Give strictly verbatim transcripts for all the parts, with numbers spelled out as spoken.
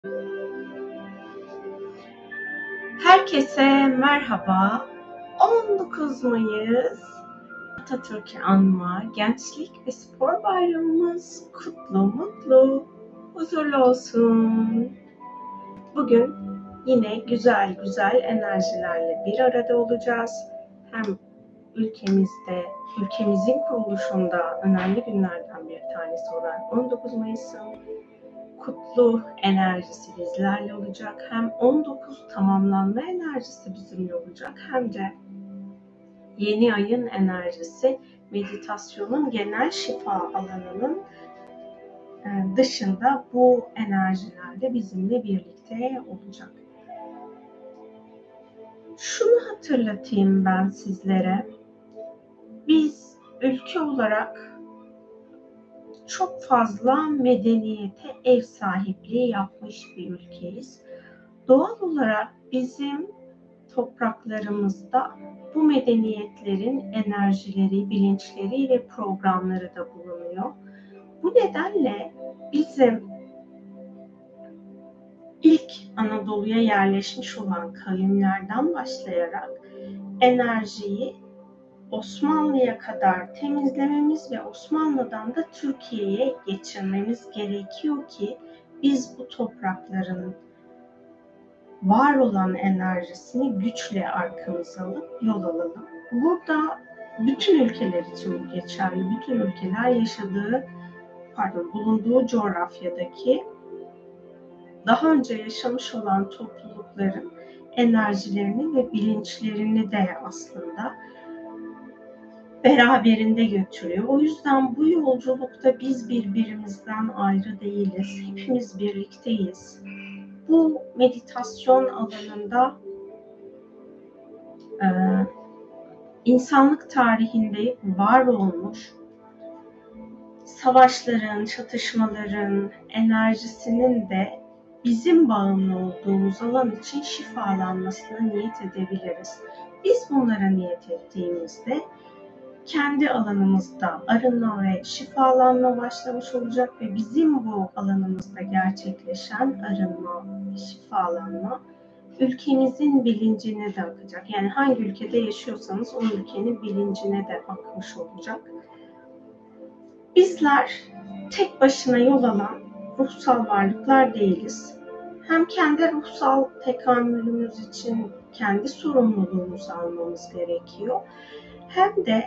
Herkese merhaba. on dokuz Mayıs Atatürk'ü anma, Gençlik ve Spor Bayramımız kutlu, mutlu, huzurlu olsun. Bugün yine güzel güzel enerjilerle bir arada olacağız. Hem ülkemizde, ülkemizin kuruluşunda önemli günlerden bir tanesi olan on dokuz Mayıs'ın kutlu enerjisi bizlerle olacak. Hem on dokuz tamamlanma enerjisi bizimle olacak. Hem de yeni ayın enerjisi meditasyonun genel şifa alanının dışında bu enerjilerle bizimle birlikte olacak. Şunu hatırlatayım ben sizlere. Biz ülke olarak çok fazla medeniyete ev sahipliği yapmış bir ülkeyiz. Doğal olarak bizim topraklarımızda bu medeniyetlerin enerjileri, bilinçleri ve programları da bulunuyor. Bu nedenle bizim ilk Anadolu'ya yerleşmiş olan kavimlerden başlayarak enerjiyi Osmanlı'ya kadar temizlememiz ve Osmanlı'dan da Türkiye'ye geçirmemiz gerekiyor ki biz bu toprakların var olan enerjisini güçle arkamıza alıp yol alalım. Burada bütün ülkeler için bu geçerli. Bütün ülkeler yaşadığı, pardon, bulunduğu coğrafyadaki daha önce yaşamış olan toplulukların enerjilerini ve bilinçlerini de aslında beraberinde götürüyor. O yüzden bu yolculukta biz birbirimizden ayrı değiliz. Hepimiz birlikteyiz. Bu meditasyon alanında e, insanlık tarihinde var olmuş savaşların, çatışmaların enerjisinin de bizim bağımlı olduğumuz alan için şifalanmasına niyet edebiliriz. Biz bunlara niyet ettiğimizde kendi alanımızda arınma ve şifalanma başlamış olacak ve bizim bu alanımızda gerçekleşen arınma ve şifalanma ülkemizin bilincine de akacak. Yani hangi ülkede yaşıyorsanız o ülkenin bilincine de akmış olacak. Bizler tek başına yol alan ruhsal varlıklar değiliz. Hem kendi ruhsal tekamülümüz için kendi sorumluluğumuzu almamız gerekiyor. Hem de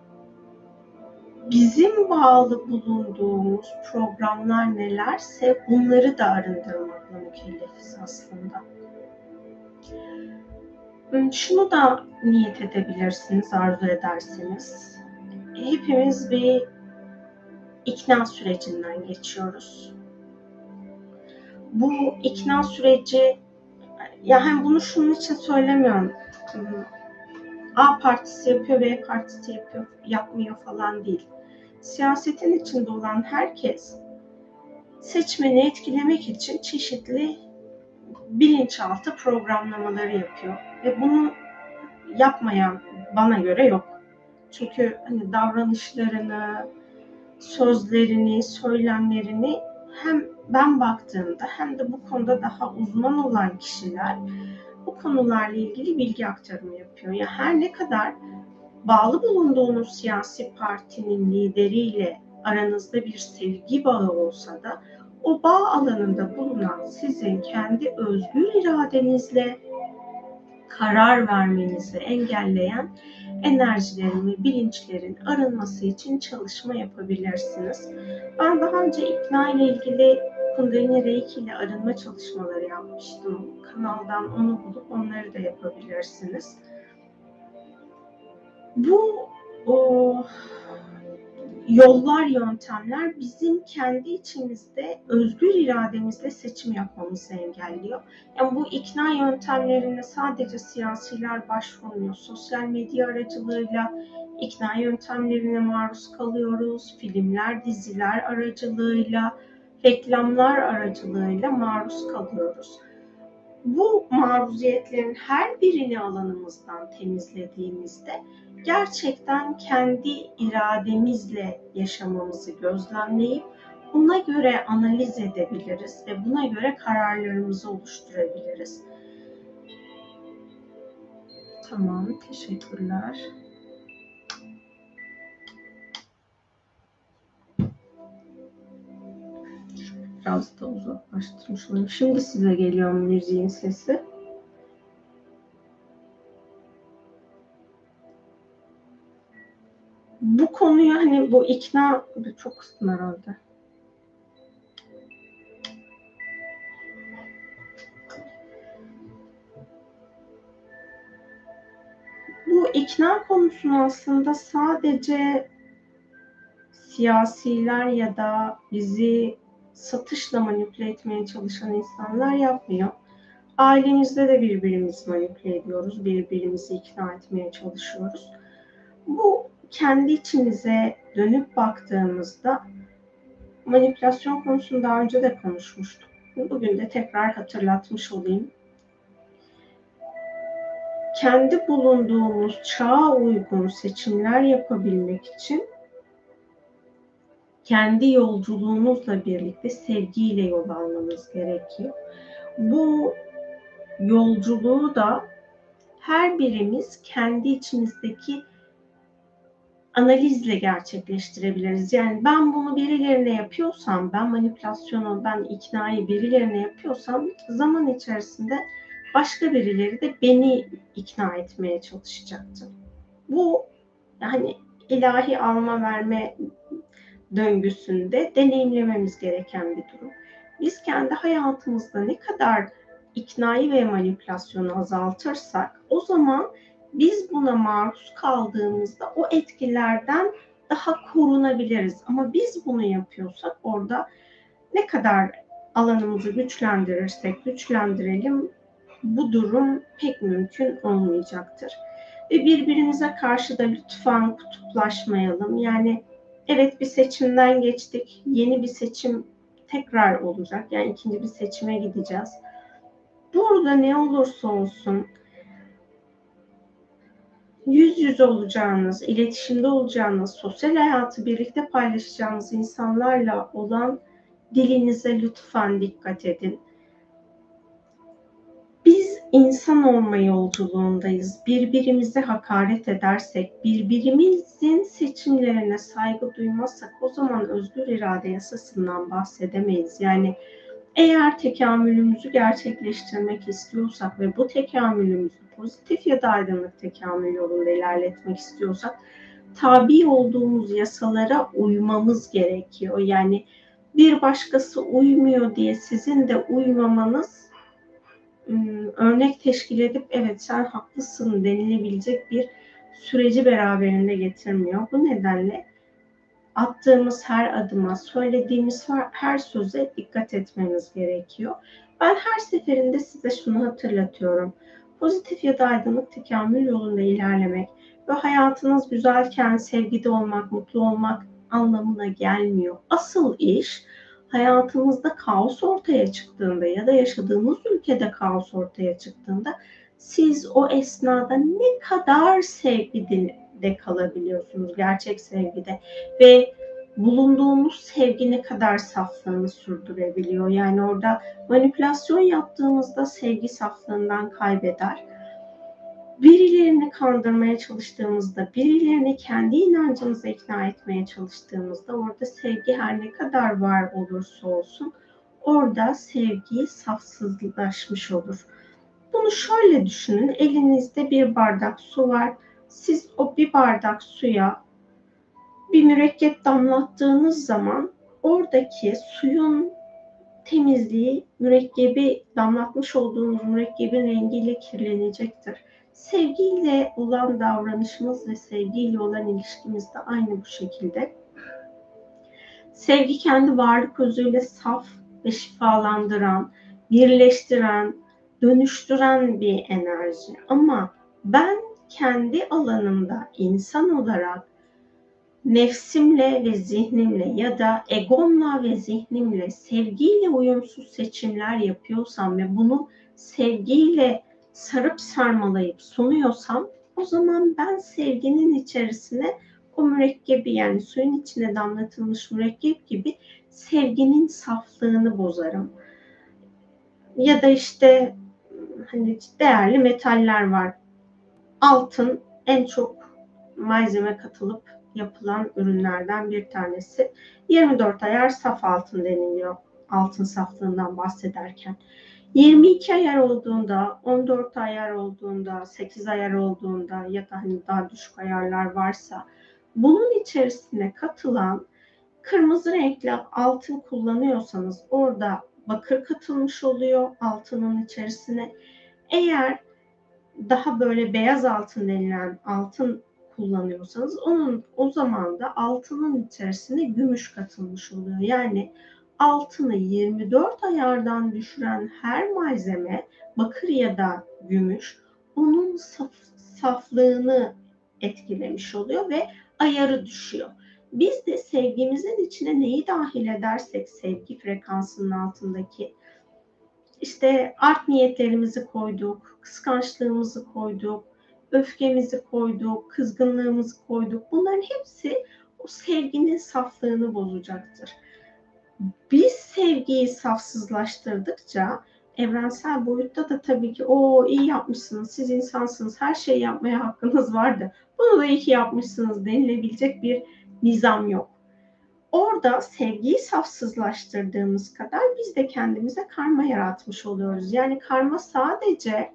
bizim bağlı bulunduğumuz programlar nelerse bunları da arındırmakla mükellefiz aslında. Şunu da niyet edebilirsiniz, arzu ederseniz. Hepimiz bir ikna sürecinden geçiyoruz. Bu ikna süreci, ya hem bunu şunun için söylemiyorum. A partisi yapıyor, B partisi yapıyor, yapmıyor falan değil. Siyasetin içinde olan herkes seçmeni etkilemek için çeşitli bilinçaltı programlamaları yapıyor. Ve bunu yapmayan bana göre yok. Çünkü hani davranışlarını, sözlerini, söylemlerini hem ben baktığımda hem de bu konuda daha uzman olan kişiler bu konularla ilgili bilgi aktarımı yapıyor. Yani her ne kadar bağlı bulunduğunuz siyasi partinin lideriyle aranızda bir sevgi bağı olsa da o bağ alanında bulunan sizin kendi özgür iradenizle karar vermenizi engelleyen enerjilerin ve bilinçlerin arınması için çalışma yapabilirsiniz. Ben daha önce ikna ile ilgili Kundalini Reiki ile arınma çalışmaları yapmıştım. Kanaldan onu bulup onları da yapabilirsiniz. Bu o, yollar, yöntemler bizim kendi içimizde özgür irademizle seçim yapmamızı engelliyor. Yani bu ikna yöntemlerine sadece siyasiler başvurmuyor. Sosyal medya aracılığıyla ikna yöntemlerine maruz kalıyoruz. Filmler, diziler aracılığıyla, reklamlar aracılığıyla maruz kalıyoruz. Bu maruziyetlerin her birini alanımızdan temizlediğimizde gerçekten kendi irademizle yaşamamızı gözlemleyip ona göre analiz edebiliriz ve buna göre kararlarımızı oluşturabiliriz. Tamam, teşekkürler. Biraz da uzaklaştırmış olayım. Şimdi size geliyor müziğin sesi. Bu konuyu hani bu ikna çok kıstım herhalde. Bu ikna konusunu aslında sadece siyasiler ya da bizi satışla manipüle etmeye çalışan insanlar yapmıyor. Ailemizde de birbirimizi manipüle ediyoruz, birbirimizi ikna etmeye çalışıyoruz. Bu kendi içimize dönüp baktığımızda manipülasyon konusunu daha önce de konuşmuştuk. Bugün de tekrar hatırlatmış olayım. Kendi bulunduğumuz çağa uygun seçimler yapabilmek için kendi yolculuğunuzla birlikte sevgiyle yol almanız gerekiyor. Bu yolculuğu da her birimiz kendi içimizdeki analizle gerçekleştirebiliriz. Yani ben bunu birilerine yapıyorsam, ben manipülasyonu, ben iknayı birilerine yapıyorsam zaman içerisinde başka birileri de beni ikna etmeye çalışacaktır. Bu yani ilahi alma verme döngüsünde deneyimlememiz gereken bir durum. Biz kendi hayatımızda ne kadar iknayı ve manipülasyonu azaltırsak o zaman biz buna maruz kaldığımızda o etkilerden daha korunabiliriz. Ama biz bunu yapıyorsak orada ne kadar alanımızı güçlendirirsek güçlendirelim bu durum pek mümkün olmayacaktır. Ve birbirimize karşı da lütfen kutuplaşmayalım. Yani evet bir seçimden geçtik, yeni bir seçim tekrar olacak. Yani ikinci bir seçime gideceğiz. Burada ne olursa olsun yüz yüze olacağınız, iletişimde olacağınız, sosyal hayatı birlikte paylaşacağınız insanlarla olan dilinize lütfen dikkat edin. Biz insan olma yolculuğundayız. Birbirimize hakaret edersek, birbirimizin seçimlerine saygı duymazsak o zaman özgür irade yasasından bahsedemeyiz. Yani eğer tekamülümüzü gerçekleştirmek istiyorsak ve bu tekamülümüzü pozitif ya da aydınlık tekamül yolunda ilerletmek istiyorsak tabi olduğumuz yasalara uymamız gerekiyor. Yani bir başkası uymuyor diye sizin de uymamanız örnek teşkil edip evet sen haklısın denilebilecek bir süreci beraberinde getirmiyor. Bu nedenle attığımız her adıma, söylediğimiz her söze dikkat etmemiz gerekiyor. Ben her seferinde size şunu hatırlatıyorum. Pozitif ya da aydınlık tekamül yolunda ilerlemek ve hayatınız güzelken sevgide olmak, mutlu olmak anlamına gelmiyor. Asıl iş hayatımızda kaos ortaya çıktığında ya da yaşadığımız ülkede kaos ortaya çıktığında siz o esnada ne kadar sevgide kalabiliyorsunuz, gerçek sevgide ve bulunduğumuz sevgi ne kadar saflığını sürdürebiliyor. Yani orada manipülasyon yaptığımızda sevgi saflığından kaybeder. Birilerini kandırmaya çalıştığımızda, birilerini kendi inancımıza ikna etmeye çalıştığımızda orada sevgi her ne kadar var olursa olsun orada sevgi safsızlaşmış olur. Bunu şöyle düşünün, elinizde bir bardak su var. Siz o bir bardak suya bir mürekkep damlattığınız zaman oradaki suyun temizliği mürekkebi damlatmış olduğunuz mürekkebin rengiyle kirlenecektir. Sevgiyle olan davranışımız ve sevgiyle olan ilişkimiz de aynı bu şekilde. Sevgi kendi varlık özüyle saf ve şifalandıran, birleştiren, dönüştüren bir enerji. Ama ben kendi alanımda insan olarak nefsimle ve zihnimle ya da egomla ve zihnimle sevgiyle uyumsuz seçimler yapıyorsam ve bunu sevgiyle sarıp sarmalayıp sunuyorsam o zaman ben sevginin içerisine o mürekkebi yani suyun içine damlatılmış mürekkep gibi sevginin saflığını bozarım. Ya da işte hani değerli metaller var. Altın en çok malzeme katılıp yapılan ürünlerden bir tanesi. yirmi dört ayar saf altın deniliyor altın saflığından bahsederken. yirmi iki ayar olduğunda, on dört ayar olduğunda, sekiz ayar olduğunda ya da hani daha düşük ayarlar varsa bunun içerisine katılan kırmızı renkli altın kullanıyorsanız orada bakır katılmış oluyor altının içerisine. Eğer daha böyle beyaz altın denilen altın kullanıyorsanız onun o zaman da altının içerisine gümüş katılmış oluyor. Yani altını yirmi dört ayardan düşüren her malzeme bakır ya da gümüş onun saf, saflığını etkilemiş oluyor ve ayarı düşüyor. Biz de sevgimizin içine neyi dahil edersek sevgi frekansının altındaki işte art niyetlerimizi koyduk, kıskançlığımızı koyduk, öfkemizi koyduk, kızgınlığımızı koyduk. Bunların hepsi o sevginin saflığını bozacaktır. Biz sevgiyi safsızlaştırdıkça evrensel boyutta da tabii ki o iyi yapmışsınız, siz insansınız, her şeyi yapmaya hakkınız vardı. Bunu da iyi ki yapmışsınız denilebilecek bir nizam yok. Orada sevgiyi safsızlaştırdığımız kadar biz de kendimize karma yaratmış oluyoruz. Yani karma sadece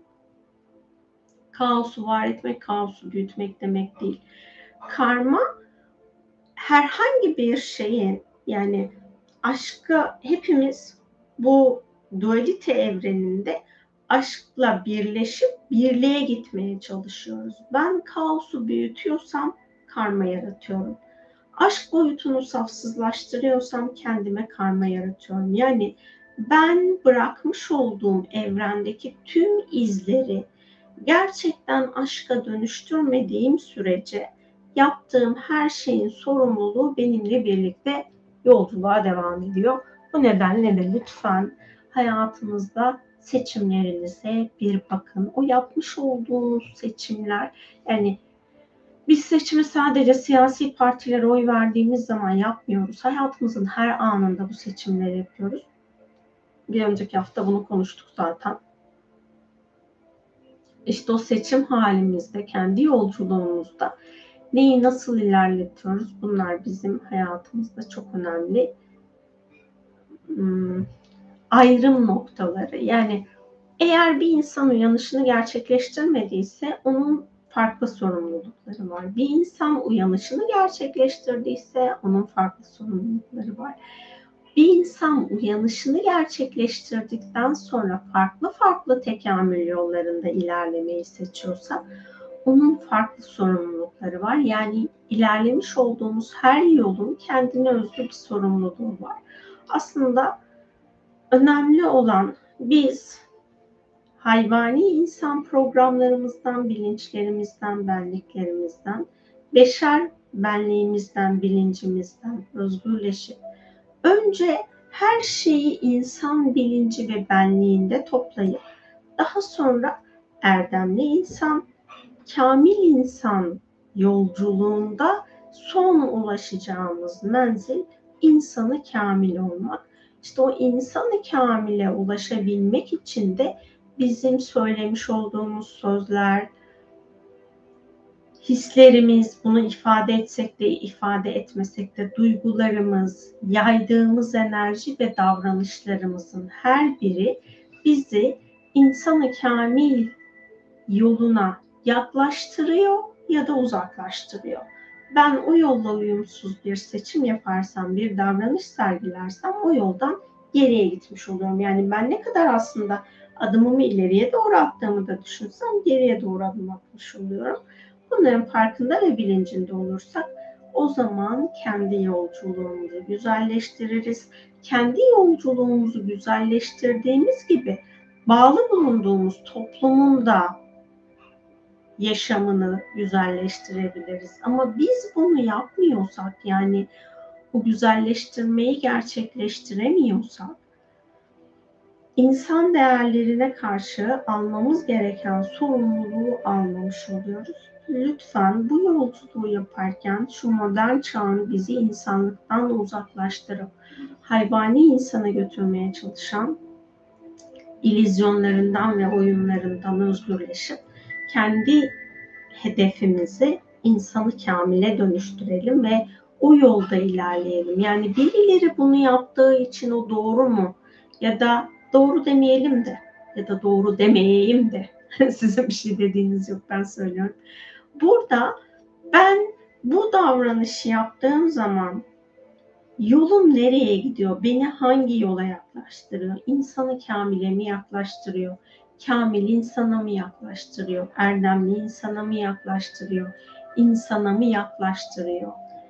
kaosu var etmek, kaosu büyütmek demek değil. Karma herhangi bir şeyin, yani aşkı hepimiz bu dualite evreninde aşkla birleşip birliğe gitmeye çalışıyoruz. Ben kaosu büyütüyorsam karma yaratıyorum. Aşk boyutunu safsızlaştırıyorsam kendime karma yaratıyorum. Yani ben bırakmış olduğum evrendeki tüm izleri gerçekten aşka dönüştürmediğim sürece yaptığım her şeyin sorumluluğu benimle birlikte yolculuğa devam ediyor. Bu nedenle de lütfen hayatınızda seçimlerinize bir bakın. O yapmış olduğunuz seçimler, yani biz seçimi sadece siyasi partilere oy verdiğimiz zaman yapmıyoruz. Hayatımızın her anında bu seçimleri yapıyoruz. Bir önceki hafta bunu konuştuk zaten. İşte o seçim halimizde, kendi yolculuğumuzda neyi nasıl ilerletiyoruz? Bunlar bizim hayatımızda çok önemli hmm, ayrım noktaları. Yani eğer bir insan uyanışını gerçekleştirmediyse onun farklı sorumlulukları var. Bir insan uyanışını gerçekleştirdiyse onun farklı sorumlulukları var. Bir insan uyanışını gerçekleştirdikten sonra farklı farklı tekamül yollarında ilerlemeyi seçiyorsa onun farklı sorumlulukları var. Yani ilerlemiş olduğumuz her yolun kendine özgü bir sorumluluğu var. Aslında önemli olan biz hayvani insan programlarımızdan, bilinçlerimizden, benliklerimizden, beşer benliğimizden, bilincimizden özgürleşip önce her şeyi insan bilinci ve benliğinde toplayıp daha sonra erdemli insan, kamil insan yolculuğunda son ulaşacağımız menzil insanı kamil olmak. İşte o insanı kamile ulaşabilmek için de bizim söylemiş olduğumuz sözler, hislerimiz, bunu ifade etsek de ifade etmesek de duygularımız, yaydığımız enerji ve davranışlarımızın her biri bizi insanı kamil yoluna yaklaştırıyor ya da uzaklaştırıyor. Ben o yolla uyumsuz bir seçim yaparsam, bir davranış sergilersem o yoldan geriye gitmiş oluyorum. Yani ben ne kadar aslında adımımı ileriye doğru attığımı da düşünsem geriye doğru adım atmış oluyorum. Bunların farkında ve bilincinde olursak o zaman kendi yolculuğumuzu güzelleştiririz. Kendi yolculuğumuzu güzelleştirdiğimiz gibi bağlı bulunduğumuz toplumun da yaşamını güzelleştirebiliriz. Ama biz bunu yapmıyorsak, yani bu güzelleştirmeyi gerçekleştiremiyorsak, insan değerlerine karşı almamız gereken sorumluluğu almamış oluyoruz. Lütfen bu yolculuğu yaparken şu modern çağın bizi insanlıktan uzaklaştırıp hayvani insana götürmeye çalışan illüzyonlarından ve oyunlarından özgürleşip kendi hedefimizi insanı kamile dönüştürelim ve o yolda ilerleyelim. Yani birileri bunu yaptığı için o doğru mu? Ya da doğru demeyelim de ya da doğru demeyeyim de sizin bir şey dediğiniz yok, ben söylüyorum. Burada ben bu davranışı yaptığım zaman yolum nereye gidiyor? Beni hangi yola yaklaştırıyor? İnsanı kamile mi yaklaştırıyor? Kamil insana mı yaklaştırıyor? Erdemli insana mı yaklaştırıyor? İnsana mı yaklaştırıyor?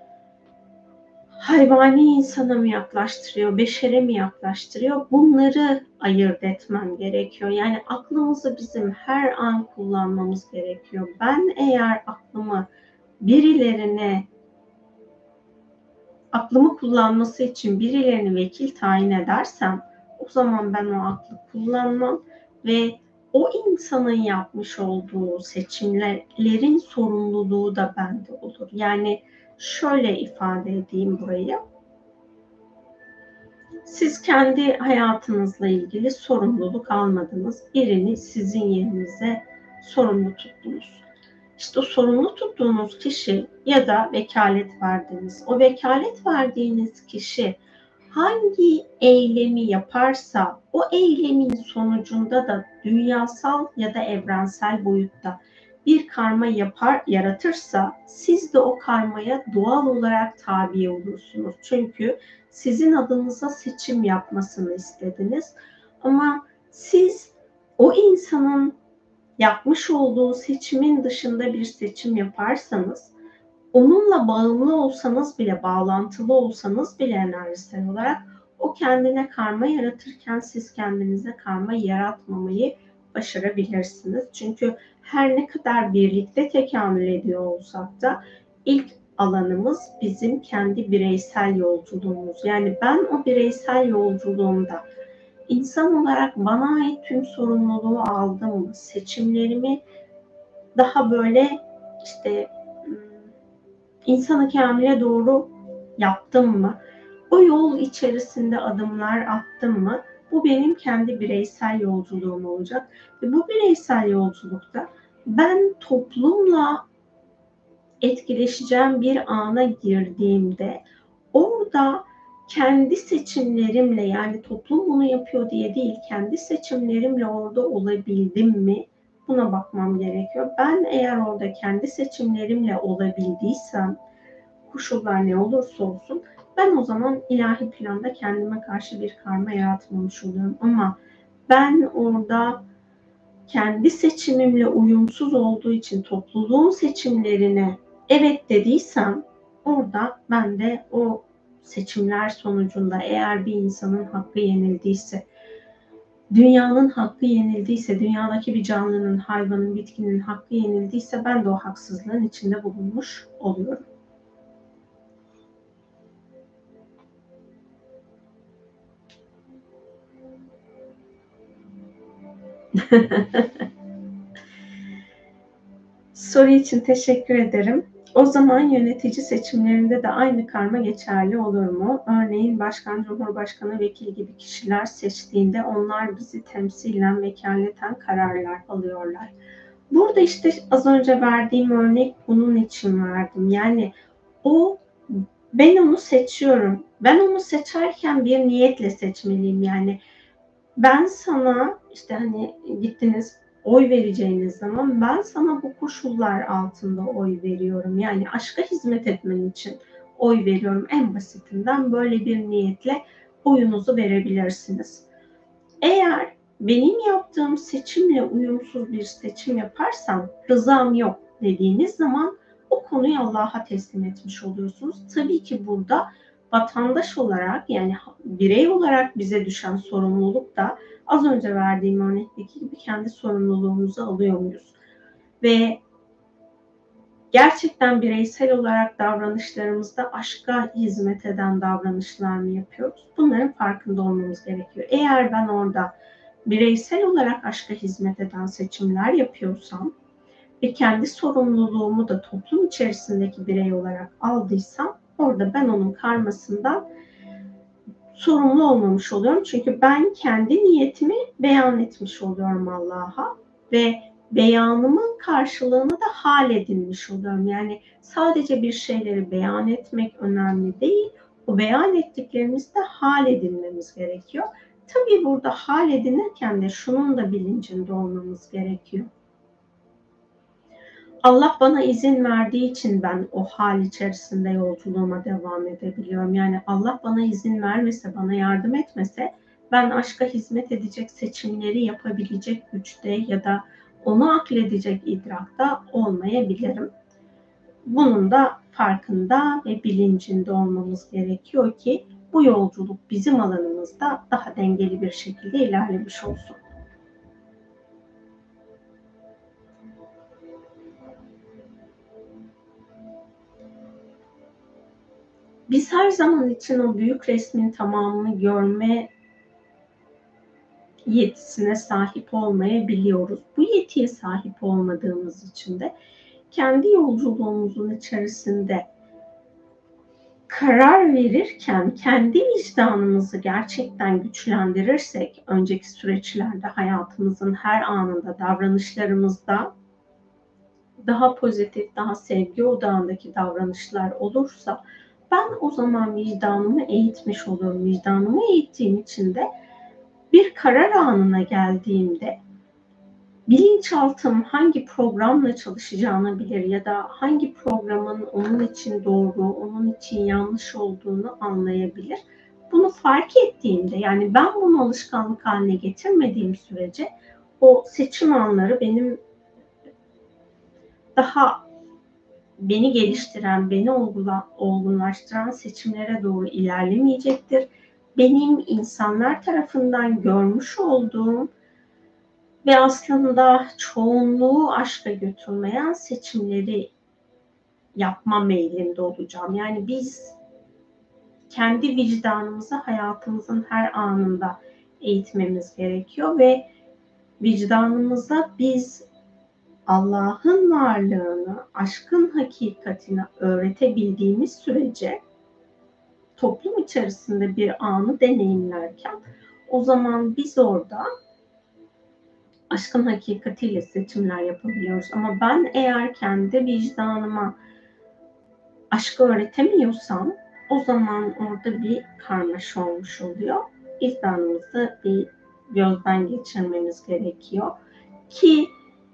Hayvani insana mı yaklaştırıyor? Beşere mi yaklaştırıyor? Bunları ayırt etmem gerekiyor. Yani aklımızı bizim her an kullanmamız gerekiyor. Ben eğer aklımı birilerine aklımı kullanması için birilerini vekil tayin edersem o zaman ben o aklı kullanmam ve o insanın yapmış olduğu seçimlerin sorumluluğu da bende olur. Yani şöyle ifade edeyim burayı. Siz kendi hayatınızla ilgili sorumluluk almadınız. Birini sizin yerinize sorumlu tuttunuz. İşte o sorumlu tuttuğunuz kişi ya da vekalet verdiğiniz, o vekalet verdiğiniz kişi hangi eylemi yaparsa o eylemin sonucunda da dünyasal ya da evrensel boyutta bir karma yapar, yaratırsa siz de o karmaya doğal olarak tabi olursunuz. Çünkü sizin adınıza seçim yapmasını istediniz. Ama siz o insanın yapmış olduğu seçimin dışında bir seçim yaparsanız, onunla bağımlı olsanız bile, bağlantılı olsanız bile enerjisel olarak o kendine karma yaratırken siz kendinize karma yaratmamayı başarabilirsiniz. Çünkü her ne kadar birlikte tekamül ediyor olsak da ilk alanımız bizim kendi bireysel yolculuğumuz. Yani ben o bireysel yolculuğumda İnsan olarak bana ait tüm sorumluluğu aldım mı? Seçimlerimi daha böyle işte insanı kamile doğru yaptım mı? O yol içerisinde adımlar attım mı? Bu benim kendi bireysel yolculuğum olacak. Ve bu bireysel yolculukta ben toplumla etkileşeceğim bir ana girdiğimde orada kendi seçimlerimle, yani toplum bunu yapıyor diye değil, kendi seçimlerimle orada olabildim mi? Buna bakmam gerekiyor. Ben eğer orada kendi seçimlerimle olabildiysem, koşullar ne olursa olsun, ben o zaman ilahi planda kendime karşı bir karma yaratmamış oluyorum. Ama ben orada kendi seçimimle uyumsuz olduğu için topluluğun seçimlerine evet dediysem, orada ben de o seçimler sonucunda eğer bir insanın hakkı yenildiyse, dünyanın hakkı yenildiyse, dünyadaki bir canlının, hayvanın, bitkinin hakkı yenildiyse ben de o haksızlığın içinde bulunmuş oluyorum. Soru için teşekkür ederim. O zaman yönetici seçimlerinde de aynı karma geçerli olur mu? Örneğin başkan, cumhurbaşkanı, vekil gibi kişiler seçtiğinde onlar bizi temsilen, vekaleten kararlar alıyorlar. Burada işte az önce verdiğim örnek bunun için verdim. Yani o, ben onu seçiyorum. Ben onu seçerken bir niyetle seçmeliyim. Yani ben sana işte hani gittiniz oy vereceğiniz zaman ben sana bu koşullar altında oy veriyorum. Yani aşka hizmet etmen için oy veriyorum. En basitinden böyle bir niyetle oyunuzu verebilirsiniz. Eğer benim yaptığım seçimle uyumsuz bir seçim yaparsam rızam yok dediğiniz zaman o konuyu Allah'a teslim etmiş oluyorsunuz. Tabii ki burada vatandaş olarak, yani birey olarak bize düşen sorumluluk da az önce verdiğim örnekteki gibi kendi sorumluluğumuzu alıyor muyuz? Ve gerçekten bireysel olarak davranışlarımızda aşka hizmet eden davranışlar mı yapıyoruz? Bunların farkında olmamız gerekiyor. Eğer ben orada bireysel olarak aşka hizmet eden seçimler yapıyorsam ve kendi sorumluluğumu da toplum içerisindeki birey olarak aldıysam orada ben onun karmasından sorumlu olmamış oluyorum. Çünkü ben kendi niyetimi beyan etmiş oluyorum Allah'a ve beyanımın karşılığını da hal edinmiş oluyorum. Yani sadece bir şeyleri beyan etmek önemli değil, o beyan ettiklerimizi de hal edinmemiz gerekiyor. Tabii burada hal edinirken de şunun da bilincinde olmamız gerekiyor. Allah bana izin verdiği için ben o hal içerisinde yolculuğuma devam edebiliyorum. Yani Allah bana izin vermese, bana yardım etmese ben aşka hizmet edecek seçimleri yapabilecek güçte ya da onu akledecek idrakta olmayabilirim. Bunun da farkında ve bilincinde olmamız gerekiyor ki bu yolculuk bizim alanımızda daha dengeli bir şekilde ilerlemiş olsun. Biz her zaman için o büyük resmin tamamını görme yetisine sahip olmayabiliyoruz. Bu yetiye sahip olmadığımız için de kendi yolculuğumuzun içerisinde karar verirken kendi vicdanımızı gerçekten güçlendirirsek, önceki süreçlerde hayatımızın her anında, davranışlarımızda daha pozitif, daha sevgi odağındaki davranışlar olursa ben o zaman vicdanımı eğitmiş olurum. Vicdanımı eğittiğim için de bir karar anına geldiğimde bilinçaltım hangi programla çalışacağını bilir ya da hangi programın onun için doğru, onun için yanlış olduğunu anlayabilir. Bunu fark ettiğimde, yani ben bunu alışkanlık haline getirmediğim sürece o seçim anları benim daha beni geliştiren, beni olgunlaştıran seçimlere doğru ilerlemeyecektir. Benim insanlar tarafından görmüş olduğum ve aslında çoğunluğu aşka götürmeyen seçimleri yapma meyilinde olacağım. Yani biz kendi vicdanımızı hayatımızın her anında eğitmemiz gerekiyor ve vicdanımıza biz Allah'ın varlığını, aşkın hakikatini öğretebildiğimiz sürece toplum içerisinde bir anı deneyimlerken o zaman biz orada aşkın hakikatiyle seçimler yapabiliyoruz. Ama ben eğer kendi vicdanıma aşkı öğretemiyorsam o zaman orada bir karmaşa olmuş oluyor. Vicdanımızı bir gözden geçirmemiz gerekiyor ki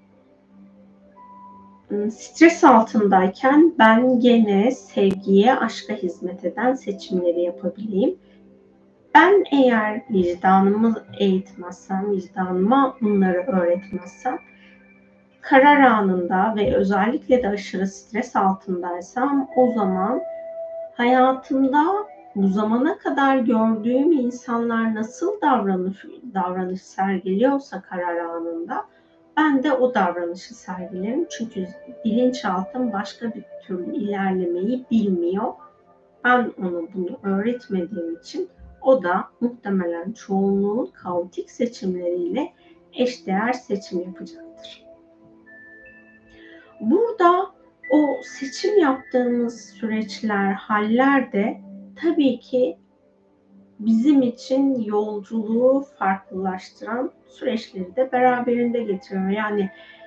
stres altındayken ben gene sevgiye, aşka hizmet eden seçimleri yapabileyim. Ben eğer vicdanımı eğitmezsem, vicdanıma bunları öğretmezsem, karar anında ve özellikle de aşırı stres altındaysam o zaman hayatımda bu zamana kadar gördüğüm insanlar nasıl davranış, davranış sergiliyorsa karar anında ben de o davranışı sergilerim. Çünkü bilinçaltım başka bir türlü ilerlemeyi bilmiyor. Ben ona bunu öğretmediğim için o da muhtemelen çoğunluğun kaotik seçimleriyle eşdeğer seçim yapacaktır. Burada o seçim yaptığımız süreçler, haller de tabii ki bizim için yolculuğu farklılaştıran süreçleri de beraberinde getiriyor. Yani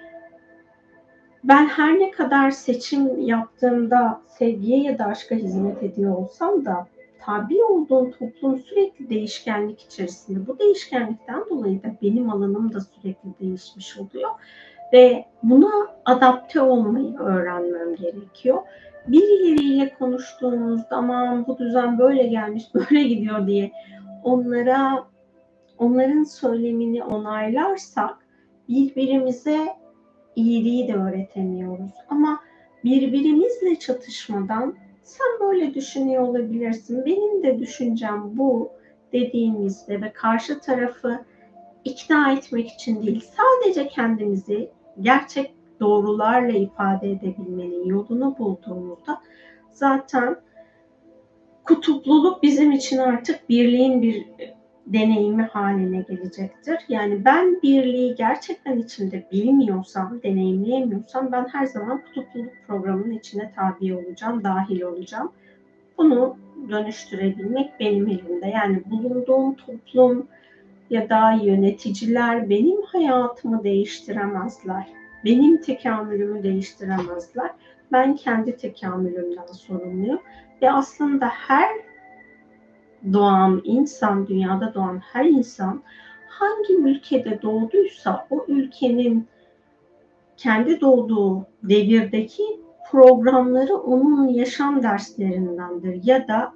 ben her ne kadar seçim yaptığımda sevgiye ya da aşka hizmet ediyor olsam da tabi olduğum toplum sürekli değişkenlik içerisinde. Bu değişkenlikten dolayı da benim alanım da sürekli değişmiş oluyor. Ve buna adapte olmayı öğrenmem gerekiyor. Birileriyle konuştuğumuzda aman bu düzen böyle gelmiş, böyle gidiyor diye onlara onların söylemini onaylarsak birbirimize iyiliği de öğretemiyoruz. Ama birbirimizle çatışmadan sen böyle düşünüyor olabilirsin, benim de düşüncem bu dediğimizde ve karşı tarafı ikna etmek için değil, sadece kendimizi gerçek doğrularla ifade edebilmenin yolunu bulduğumuzda zaten kutupluluk bizim için artık birliğin bir deneyimi haline gelecektir. Yani ben birliği gerçekten içinde bilmiyorsam, deneyimleyemiyorsam ben her zaman kutupluluk programının içine tabi olacağım, dahil olacağım. Bunu dönüştürebilmek benim elimde. Yani bulunduğum toplum ya da yöneticiler benim hayatımı değiştiremezler. Benim tekamülümü değiştiremezler. Ben kendi tekamülümden sorumluyum. Ve aslında her doğan insan, dünyada doğan her insan hangi ülkede doğduysa o ülkenin kendi doğduğu devirdeki programları onun yaşam derslerindendir ya da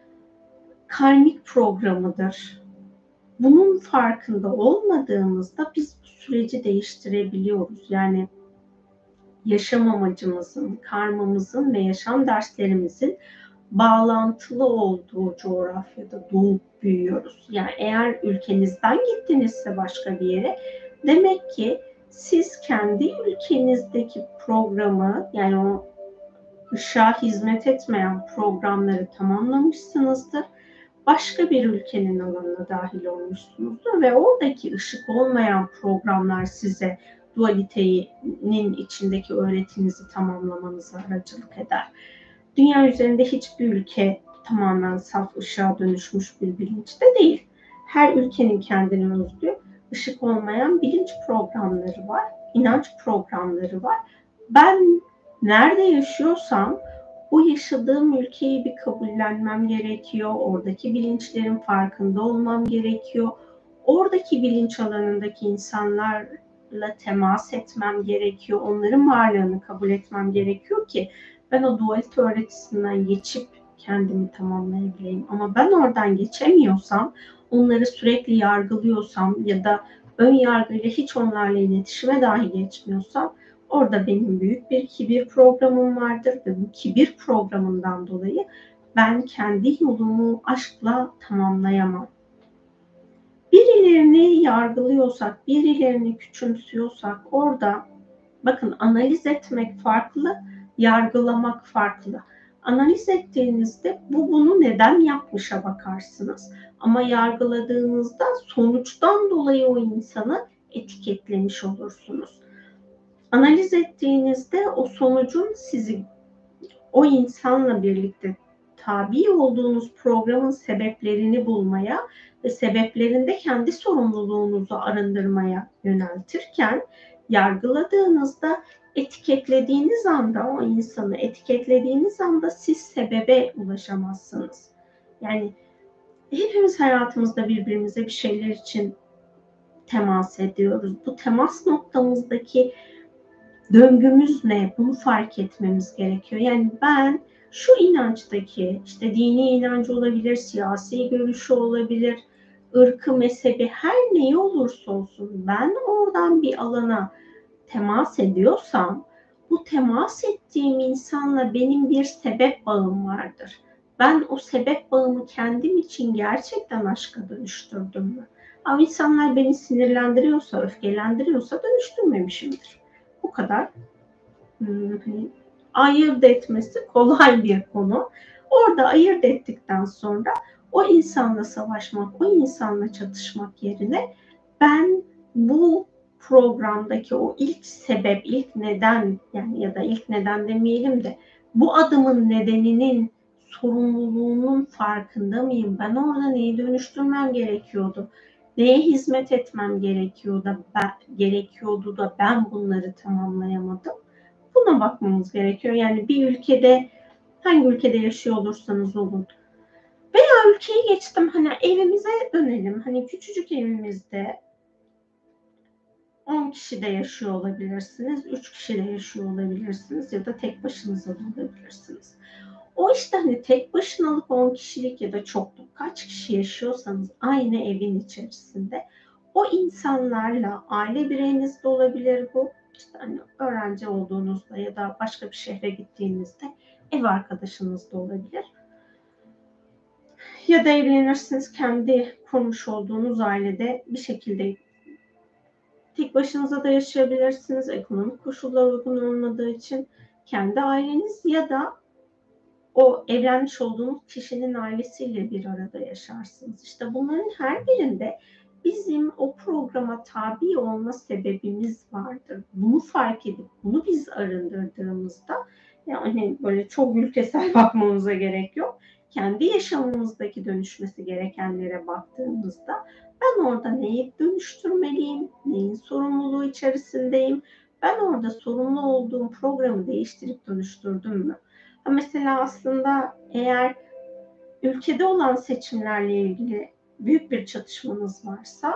karmik programıdır. Bunun farkında olmadığımızda biz bu süreci değiştirebiliyoruz. Yani yaşam amacımızın, karmamızın ve yaşam derslerimizin bağlantılı olduğu coğrafyada doğup büyüyoruz. Yani eğer ülkenizden gittinizse başka bir yere, demek ki siz kendi ülkenizdeki programı, yani o ışığa hizmet etmeyen programları tamamlamışsınızdır. Başka bir ülkenin alanına dahil olmuşsunuzdur ve oradaki ışık olmayan programlar size dualitenin içindeki öğretinizi tamamlamanıza aracılık eder. Dünya üzerinde hiçbir ülke tamamen saf ışığa dönüşmüş bir bilinçte değil. Her ülkenin kendine özgü ışık olmayan bilinç programları var, inanç programları var. Ben nerede yaşıyorsam o yaşadığım ülkeyi bir kabullenmem gerekiyor. Oradaki bilinçlerin farkında olmam gerekiyor. Oradaki bilinç alanındaki insanlarla temas etmem gerekiyor. Onların varlığını kabul etmem gerekiyor ki ben o dualite öğretisinden geçip kendimi tamamlayabileyim. Ama ben oradan geçemiyorsam, onları sürekli yargılıyorsam ya da ön yargıyla hiç onlarla iletişime dahi geçmiyorsam, orada benim büyük bir kibir programım vardır ve bu kibir programından dolayı ben kendi yolumu aşkla tamamlayamam. Birilerini yargılıyorsak, birilerini küçümsüyorsak orada, bakın, analiz etmek farklı, yargılamak farklı. Analiz ettiğinizde bu bunu neden yapmışa bakarsınız. Ama yargıladığınızda sonuçtan dolayı o insanı etiketlemiş olursunuz. Analiz ettiğinizde o sonucun sizi o insanla birlikte tabi olduğunuz programın sebeplerini bulmaya ve sebeplerinde kendi sorumluluğunuzu arındırmaya yöneltirken, yargıladığınızda, etiketlediğiniz anda, o insanı etiketlediğiniz anda siz sebebe ulaşamazsınız. Yani hepimiz hayatımızda birbirimize bir şeyler için temas ediyoruz. Bu temas noktamızdaki döngümüz ne? Bunu fark etmemiz gerekiyor. Yani ben şu inançtaki, işte dini inancı olabilir, siyasi görüşü olabilir, ırkı, mezhebi, her neyi olursa olsun, ben oradan bir alana temas ediyorsam, bu temas ettiğim insanla benim bir sebep bağım vardır. Ben o sebep bağımı kendim için gerçekten aşka dönüştürdüm mü? Ama insanlar beni sinirlendiriyorsa, öfkelendiriyorsa dönüştürmemişimdir. Bu kadar. Hani ayırt etmesi kolay bir konu. Orada ayırt ettikten sonra o insanla savaşmak, o insanla çatışmak yerine ben bu programdaki o ilk sebep, ilk neden, yani ya da ilk neden demeyelim de bu adımın nedeninin, sorumluluğunun farkında mıyım? Ben orada neyi dönüştürmem gerekiyordu? Neye hizmet etmem gerekiyordu da ben, gerekiyordu da ben bunları tamamlayamadım? Buna bakmamız gerekiyor. Yani bir ülkede, hangi ülkede yaşıyor olursanız olun. Veya ülkeyi geçtim, hani evimize dönelim. Hani küçücük evimizde on kişi de yaşıyor olabilirsiniz, üç kişi de yaşıyor olabilirsiniz ya da tek başınıza da olabilirsiniz. O işte hani tek başınalık on kişilik ya da çokluk, kaç kişi yaşıyorsanız aynı evin içerisinde, o insanlarla aile bireyiniz de olabilir bu. İşte hani öğrenci olduğunuzda ya da başka bir şehre gittiğinizde ev arkadaşınız da olabilir. Ya da evlenirsiniz, kendi kurmuş olduğunuz ailede bir şekilde tek başınıza da yaşayabilirsiniz. Ekonomik koşullar uygun olmadığı için kendi aileniz ya da o evlenmiş olduğunuz kişinin ailesiyle bir arada yaşarsınız. İşte bunların her birinde bizim o programa tabi olma sebebimiz vardır. Bunu fark edip bunu biz arındırdığımızda, yani böyle çok ülkesel bakmamıza gerek yok. kendi yaşamımızdaki dönüşmesi gerekenlere baktığımızda ben orada neyi dönüştürmeliyim, neyin sorumluluğu içerisindeyim, ben orada sorumlu olduğum programı değiştirip dönüştürdüm mü? Ha mesela aslında eğer ülkede olan seçimlerle ilgili büyük bir çatışmanız varsa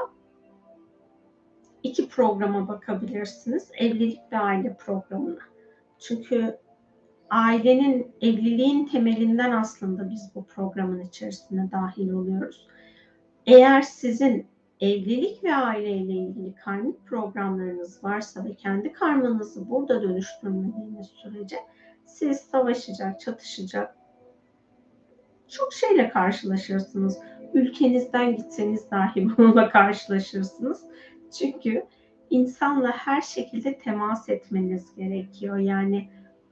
iki programa bakabilirsiniz. Evlilik ve aile programına. Çünkü ailenin, evliliğin temelinden aslında biz bu programın içerisine dahil oluyoruz. Eğer sizin evlilik ve aileyle ilgili karmik programlarınız varsa ve kendi karmanızı burada dönüştürmediğiniz sürece siz savaşacak, çatışacak çok şeyle karşılaşırsınız. Ülkenizden gitseniz dahi bununla karşılaşırsınız. Çünkü insanla her şekilde temas etmeniz gerekiyor. Yani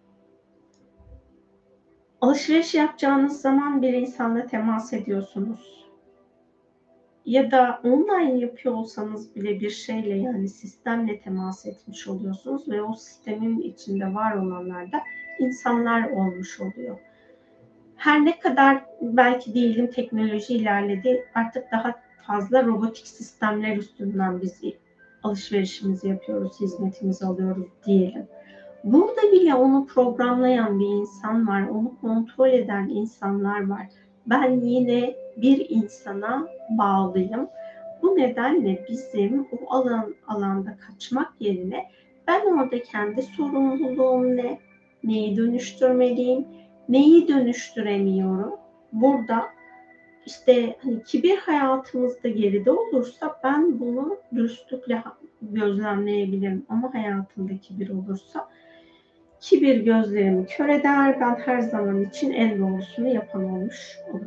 alışveriş yapacağınız zaman bir insanla temas ediyorsunuz. Ya da online yapıyor olsanız bile bir şeyle, yani sistemle temas etmiş oluyorsunuz ve o sistemin içinde var olanlar da insanlar olmuş oluyor. Her ne kadar belki diyelim teknoloji ilerledi, artık daha fazla robotik sistemler üstünden biz alışverişimizi yapıyoruz, hizmetimizi alıyoruz diyelim. Burada bile onu programlayan bir insan var, onu kontrol eden insanlar var. Ben yine bir insana bağlıyım. Bu nedenle bizim o alan alanda kaçmak yerine ben orada kendi sorumluluğum ne, neyi dönüştürmeliyim, neyi dönüştüremiyorum. Burada işte hani kibir hayatımızda geride olursa ben bunu dürüstlükle gözlemleyebilirim. Ama hayatımda kibir olursa kibir gözlerimi kör eder. Ben her zaman için en doğrusunu yapan olmuş olurum.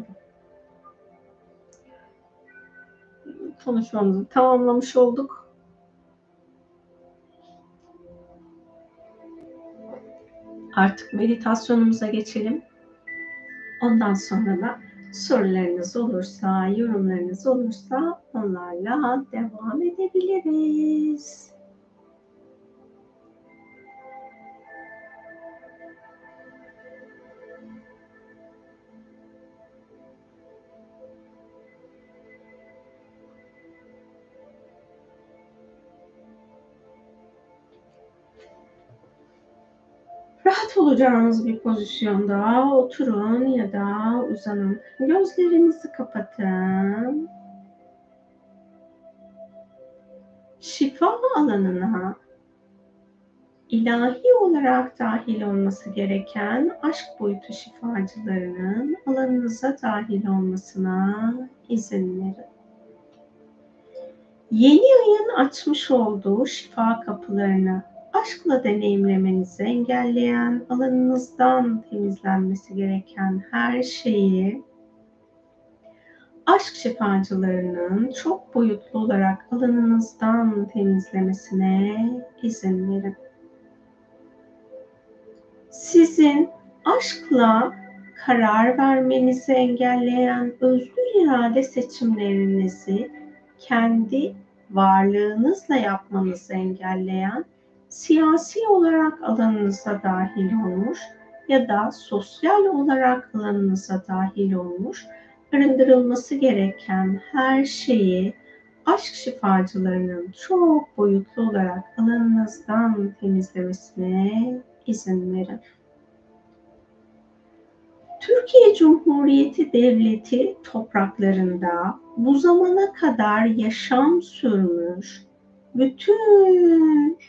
Konuşmamızı tamamlamış olduk. Artık meditasyonumuza geçelim. Ondan sonra da sorularınız olursa, yorumlarınız olursa onlarla devam edebiliriz. Rahat olacağınız bir pozisyonda oturun ya da uzanın. Gözlerinizi kapatın. Şifa alanına ilahi olarak dahil olması gereken aşk boyutu şifacılarının alanınıza dahil olmasına izin verin. Yeni ayın açmış olduğu şifa kapılarını aşkla deneyimlemenizi engelleyen, alanınızdan temizlenmesi gereken her şeyi aşk şifacılarının çok boyutlu olarak alanınızdan temizlemesine izin verin. Sizin aşkla karar vermenizi engelleyen özgür irade seçimlerinizi kendi varlığınızla yapmanızı engelleyen, siyasi olarak alanınıza dahil olmuş ya da sosyal olarak alanınıza dahil olmuş, arındırılması gereken her şeyi aşk şifacılarının çok boyutlu olarak alanınızdan temizlemesine izin verin. Türkiye Cumhuriyeti Devleti topraklarında bu zamana kadar yaşam sürmüş bütün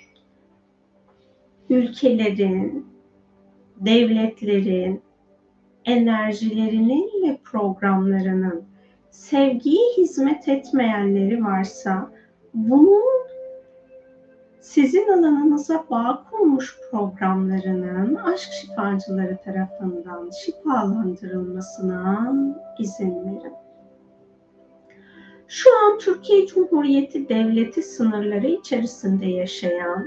ülkelerin, devletlerin, enerjilerinin ve programlarının sevgiye hizmet etmeyenleri varsa bunun sizin alanınıza bağ kurmuş programlarının aşk şifacıları tarafından şifalandırılmasına izin verin. Şu an Türkiye Cumhuriyeti Devleti sınırları içerisinde yaşayan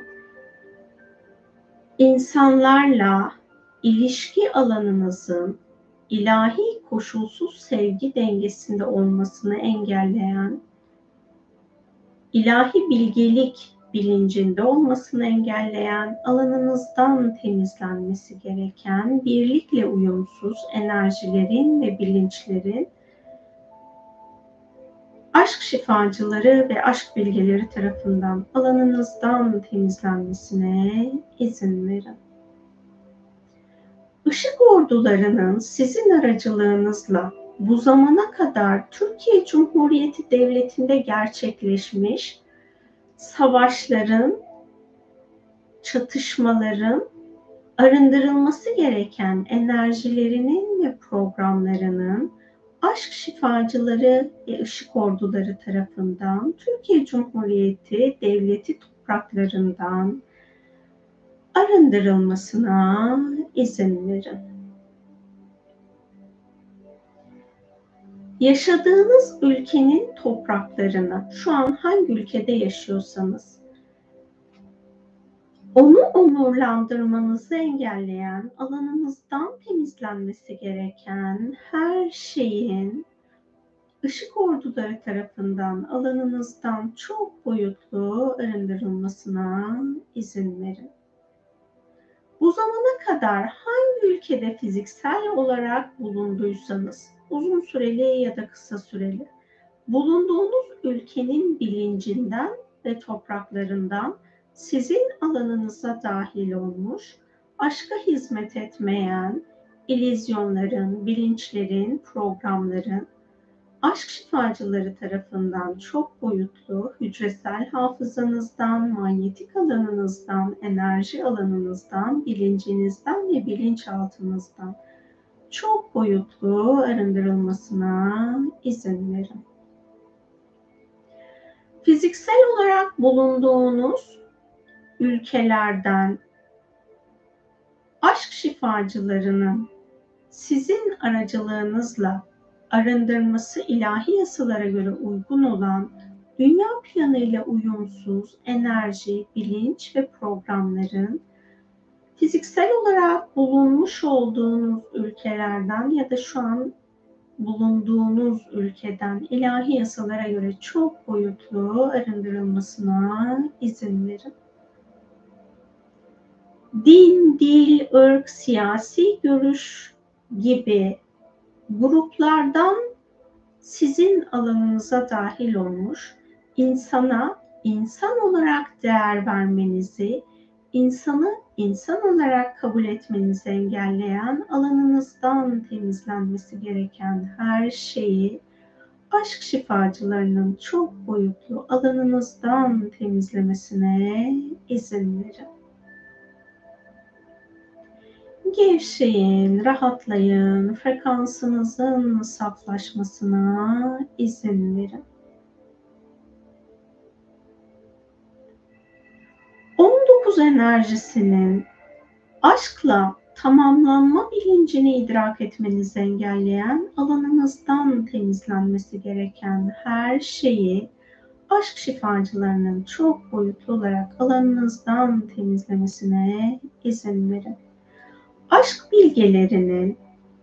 insanlarla ilişki alanınızın ilahi koşulsuz sevgi dengesinde olmasını engelleyen, ilahi bilgelik bilincinde olmasını engelleyen, alanınızdan temizlenmesi gereken, birlikle uyumsuz enerjilerin ve bilinçlerin aşk şifacıları ve aşk bilgeleri tarafından alanınızdan temizlenmesine izin verin. Işık ordularının sizin aracılığınızla bu zamana kadar Türkiye Cumhuriyeti Devleti'nde gerçekleşmiş savaşların, çatışmaların arındırılması gereken enerjilerinin ve programlarının aşk şifacıları ve ışık orduları tarafından Türkiye Cumhuriyeti Devleti topraklarından arındırılmasına izin verin. Yaşadığınız ülkenin topraklarına, şu an hangi ülkede yaşıyorsanız, onu onurlandırmanızı engelleyen, alanınızdan temizlenmesi gereken her şeyin ışık orduları tarafından alanınızdan çok boyutlu arındırılmasına izin verin. Bu zamana kadar hangi ülkede fiziksel olarak bulunduysanız, uzun süreli ya da kısa süreli, bulunduğunuz ülkenin bilincinden ve topraklarından sizin alanınıza dahil olmuş, aşka hizmet etmeyen illüzyonların, bilinçlerin, programların, aşk şifacıları tarafından çok boyutlu hücresel hafızanızdan, manyetik alanınızdan, enerji alanınızdan, bilincinizden ve bilinçaltınızdan çok boyutlu arındırılmasına izin verin. Fiziksel olarak bulunduğunuz ülkelerden aşk şifacılarının sizin aracılığınızla arındırması ilahi yasalara göre uygun olan dünya planıyla uyumsuz enerji, bilinç ve programların fiziksel olarak bulunmuş olduğunuz ülkelerden ya da şu an bulunduğunuz ülkeden ilahi yasalara göre çok boyutlu arındırılmasına izin verin. Din, dil, ırk, siyasi görüş gibi gruplardan sizin alanınıza dahil olmuş, insana insan olarak değer vermenizi, insanı insan olarak kabul etmenizi engelleyen, alanınızdan temizlenmesi gereken her şeyi aşk şifacılarının çok boyutlu alanınızdan temizlemesine izin verin. Gevşeyin, rahatlayın, frekansınızın saflaşmasına izin verin. on dokuz enerjisinin aşkla tamamlanma bilincini idrak etmenizi engelleyen, alanınızdan temizlenmesi gereken her şeyi aşk şifacılarının çok boyutlu olarak alanınızdan temizlemesine izin verin. Aşk bilgelerinin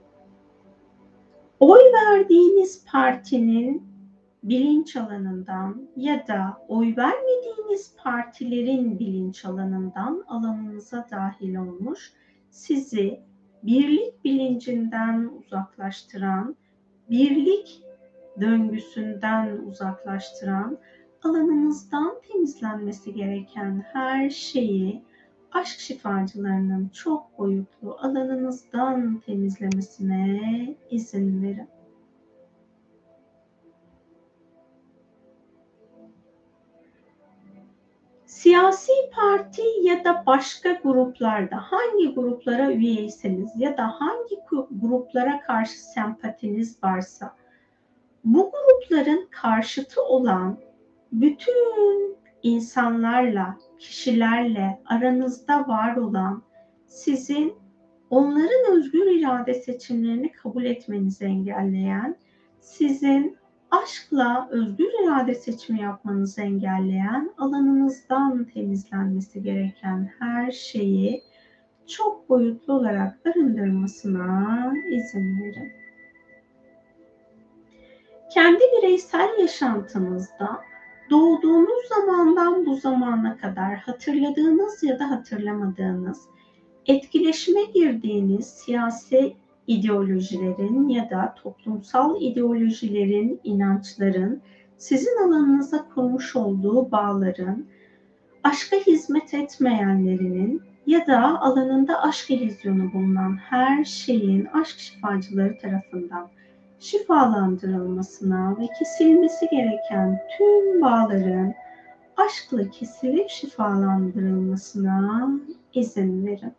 oy verdiğiniz partinin bilinç alanından ya da oy vermediğiniz partilerin bilinç alanından alanınıza dahil olmuş, sizi birlik bilincinden uzaklaştıran, birlik döngüsünden uzaklaştıran, alanınızdan temizlenmesi gereken her şeyi aşk şifacılarının çok boyutlu alanınızdan temizlemesine izin verin. Siyasi parti ya da başka gruplarda hangi gruplara üyeyseniz ya da hangi gruplara karşı sempatiniz varsa, bu grupların karşıtı olan bütün insanlarla, kişilerle aranızda var olan, sizin onların özgür irade seçimlerini kabul etmenizi engelleyen, sizin aşkla özgür irade seçimi yapmanızı engelleyen, alanınızdan temizlenmesi gereken her şeyi çok boyutlu olarak arındırmasına izin verin. Kendi bireysel yaşantınızda Doğduğunuz zamandan bu zamana kadar hatırladığınız ya da hatırlamadığınız, etkileşime girdiğiniz siyasi ideolojilerin ya da toplumsal ideolojilerin, inançların, sizin alanınıza kurmuş olduğu bağların, aşka hizmet etmeyenlerinin ya da alanında aşk illüzyonu bulunan her şeyin aşk şifacıları tarafından şifalandırılmasına ve kesilmesi gereken tüm bağların aşkla kesilip şifalandırılmasına izin verin.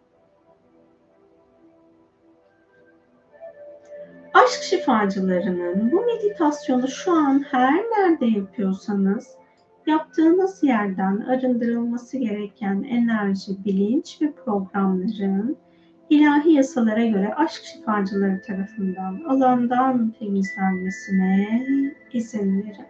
Aşk şifacılarının bu meditasyonu şu an her nerede yapıyorsanız, yaptığınız yerden arındırılması gereken enerji, bilinç ve programların ilahi yasalara göre aşk şifacıları tarafından alandan temizlenmesine izin verin.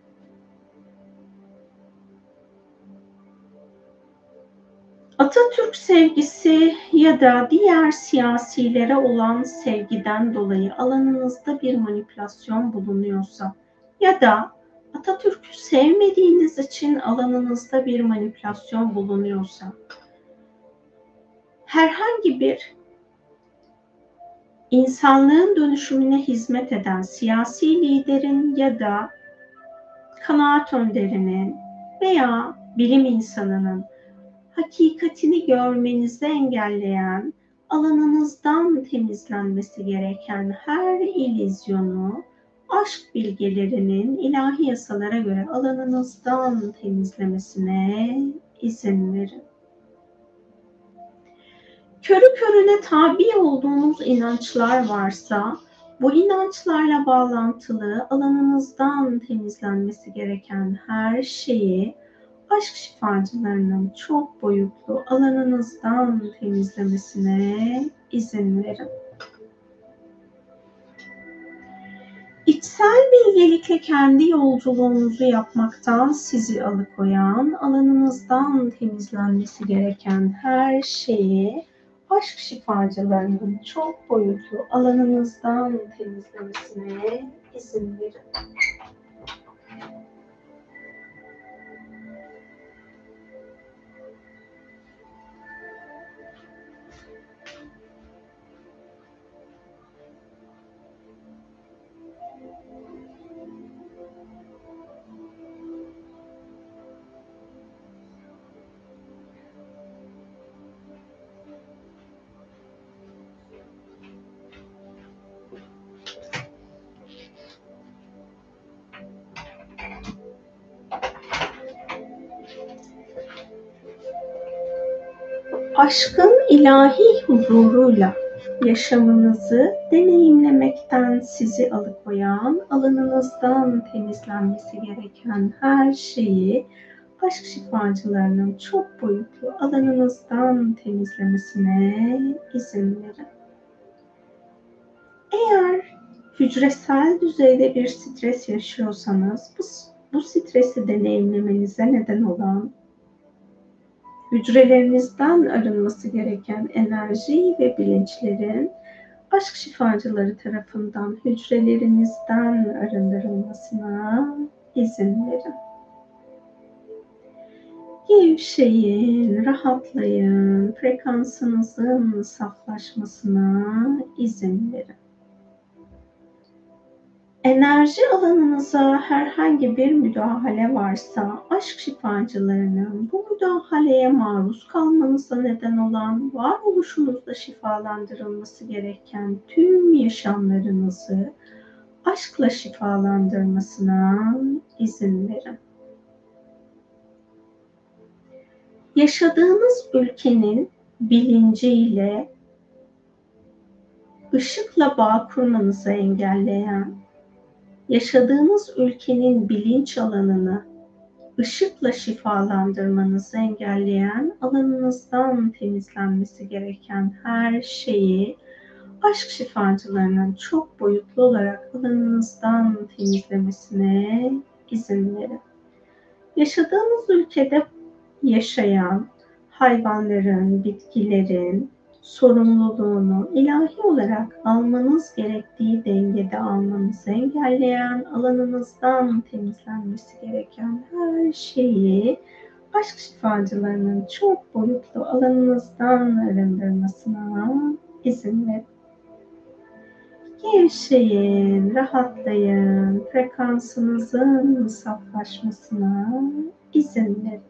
Atatürk sevgisi ya da diğer siyasilere olan sevgiden dolayı alanınızda bir manipülasyon bulunuyorsa ya da Atatürk'ü sevmediğiniz için alanınızda bir manipülasyon bulunuyorsa, herhangi bir insanlığın dönüşümüne hizmet eden siyasi liderin ya da kanaat önderinin veya bilim insanının hakikatini görmenizi engelleyen, alanınızdan temizlenmesi gereken her illüzyonu, aşk bilgelerinin ilahi yasalara göre alanınızdan temizlemesine izin verin. Körü körüne tabi olduğunuz inançlar varsa, bu inançlarla bağlantılı alanınızdan temizlenmesi gereken her şeyi aşk şifacılarının çok boyutlu alanınızdan temizlemesine izin verin. İçsel bilgelikle kendi yolculuğunuzu yapmaktan sizi alıkoyan, alanınızdan temizlenmesi gereken her şeyi aşk şifacılarının çok boyutlu alanınızdan temizlemesine izin verin. Aşkın ilahi huzuruyla yaşamınızı deneyimlemekten sizi alıkoyan, alanınızdan temizlenmesi gereken her şeyi aşk şifacılarının çok boyutlu alanınızdan temizlemesine izin verin. Eğer hücresel düzeyde bir stres yaşıyorsanız, bu, bu stresi deneyimlemenize neden olan, hücrelerinizden arınması gereken enerji ve bilinçlerin aşk şifacıları tarafından hücrelerinizden arındırılmasına izin verin. Gevşeyin, rahatlayın, frekansınızın saflaşmasına izin verin. Enerji alanınıza herhangi bir müdahale varsa, aşk şifacılarının bu müdahaleye maruz kalmanıza neden olan, varoluşunuzda şifalandırılması gereken tüm yaşamlarınızı aşkla şifalandırmasına izin verin. Yaşadığınız ülkenin bilinciyle ışıkla bağ kurmanızı engelleyen, yaşadığınız ülkenin bilinç alanını ışıkla şifalandırmanızı engelleyen, alanınızdan temizlenmesi gereken her şeyi aşk şifacılarının çok boyutlu olarak alanınızdan temizlemesine izin verin. Yaşadığınız ülkede yaşayan hayvanların, bitkilerin, sorumluluğunu ilahi olarak almanız gerektiği dengede almanızı engelleyen, alanınızdan temizlenmesi gereken her şeyi aşk şifacılarının çok boyutlu alanınızdan arındırmasına izin verin. Gevşeyin, rahatlayın, frekansınızın saflaşmasına izin verin.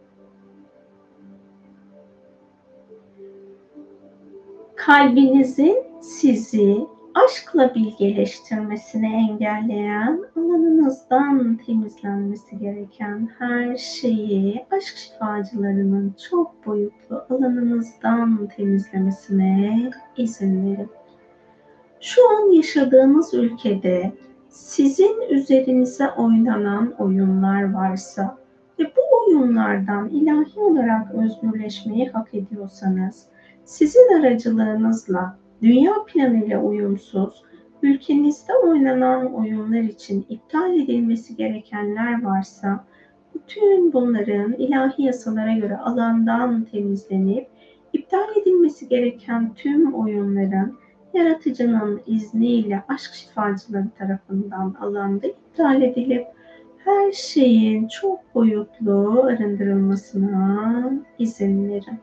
Kalbinizin sizi aşkla bilgeleştirmesini engelleyen, alanınızdan temizlenmesi gereken her şeyi aşk şifacılarının çok boyutlu alanınızdan temizlemesine izin verin. Şu an yaşadığınız ülkede sizin üzerinize oynanan oyunlar varsa ve bu oyunlardan ilahi olarak özgürleşmeyi hak ediyorsanız, sizin aracılığınızla dünya planıyla uyumsuz, ülkenizde oynanan oyunlar için iptal edilmesi gerekenler varsa, bütün bunların ilahi yasalara göre alandan temizlenip, iptal edilmesi gereken tüm oyunların Yaratıcının izniyle aşk şifacıları tarafından alanda iptal edilip her şeyin çok boyutlu arındırılmasına izin verin.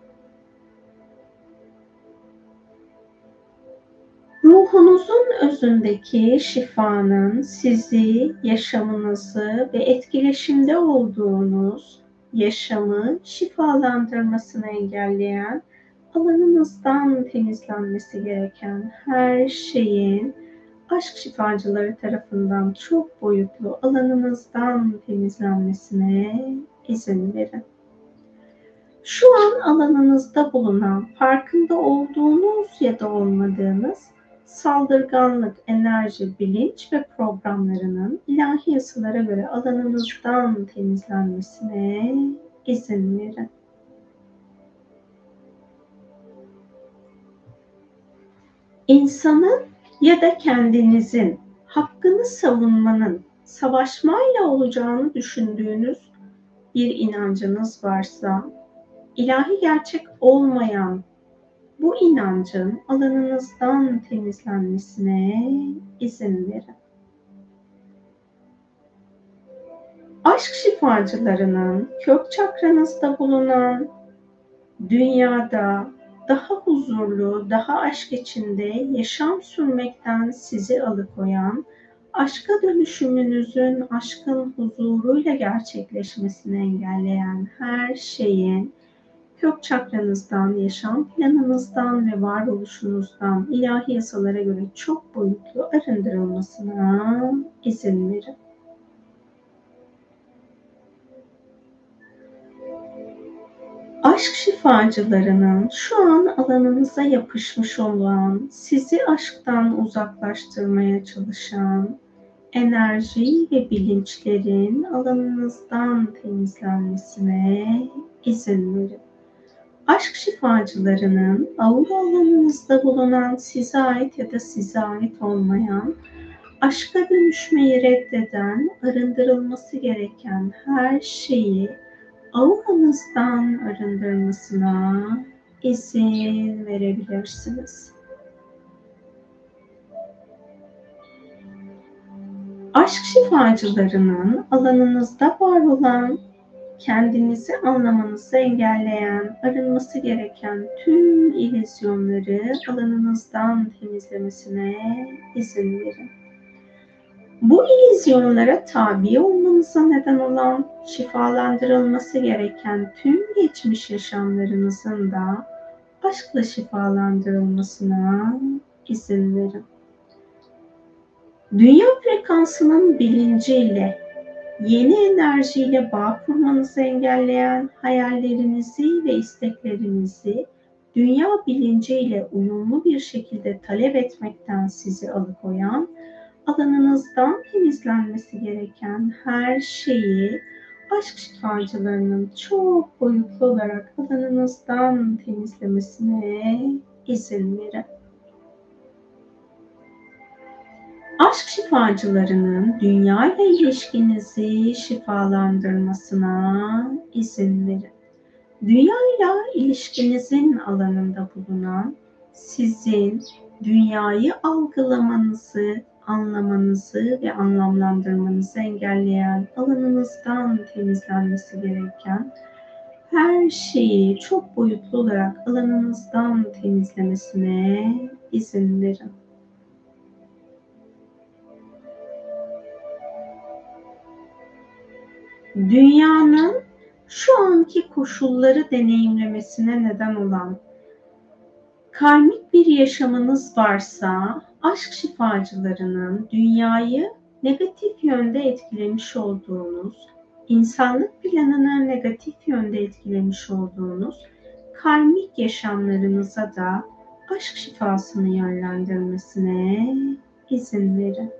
Ruhunuzun özündeki şifanın sizi, yaşamınızı ve etkileşimde olduğunuz yaşamı şifalandırmasını engelleyen, alanınızdan temizlenmesi gereken her şeyin aşk şifacıları tarafından çok boyutlu alanınızdan temizlenmesine izin verin. Şu an alanınızda bulunan, farkında olduğunuz ya da olmadığınız saldırganlık, enerji, bilinç ve programlarının ilahi yasalara göre alanınızdan temizlenmesine izin verin. İnsanın ya da kendinizin hakkını savunmanın savaşmayla olacağını düşündüğünüz bir inancınız varsa, ilahi gerçek olmayan bu inancın alanınızdan temizlenmesine izin verin. Aşk şifacılarının kök çakranızda bulunan, dünyada daha huzurlu, daha aşk içinde yaşam sürmekten sizi alıkoyan, aşka dönüşümünüzün aşkın huzuruyla gerçekleşmesini engelleyen her şeyin kök çakranızdan, yaşam planınızdan ve varoluşunuzdan ilahi yasalara göre çok boyutlu arındırılmasına izin verin. Aşk şifacılarının şu an alanınıza yapışmış olan, sizi aşktan uzaklaştırmaya çalışan enerji ve bilinçlerin alanınızdan temizlenmesine izin verin. Aşk şifacılarının aura alanınızda bulunan, size ait ya da size ait olmayan, aşka dönüşmeyi reddeden, arındırılması gereken her şeyi auranızdan arındırmasına izin verebilirsiniz. Aşk şifacılarının alanınızda var olan, kendinizi anlamanızı engelleyen, arınması gereken tüm illüzyonları alanınızdan temizlemesine izin verin. Bu illüzyonlara tabi olmanıza neden olan, şifalandırılması gereken tüm geçmiş yaşamlarınızın da aşkla şifalandırılmasına izin verin. Dünya frekansının bilinciyle, yeni enerjiyle bağ kurmanızı engelleyen, hayallerinizi ve isteklerinizi dünya bilinciyle uyumlu bir şekilde talep etmekten sizi alıkoyan, alanınızdan temizlenmesi gereken her şeyi aşk şifacılarının çok boyutlu olarak alanınızdan temizlemesine izin verin. Aşk şifacılarının dünya ile ilişkinizi şifalandırmasına izin verin. Dünya ile ilişkinizin alanında bulunan sizin dünyayı algılamanızı, anlamanızı ve anlamlandırmanızı engelleyen, alanınızdan temizlenmesi gereken her şeyi çok boyutlu olarak alanınızdan temizlemesine izin verin. Dünyanın şu anki koşulları deneyimlemesine neden olan karmik bir yaşamınız varsa, aşk şifacılarının dünyayı negatif yönde etkilemiş olduğunuz, insanlık planını negatif yönde etkilemiş olduğunuz karmik yaşamlarınıza da aşk şifasını yönlendirmesine izin verin.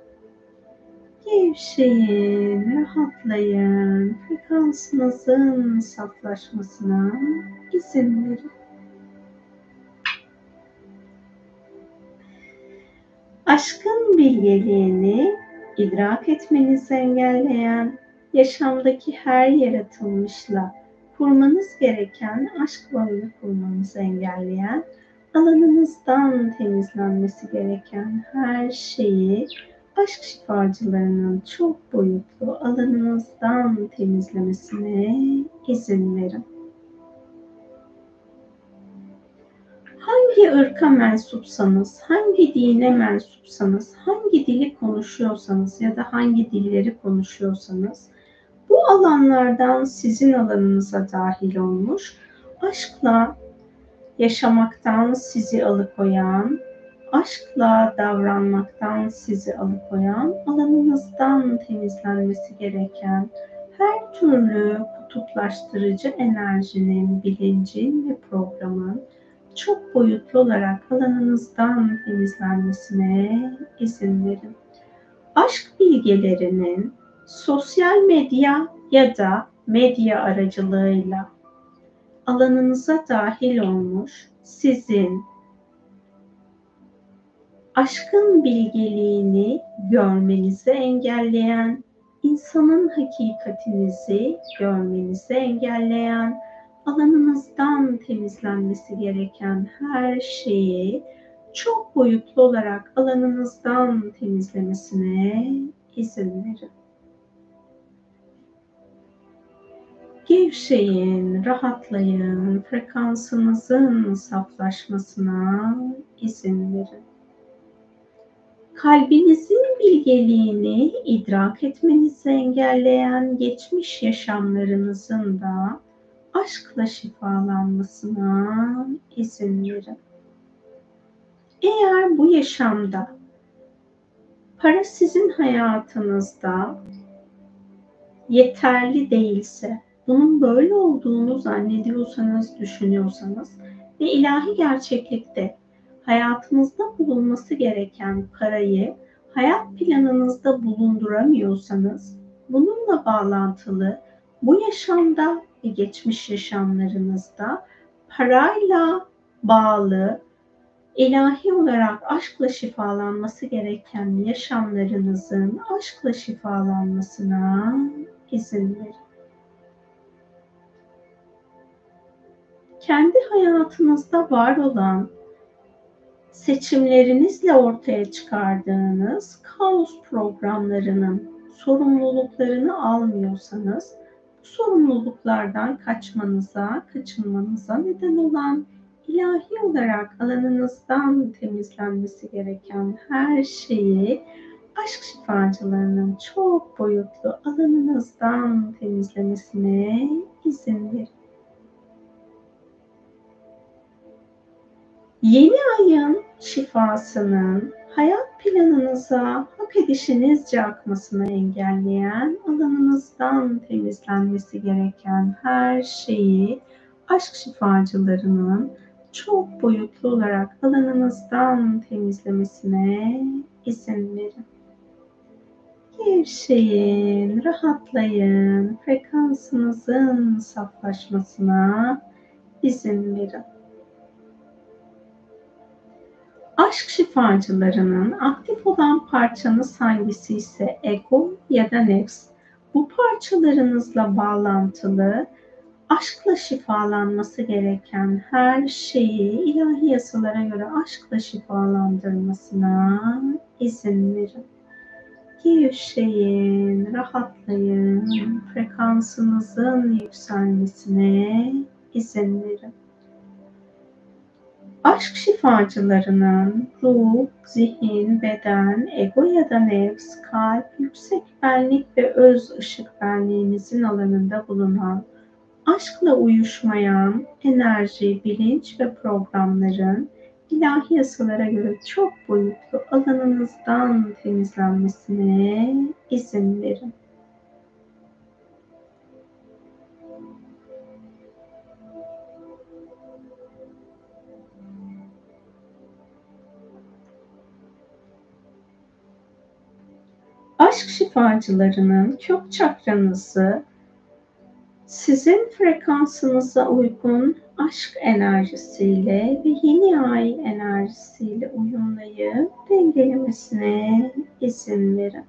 Gevşeyin, rahatlayın, frekansınızın saflaşmasına izin verin. Aşkın bilgeliğini idrak etmenizi engelleyen, yaşamdaki her yaratılmışla kurmanız gereken aşk bağını kurmanızı engelleyen, alanınızdan temizlenmesi gereken her şeyi aşk şifacılarının çok boyutlu alanınızdan temizlemesine izin verin. Hangi ırka mensupsanız, hangi dine mensupsanız, hangi dili konuşuyorsanız ya da hangi dilleri konuşuyorsanız, bu alanlardan sizin alanınıza dahil olmuş, aşkla yaşamaktan sizi alıkoyan, aşkla davranmaktan sizi alıkoyan, alanınızdan temizlenmesi gereken her türlü kutuplaştırıcı enerjinin, bilincin ve programın çok boyutlu olarak alanınızdan temizlenmesine izin verin. Aşk bilgelerinin sosyal medya ya da medya aracılığıyla alanınıza dahil olmuş, sizin aşkın bilgeliğini görmenizi engelleyen, insanın hakikatinizi görmenizi engelleyen, alanınızdan temizlenmesi gereken her şeyi çok boyutlu olarak alanınızdan temizlemesine izin verin. Gevşeyin, rahatlayın, frekansınızın saflaşmasına izin verin. Kalbinizin bilgeliğini idrak etmenizi engelleyen geçmiş yaşamlarınızın da aşkla şifalanmasına izin verin. Eğer bu yaşamda para sizin hayatınızda yeterli değilse, bunun böyle olduğunu zannediyorsanız, düşünüyorsanız ve ilahi gerçeklikte hayatınızda bulunması gereken parayı hayat planınızda bulunduramıyorsanız, bununla bağlantılı bu yaşamda ve geçmiş yaşamlarınızda parayla bağlı, ilahi olarak aşkla şifalanması gereken yaşamlarınızın aşkla şifalanmasına izin verin. Kendi hayatınızda var olan seçimlerinizle ortaya çıkardığınız kaos programlarının sorumluluklarını almıyorsanız, bu sorumluluklardan kaçmanıza, kaçınmanıza neden olan, ilahi olarak alanınızdan temizlenmesi gereken her şeyi aşk şifacılarının çok boyutlu alanınızdan temizlemesine izin verin. Yeni ayın şifasının hayat planınıza hak edişinizce akmasını engelleyen, alanınızdan temizlenmesi gereken her şeyi aşk şifacılarının çok boyutlu olarak alanınızdan temizlemesine izin verin. Gevşeyin, rahatlayın, frekansınızın saflaşmasına izin verin. Aşk şifacılarının aktif olan parçanız hangisi ise ego ya da nefs, bu parçalarınızla bağlantılı aşkla şifalanması gereken her şeyi ilahi yasalara göre aşkla şifalandırmasına izin verin. Gevşeyin, rahatlayın, frekansınızın yükselmesine izin verin. Aşk şifacılarının ruh, zihin, beden, ego ya da nefs, kalp, yüksek benlik ve öz ışık benliğinizin alanında bulunan aşkla uyuşmayan enerji, bilinç ve programların ilahi yasalara göre çok boyutlu alanınızdan temizlenmesine izin verin. Aşk şifacılarının kök çakranızı sizin frekansınıza uygun aşk enerjisiyle ve yeni ay enerjisiyle uyumlayıp dengelemesine izin verin.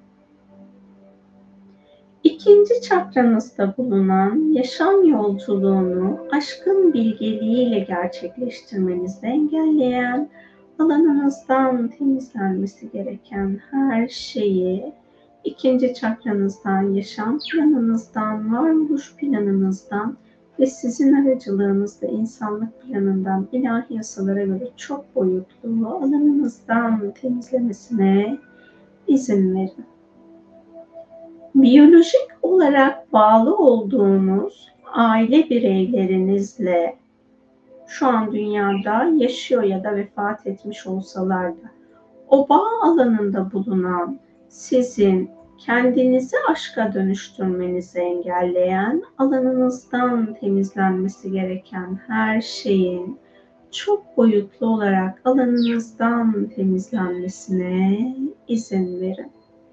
İkinci çakranızda bulunan yaşam yolculuğunu aşkın bilgeliğiyle gerçekleştirmenizi engelleyen, alanınızdan temizlenmesi gereken her şeyi ikinci çakranızdan, yaşam planınızdan, varoluş planınızdan ve sizin aracılığınızla insanlık planından ilahi yasalara göre çok boyutlu alanınızdan temizlemesine izin verin. Biyolojik olarak bağlı olduğunuz aile bireylerinizle şu an dünyada yaşıyor ya da vefat etmiş olsalar da o bağ alanında bulunan sizin kendinizi aşka dönüştürmenizi engelleyen, alanınızdan temizlenmesi gereken her şeyin çok boyutlu olarak alanınızdan temizlenmesine izin verin.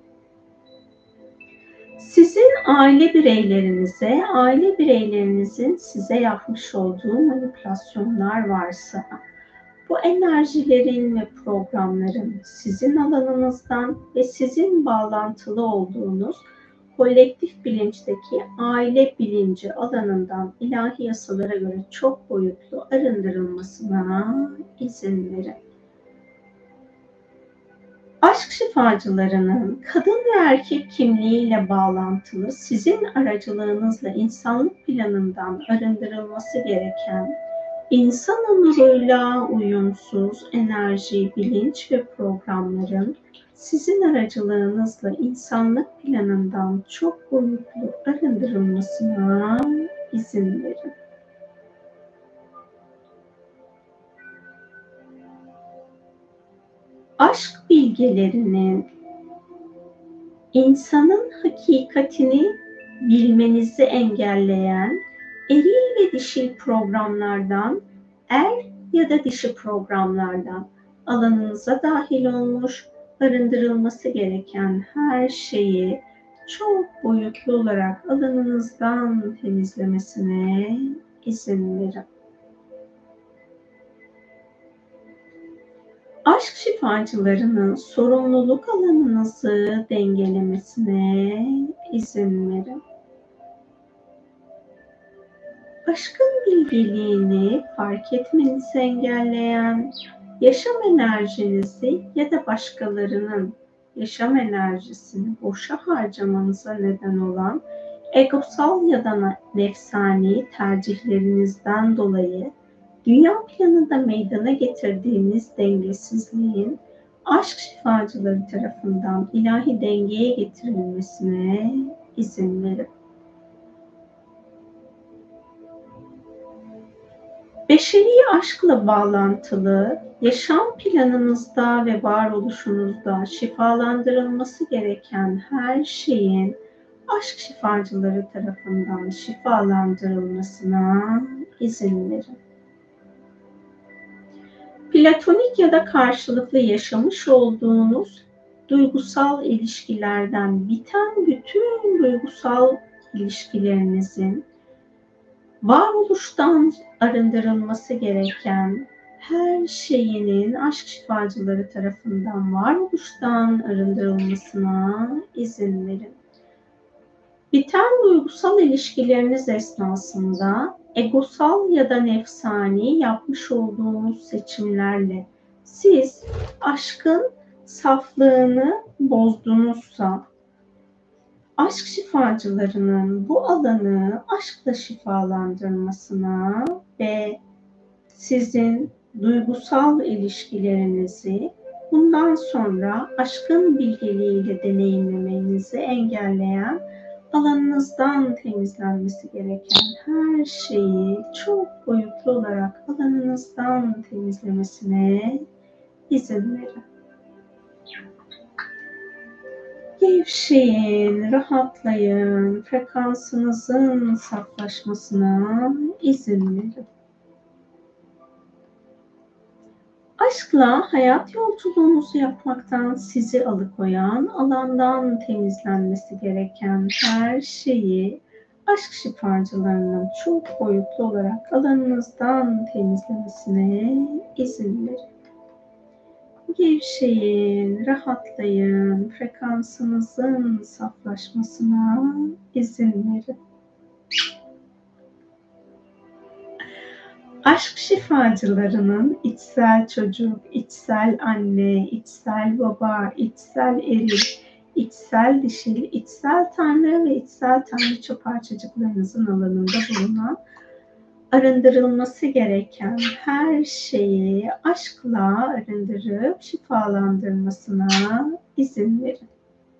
Sizin aile bireylerinize, aile bireylerinizin size yapmış olduğu manipülasyonlar varsa, bu enerjilerin ve programların sizin alanınızdan ve sizin bağlantılı olduğunuz kolektif bilinçteki aile bilinci alanından ilahi yasalara göre çok boyutlu arındırılmasına izin verin. Aşk şifacılarının kadın ve erkek kimliğiyle bağlantılı sizin aracılığınızla insanlık planından arındırılması gereken insan onuruyla uyumsuz enerji, bilinç ve programların sizin aracılığınızla insanlık planından çok boyutlu arındırılmasına izin verin. Aşk bilgelerinin insanın hakikatini bilmenizi engelleyen eril ve dişil programlardan, er ya da dişi programlardan alanınıza dahil olmuş, arındırılması gereken her şeyi çok boyutlu olarak alanınızdan temizlemesine izin verin. Aşk şifacılarının sorumluluk alanınızı dengelemesine izin verin. Aşkın bilgeliğini fark etmenizi engelleyen, yaşam enerjinizi ya da başkalarının yaşam enerjisini boşa harcamanıza neden olan egosal ya da nefsani tercihlerinizden dolayı dünya planında meydana getirdiğiniz dengesizliğin aşk şifacıları tarafından ilahi dengeye getirilmesine izin verin. Beşeri aşkla bağlantılı, yaşam planınızda ve varoluşunuzda şifalandırılması gereken her şeyin aşk şifacıları tarafından şifalandırılmasına izin verin. Platonik ya da karşılıklı yaşamış olduğunuz duygusal ilişkilerden biten bütün duygusal ilişkilerinizin varoluştan arındırılması gereken her şeyinin aşk şifacıları tarafından varoluştan arındırılmasına izin verin. Biten duygusal ilişkileriniz esnasında egosal ya da nefsani yapmış olduğunuz seçimlerle siz aşkın saflığını bozdunuzsa, aşk şifacılarının bu alanı aşkla şifalandırmasına ve sizin duygusal ilişkilerinizi bundan sonra aşkın bilgeliğiyle deneyimlemenizi engelleyen, alanınızdan temizlenmesi gereken her şeyi çok boyutlu olarak alanınızdan temizlemesine izin verin. Gevşeyin, rahatlayın, frekansınızın saflaşmasına izin verin. Aşkla hayat yolculuğunuzu yapmaktan sizi alıkoyan, alandan temizlenmesi gereken her şeyi aşk şifacılarının çok boyutlu olarak alanınızdan temizlemesine izin verin. Gevşeyin, rahatlayın, frekansınızın saflaşmasına izin verin. Aşk şifacılarının içsel çocuk, içsel anne, içsel baba, içsel eril, içsel dişil, içsel tanrı ve içsel tanrıça parçacıklarınızın alanında bulunan, arındırılması gereken her şeyi aşkla arındırıp şifalandırmasına izin verin.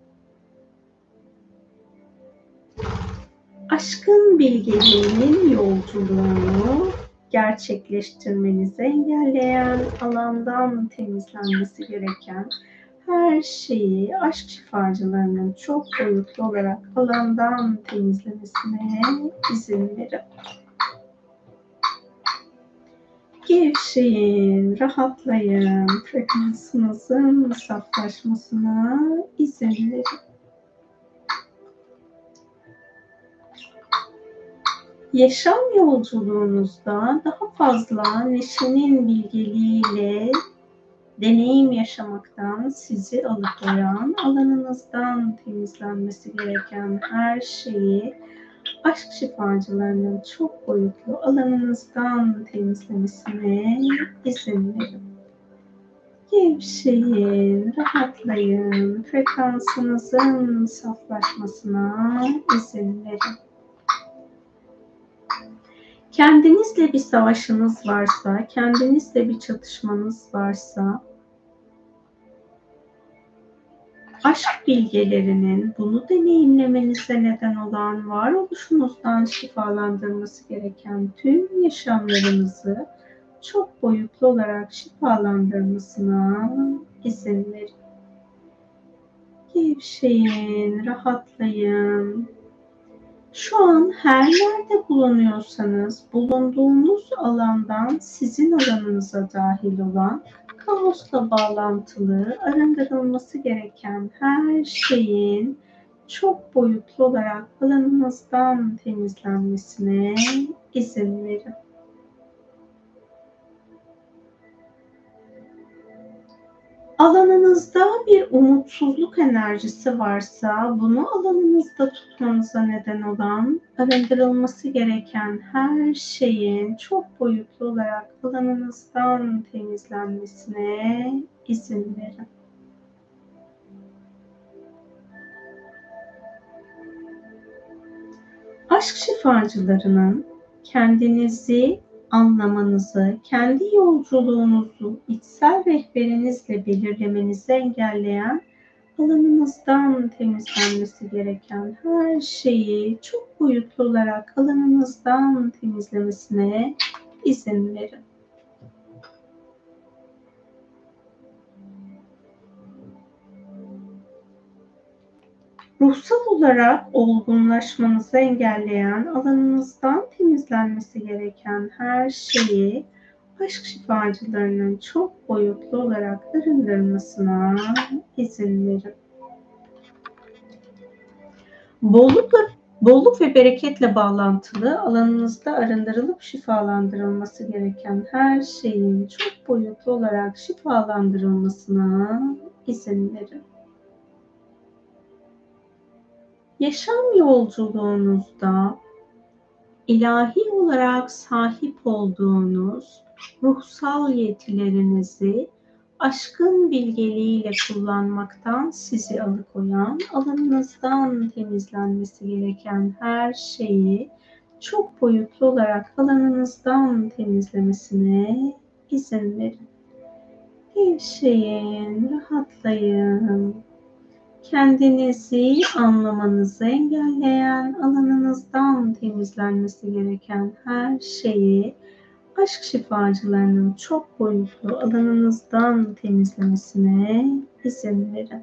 Aşkın bilgeliğinin yolculuğunu gerçekleştirmenizi engelleyen, alandan temizlenmesi gereken her şeyi aşk şifacılarının çok boyutlu olarak alandan temizlemesine izin verin. Gevşeyin, rahatlayın, frekansınızın saflaşmasına izin verin. Yaşam yolculuğunuzda daha fazla neşenin bilgeliğiyle deneyim yaşamaktan sizi alıkoyan, alanınızdan temizlenmesi gereken her şeyi aşk şifacılarının çok boyutlu alanınızdan temizlemesine izin verin. Gevşeyin, rahatlayın, frekansınızın saflaşmasına izin verin. Kendinizle bir savaşınız varsa, kendinizle bir çatışmanız varsa, aşk bilgelerinin bunu deneyimlemenize neden olan, varoluşunuzdan şifalandırması gereken tüm yaşamlarınızı çok boyutlu olarak şifalandırmasına izin verin. Gevşeyin, rahatlayın. Şu an her nerede bulunuyorsanız, bulunduğunuz alandan sizin alanınıza dahil olan, kaosla bağlantılı, arındırılması gereken her şeyin çok boyutlu olarak alanınızdan temizlenmesine izin verin. Alanınızda bir umutsuzluk enerjisi varsa, bunu alanınızda tutmanıza neden olan, arındırılması gereken her şeyin çok boyutlu olarak alanınızdan temizlenmesine izin verin. Aşk şifacılarının kendinizi anlamanızı, kendi yolculuğunuzu içsel rehberinizle belirlemenizi engelleyen, alanınızdan temizlenmesi gereken her şeyi çok boyutlu olarak alanınızdan temizlemesine izin verin. Ruhsal olarak olgunlaşmanızı engelleyen, alanınızdan temizlenmesi gereken her şeyi aşk şifacılarının çok boyutlu olarak arındırmasına izin verin. Bollukla, bolluk ve bereketle bağlantılı, alanınızda arındırılıp şifalandırılması gereken her şeyin çok boyutlu olarak şifalandırılmasına izin verin. Yaşam yolculuğunuzda ilahi olarak sahip olduğunuz ruhsal yetilerinizi aşkın bilgeliğiyle kullanmaktan sizi alıkoyan, alanınızdan temizlenmesi gereken her şeyi çok boyutlu olarak alanınızdan temizlemesine izin verin. Gevşeyin, rahatlayın. Kendinizi anlamanızı engelleyen, alanınızdan temizlenmesi gereken her şeyi aşk şifacılarının çok boyutlu alanınızdan temizlemesine izin verin.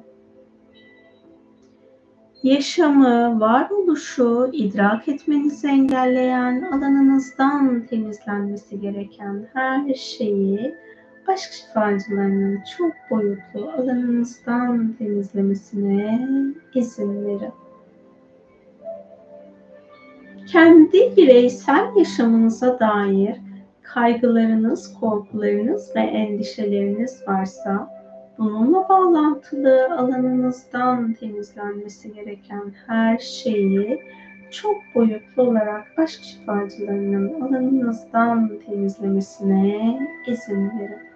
Yaşamı, varoluşu idrak etmenizi engelleyen, alanınızdan temizlenmesi gereken her şeyi aşk şifacılarının çok boyutlu alanınızdan temizlemesine izin verin. Kendi bireysel yaşamınıza dair kaygılarınız, korkularınız ve endişeleriniz varsa, bununla bağlantılı alanınızdan temizlenmesi gereken her şeyi çok boyutlu olarak aşk şifacılarının alanınızdan temizlemesine izin verin.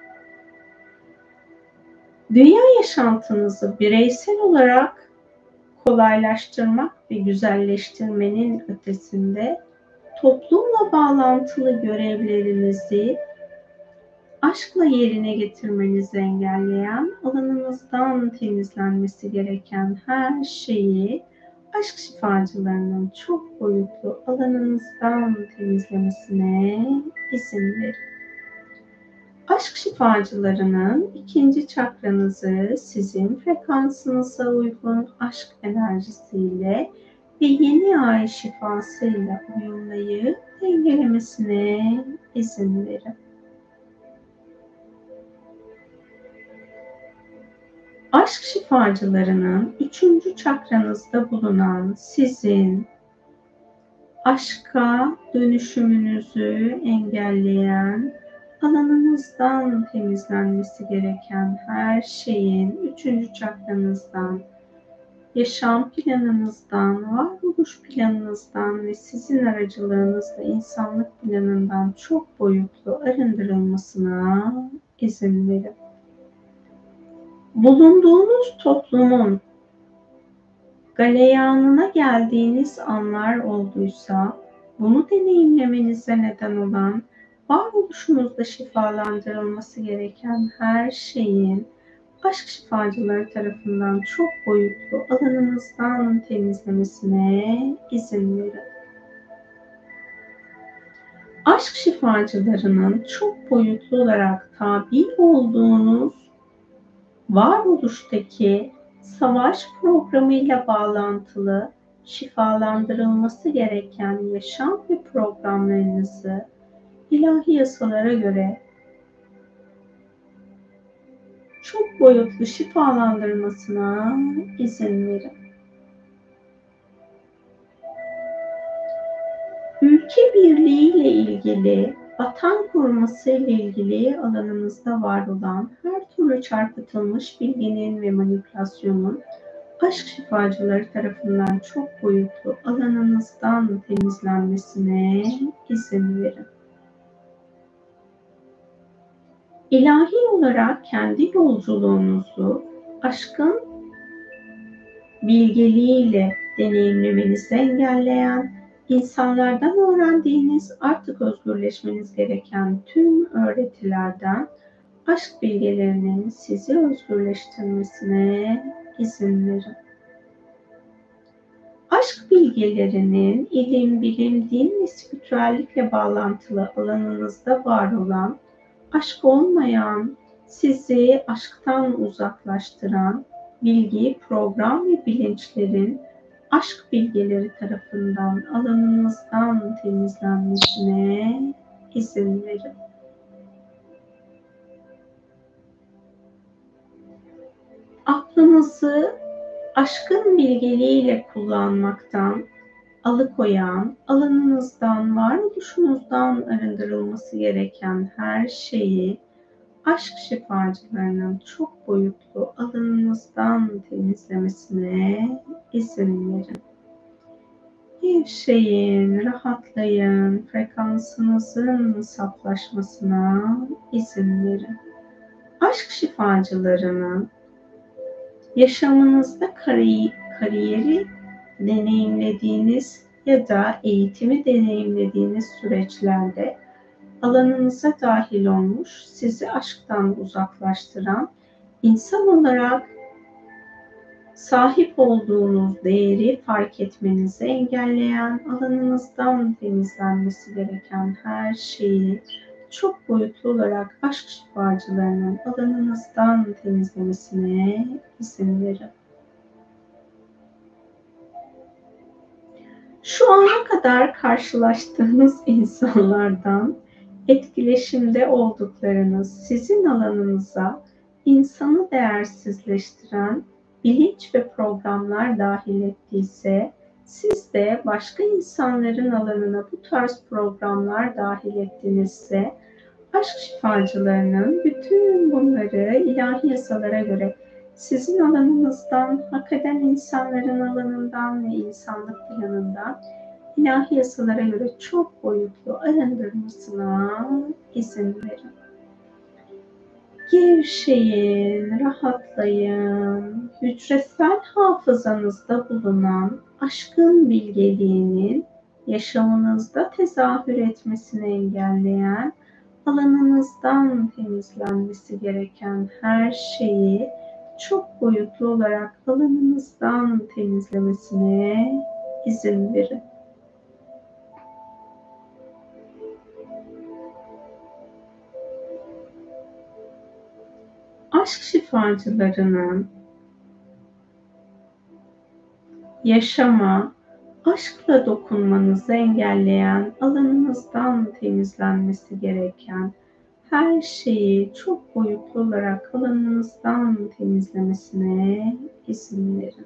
Dünya yaşantınızı bireysel olarak kolaylaştırmak ve güzelleştirmenin ötesinde toplumla bağlantılı görevlerinizi aşkla yerine getirmenizi engelleyen, alanınızdan temizlenmesi gereken her şeyi aşk şifacılarının çok boyutlu alanınızdan temizlemesine izin verin. Aşk şifacılarının ikinci çakranızı sizin frekansınıza uygun aşk enerjisiyle ve yeni ay şifasıyla uyumlayıp dengelemesine izin verin. Aşk şifacılarının üçüncü çakranızda bulunan sizin aşka dönüşümünüzü engelleyen, alanınızdan temizlenmesi gereken her şeyin üçüncü çakranızdan, yaşam planınızdan, varoluş planınızdan ve sizin aracılığınızla insanlık planından çok boyutlu arındırılmasına izin verin. Bulunduğunuz toplumun galeyanına geldiğiniz anlar olduysa, bunu deneyimlemenize neden olan, varoluşunuzda şifalandırılması gereken her şeyin aşk şifacıları tarafından çok boyutlu alanınızdan temizlemesine izin verin. Aşk şifacılarının çok boyutlu olarak tabi olduğunuz varoluştaki savaş programıyla bağlantılı şifalandırılması gereken yaşam ve programlarınızı ilahi yasalara göre çok boyutlu şifalandırmasına izin verin. Ülke birliği ile ilgili, vatan koruması ile ilgili alanınızda var olan her türlü çarpıtılmış bilginin ve manipülasyonun aşk şifacıları tarafından çok boyutlu alanınızdan temizlenmesine izin verin. İlahi olarak kendi yolculuğunuzu aşkın bilgeliğiyle deneyimlemenizi engelleyen, insanlardan öğrendiğiniz, artık özgürleşmeniz gereken tüm öğretilerden aşk bilgelerinin sizi özgürleştirmesine izin verin. Aşk bilgelerinin ilim, bilim, din ve spiritüellikle bağlantılı alanınızda var olan, aşk olmayan, sizi aşktan uzaklaştıran bilgi, program ve bilinçlerin aşk bilgeleri tarafından alanınızdan temizlenmesine izin verin. Aklınızı aşkın bilgeliğiyle kullanmaktan alıkoyan, alanınızdan, varoluşunuzdan arındırılması gereken her şeyi aşk şifacılarının çok boyutlu alanınızdan temizlemesine izin verin. Gevşeyin, rahatlayın, frekansınızın saflaşmasına izin verin. Aşk şifacılarının yaşamınızda kari- kariyeri deneyimlediğiniz ya da eğitimi deneyimlediğiniz süreçlerde alanınıza dahil olmuş, sizi aşktan uzaklaştıran, insan olarak sahip olduğunuz değeri fark etmenizi engelleyen, alanınızdan temizlenmesi gereken her şeyi çok boyutlu olarak aşk şifacılarının alanınızdan temizlemesine izin verin. Şu ana kadar karşılaştığınız insanlardan etkileşimde olduklarınız sizin alanınıza insanı değersizleştiren bilinç ve programlar dahil ettiyse, siz de başka insanların alanına bu tarz programlar dahil ettinizse, aşk şifacılarının bütün bunları ilahi yasalara göre sizin alanınızdan, hak eden insanların alanından ve insanlık planından ilahi yasalara göre çok boyutlu arındırmasına izin verin. Gevşeyin, rahatlayın. Hücresel hafızanızda bulunan aşkın bilgeliğinin yaşamınızda tezahür etmesini engelleyen, alanınızdan temizlenmesi gereken her şeyi çok boyutlu olarak alanınızdan temizlemesine izin verin. Aşk şifacılarının yaşama, aşkla dokunmanızı engelleyen, alanınızdan temizlenmesi gereken her şeyi çok boyutlu olarak alanınızdan temizlemesine izin verin.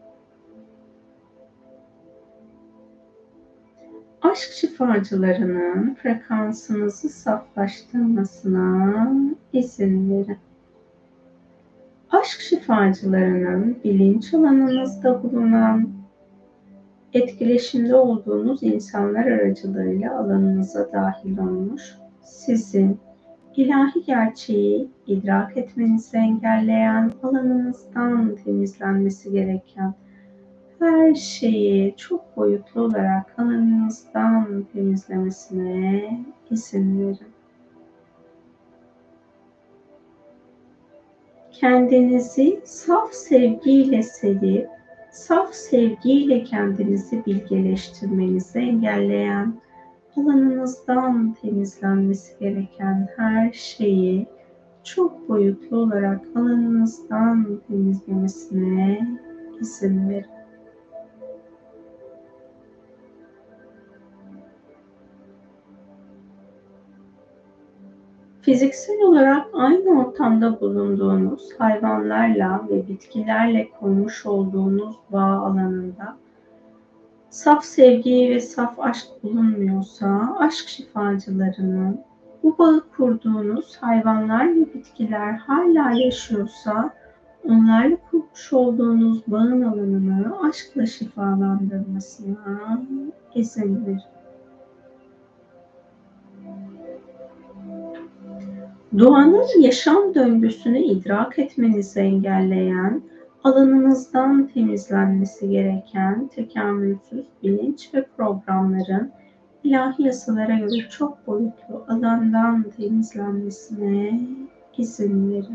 Aşk şifacılarının frekansınızı saflaştırmasına izin verin. Aşk şifacılarının bilinç alanınızda bulunan, etkileşimde olduğunuz insanlar aracılığıyla alanınıza dahil olmuş, sizin ilahi gerçeği idrak etmenizi engelleyen, alanınızdan temizlenmesi gereken her şeyi çok boyutlu olarak alanınızdan temizlemesine izin verin. Kendinizi saf sevgiyle sevip, saf sevgiyle kendinizi bilgeleştirmenizi engelleyen, alanınızdan temizlenmesi gereken her şeyi çok boyutlu olarak alanınızdan temizlemesine izin verin. Fiziksel olarak aynı ortamda bulunduğunuz hayvanlarla ve bitkilerle kurmuş olduğunuz bağ alanında saf sevgi ve saf aşk bulunmuyorsa, aşk şifacılarının bu bağı kurduğunuz hayvanlar ve bitkiler hala yaşıyorsa, onlarla kurmuş olduğunuz bağın alanını aşkla şifalandırmasına izin verin. Doğanın yaşam döngüsünü idrak etmenizi engelleyen, alanınızdan temizlenmesi gereken tekamülsüz bilinç ve programların ilahi yasalara göre çok boyutlu alandan temizlenmesine izin verin.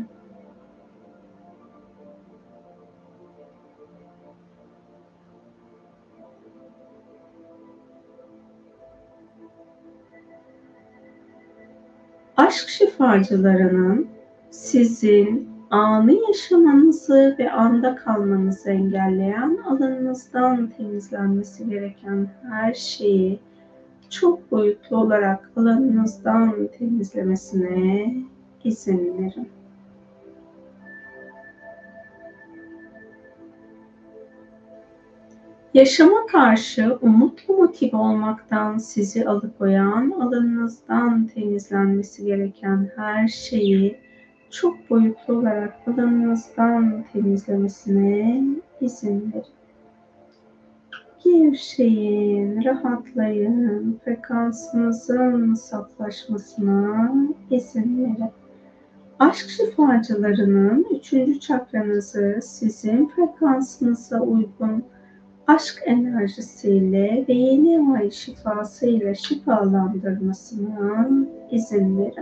Aşk şifacılarının sizin anı yaşamanızı ve anda kalmanızı engelleyen, alanınızdan temizlenmesi gereken her şeyi çok boyutlu olarak alanınızdan temizlemesine izin verin. Yaşama karşı umutlu motive olmaktan sizi alıkoyan, alanınızdan temizlenmesi gereken her şeyi çok boyutlu olarak alanınızdan temizlemesine izin verin. Gevşeyin, rahatlayın, frekansınızın saflaşmasına izin verin. Aşk şifacılarının üçüncü çakranızı sizin frekansınıza uygun aşk enerjisiyle ve yeni ay şifasıyla şifalandırmasına izin verin.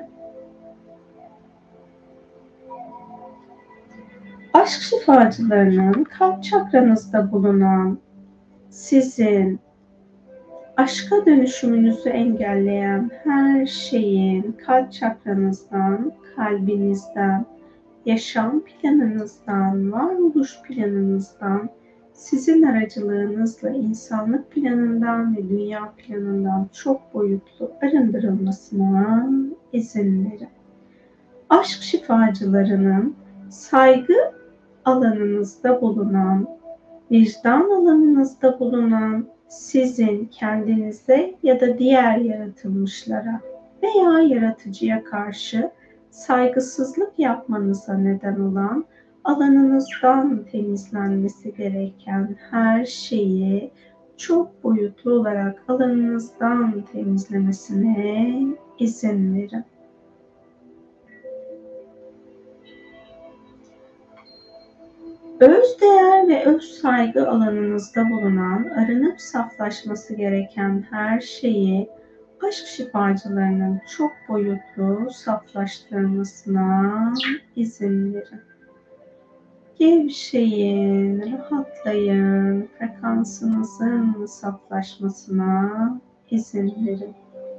Aşk şifacılarının kalp çakranızda bulunan sizin aşka dönüşümünüzü engelleyen her şeyin kalp çakranızdan, kalbinizden, yaşam planınızdan, varoluş planınızdan, sizin aracılığınızla insanlık planından ve dünya planından çok boyutlu arındırılmasına izin verin. Aşk şifacılarının saygı alanınızda bulunan, vicdan alanınızda bulunan sizin kendinize ya da diğer yaratılmışlara veya yaratıcıya karşı saygısızlık yapmanıza neden olan alanınızdan temizlenmesi gereken her şeyi çok boyutlu olarak alanınızdan temizlemesine izin verin. Öz değer ve öz saygı alanınızda bulunan, arınıp saflaşması gereken her şeyi aşk şifacılarının çok boyutlu saflaştırmasına izin verin. Gevşeyin, rahatlayın, frekansınızın saflaşmasına izin verin.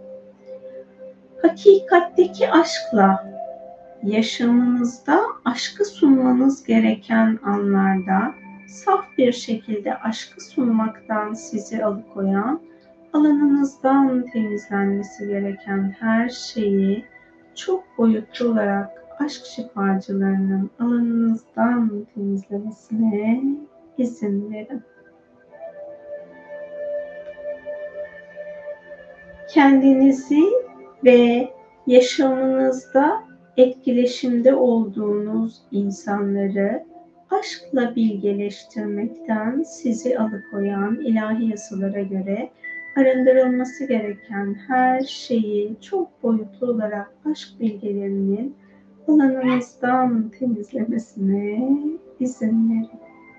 Hakikatteki aşkla yaşamınızda aşkı sunmanız gereken anlarda saf bir şekilde aşkı sunmaktan sizi alıkoyan, alanınızdan temizlenmesi gereken her şeyi çok boyutlu olarak aşk şifacılarının alanınızdan temizlemesine izin verin. Kendinizi ve yaşamınızda etkileşimde olduğunuz insanları aşkla bilgeleştirmekten sizi alıkoyan ilahi yasalara göre arındırılması gereken her şeyi çok boyutlu olarak aşk bilgelerinin alanınızdan temizlemesine izin verin.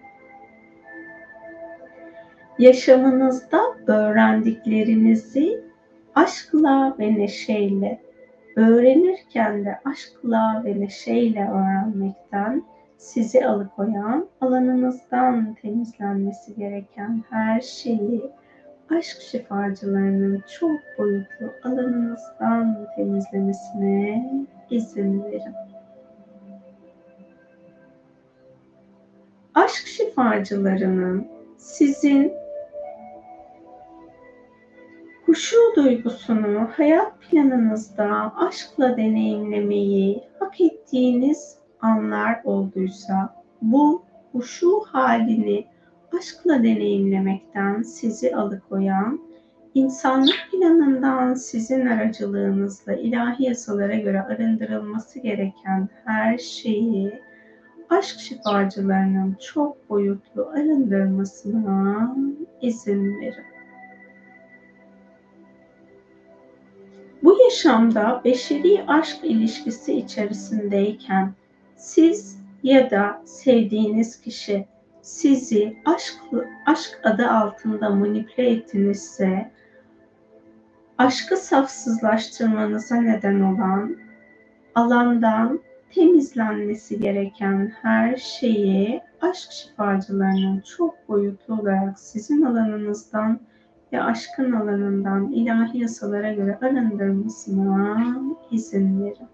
Yaşamınızda öğrendiklerinizi aşkla ve neşeyle, öğrenirken de aşkla ve neşeyle öğrenmekten sizi alıkoyan, alanınızdan temizlenmesi gereken her şeyi aşk şifacılarının çok boyutlu alanınızdan temizlemesine izin verin. Aşk şifacılarının sizin huşu duygusunu hayat planınızda aşkla deneyimlemeyi hak ettiğiniz anlar olduysa, bu huşu halini aşkla deneyimlemekten sizi alıkoyan, insanlık planından sizin aracılığınızla ilahi yasalara göre arındırılması gereken her şeyi aşk şifacılarının çok boyutlu arındırmasına izin verin. Bu yaşamda beşeri aşk ilişkisi içerisindeyken siz ya da sevdiğiniz kişi sizi aşk, aşk adı altında manipüle ettinizse, aşkı safsızlaştırmanıza neden olan alandan temizlenmesi gereken her şeyi aşk şifacılarının çok boyutlu olarak sizin alanınızdan ve aşkın alanından ilahi yasalara göre arındırmasına izin verin.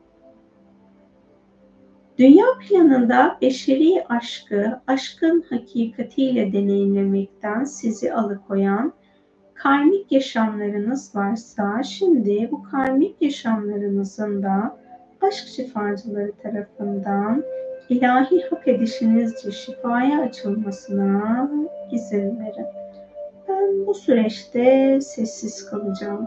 Dünya planında beşeri aşkı, aşkın hakikatiyle deneyimlemekten sizi alıkoyan karmik yaşamlarınız varsa, şimdi bu karmik yaşamlarınızın da aşk şifacıları tarafından ilahi hak edişinizce şifaya açılmasına izin verin. Ben bu süreçte sessiz kalacağım.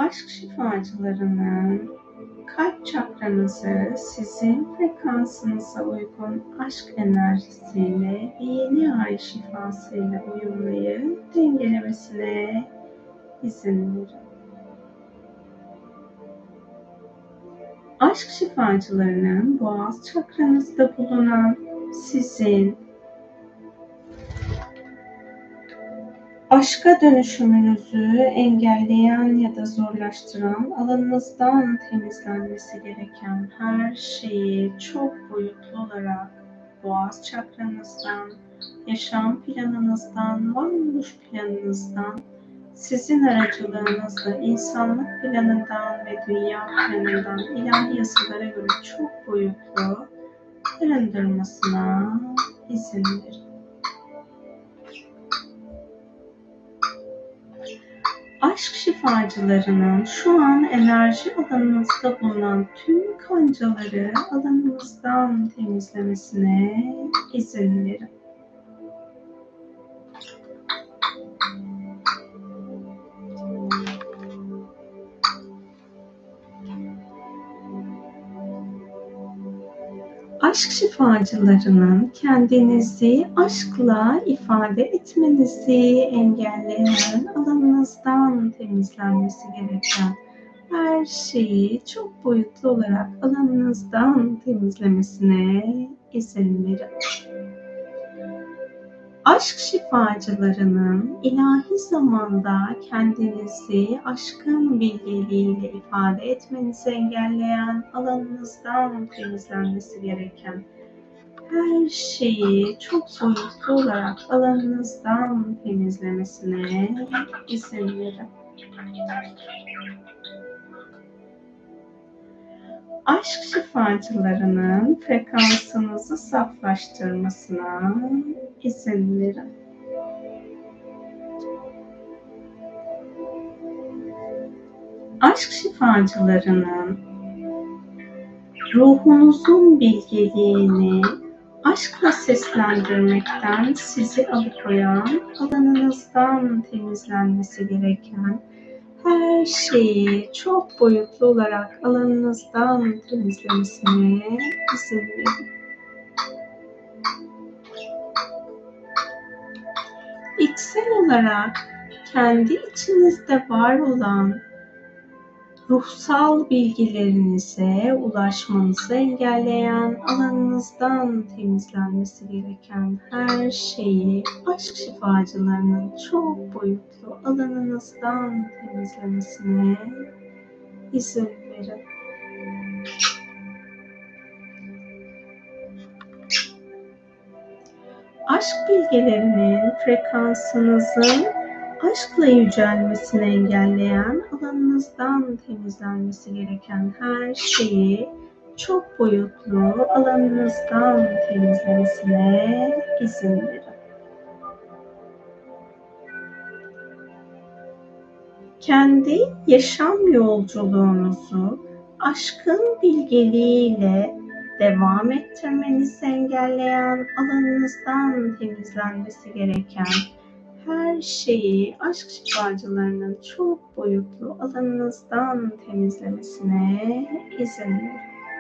Aşk şifacılarının kalp çakranızı sizin frekansınıza uygun aşk enerjisiyle ve yeni ay şifasıyla uyumlayıp dengelemesine izin verin. Aşk şifacılarının boğaz çakranızda bulunan sizin aşka dönüşümünüzü engelleyen ya da zorlaştıran alanınızdan temizlenmesi gereken her şeyi çok boyutlu olarak boğaz çakranızdan, yaşam planınızdan, varoluş planınızdan, sizin aracılığınızla insanlık planından ve dünya planından ilahi yasalara göre çok boyutlu arındırmasına izin verin. Aşk şifacılarının şu an enerji alanınızda bulunan tüm kancaları alanınızdan temizlemesine izin verin. Aşk şifacılarının kendinizi aşkla ifade etmenizi engelleyen alanınızdan temizlenmesi gereken her şeyi çok boyutlu olarak alanınızdan temizlemesine izin verin. Aşk şifacılarının ilahi zamanda kendinizi aşkın bilgeliğiyle ifade etmenizi engelleyen alanınızdan temizlenmesi gereken her şeyi çok boyutlu olarak alanınızdan temizlemesine izin verin. Aşk şifacılarının frekansınızı saflaştırmasına izin verin. Aşk şifacılarının ruhunuzun bilgeliğini aşkla seslendirmekten sizi alıkoyan, alanınızdan temizlenmesi gereken her şeyi çok boyutlu olarak alanınızdan temizlemesine izin verin. İçsel olarak kendi içinizde var olan ruhsal bilgilerinize ulaşmanızı engelleyen, alanınızdan temizlenmesi gereken her şeyi aşk şifacılarının çok boyutlu alanınızdan temizlemesine izin verin. Aşk bilgelerinin frekansınızın aşkla yücelmesini engelleyen, alanınızdan temizlenmesi gereken her şeyi çok boyutlu alanınızdan temizlemesine izin verin. Kendi yaşam yolculuğunuzu aşkın bilgeliğiyle devam ettirmenizi engelleyen, alanınızdan temizlenmesi gereken her şeyi aşk şifacılarının çok boyutlu alanınızdan temizlemesine izin verin.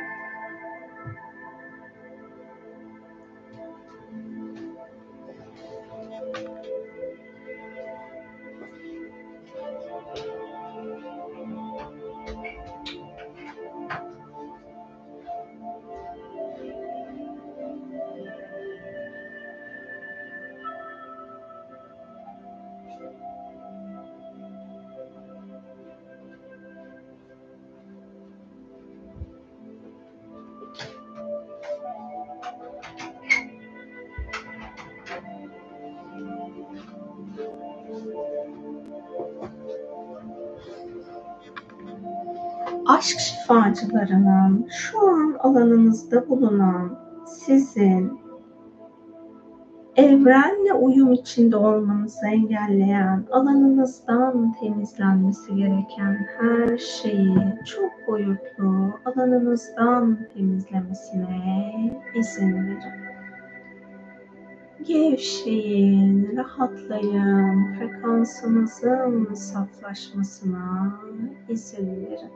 Aşk şifacılarının şu an alanınızda bulunan, sizin evrenle uyum içinde olmanızı engelleyen, alanınızdan temizlenmesi gereken her şeyi çok boyutlu alanınızdan temizlemesine izin verin. Gevşeyin, rahatlayın, frekansınızın saflaşmasına izin verin.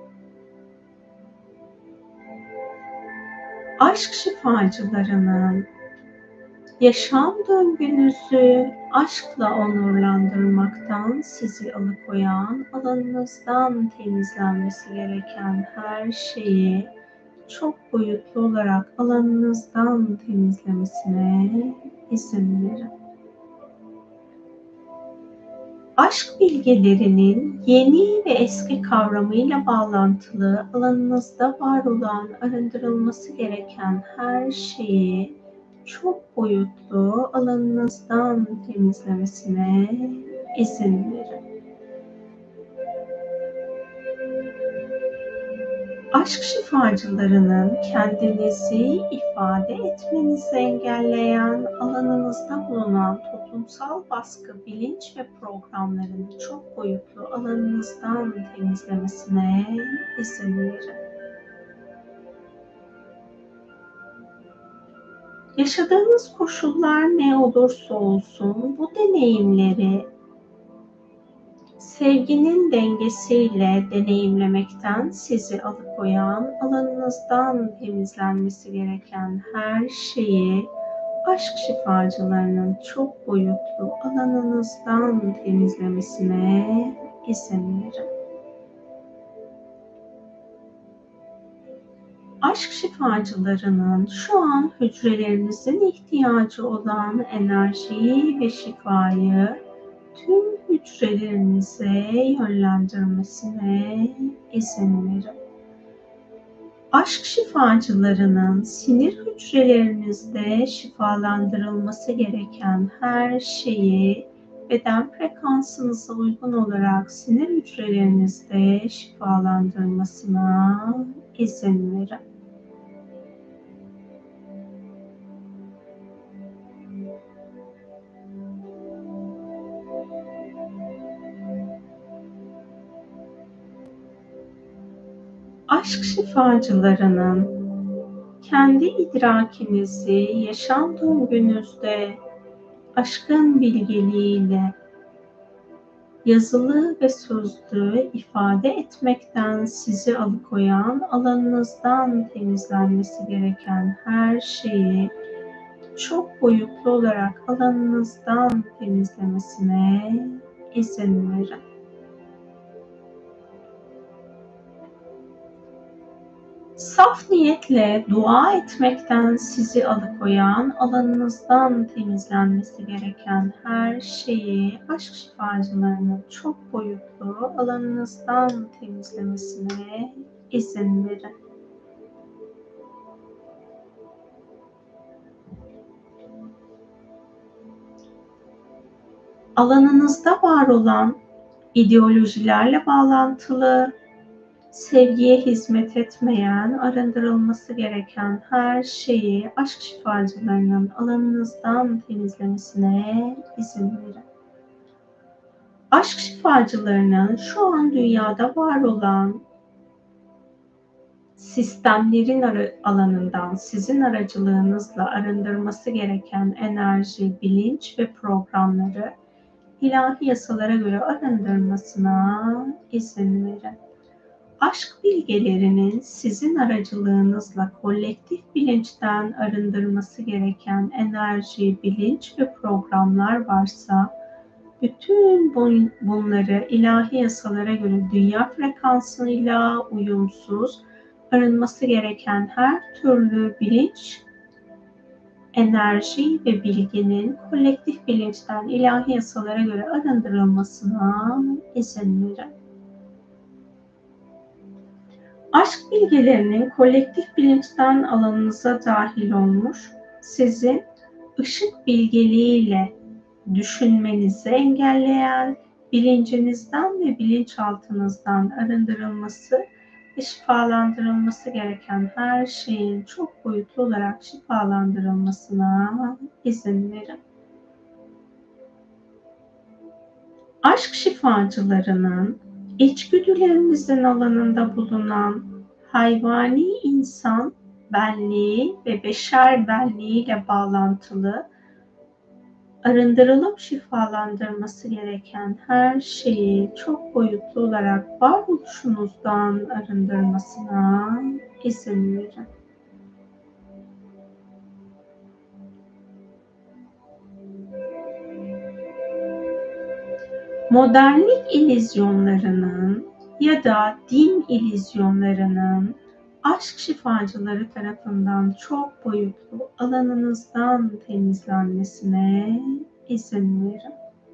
Aşk şifacılarının yaşam döngünüzü aşkla onurlandırmaktan sizi alıkoyan, alanınızdan temizlenmesi gereken her şeyi çok boyutlu olarak alanınızdan temizlemesine izin verin. Aşk bilgelerinin yeni ve eski kavramıyla bağlantılı alanınızda var olan arındırılması gereken her şeyi çok boyutlu alanınızdan temizlemesine izin verin. Aşk şifacılarının kendinizi ifade etmenizi engelleyen, alanınızda bulunan toplumsal baskı, bilinç ve programlarını çok boyutlu alanınızdan temizlemesine izin verin. Yaşadığınız koşullar ne olursa olsun bu deneyimleri sevginin dengesiyle deneyimlemekten sizi alıkoyan, alanınızdan temizlenmesi gereken her şeyi aşk şifacılarının çok boyutlu alanınızdan temizlemesine izin verin. Aşk şifacılarının şu an hücrelerinizin ihtiyacı olan enerjiyi ve şifayı tüm hücrelerinize yönlendirmesine izin verin. Aşk şifacılarının sinir hücrelerinizde şifalandırılması gereken her şeyi beden frekansınıza uygun olarak sinir hücrelerinizde şifalandırmasına izin verin. Aşk şifacılarının kendi idrakinizi yaşam döngünüzde aşkın bilgeliğiyle yazılı ve sözlü ifade etmekten sizi alıkoyan, alanınızdan temizlenmesi gereken her şeyi çok boyutlu olarak alanınızdan temizlemesine izin verin. Saf niyetle dua etmekten sizi alıkoyan, alanınızdan temizlenmesi gereken her şeyi aşk şifacılarının çok boyutlu alanınızdan temizlemesine izin verin. Alanınızda var olan ideolojilerle bağlantılı, sevgiye hizmet etmeyen, arındırılması gereken her şeyi aşk şifacılarının alanınızdan temizlemesine izin verin. Aşk şifacılarının şu an dünyada var olan sistemlerin alanından sizin aracılığınızla arındırması gereken enerji, bilinç ve programları ilahi yasalara göre arındırmasına izin verin. Aşk bilgelerinin sizin aracılığınızla kolektif bilinçten arındırması gereken enerji, bilinç ve programlar varsa, bütün bunları ilahi yasalara göre dünya frekansıyla uyumsuz, arınması gereken her türlü bilinç, enerji ve bilginin kolektif bilinçten ilahi yasalara göre arındırılmasına izin verin. Aşk bilgelerinin kolektif bilinçten alanınıza dahil olmuş, sizin ışık bilgeliğiyle düşünmenizi engelleyen, bilincinizden ve bilinçaltınızdan arındırılması ve şifalandırılması gereken her şeyin çok boyutlu olarak şifalandırılmasına izin verin. Aşk şifacılarının içgüdülerinizin alanında bulunan hayvani insan benliği ve beşer benliği ile bağlantılı arındırılıp şifalandırması gereken her şeyi çok boyutlu olarak varoluşunuzdan arındırmasına izin verin. Modernlik illüzyonlarının ya da din illüzyonlarının aşk şifacıları tarafından çok boyutlu alanınızdan temizlenmesine izin verin.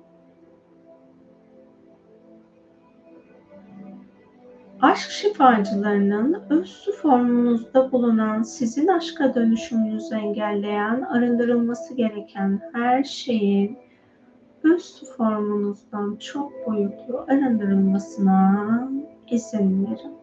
Aşk şifacılarının öz su formunuzda bulunan sizin aşka dönüşümünüzü engelleyen, arındırılması gereken her şeyin öz su formunuzdan çok boyutlu arındırılmasına izin verin.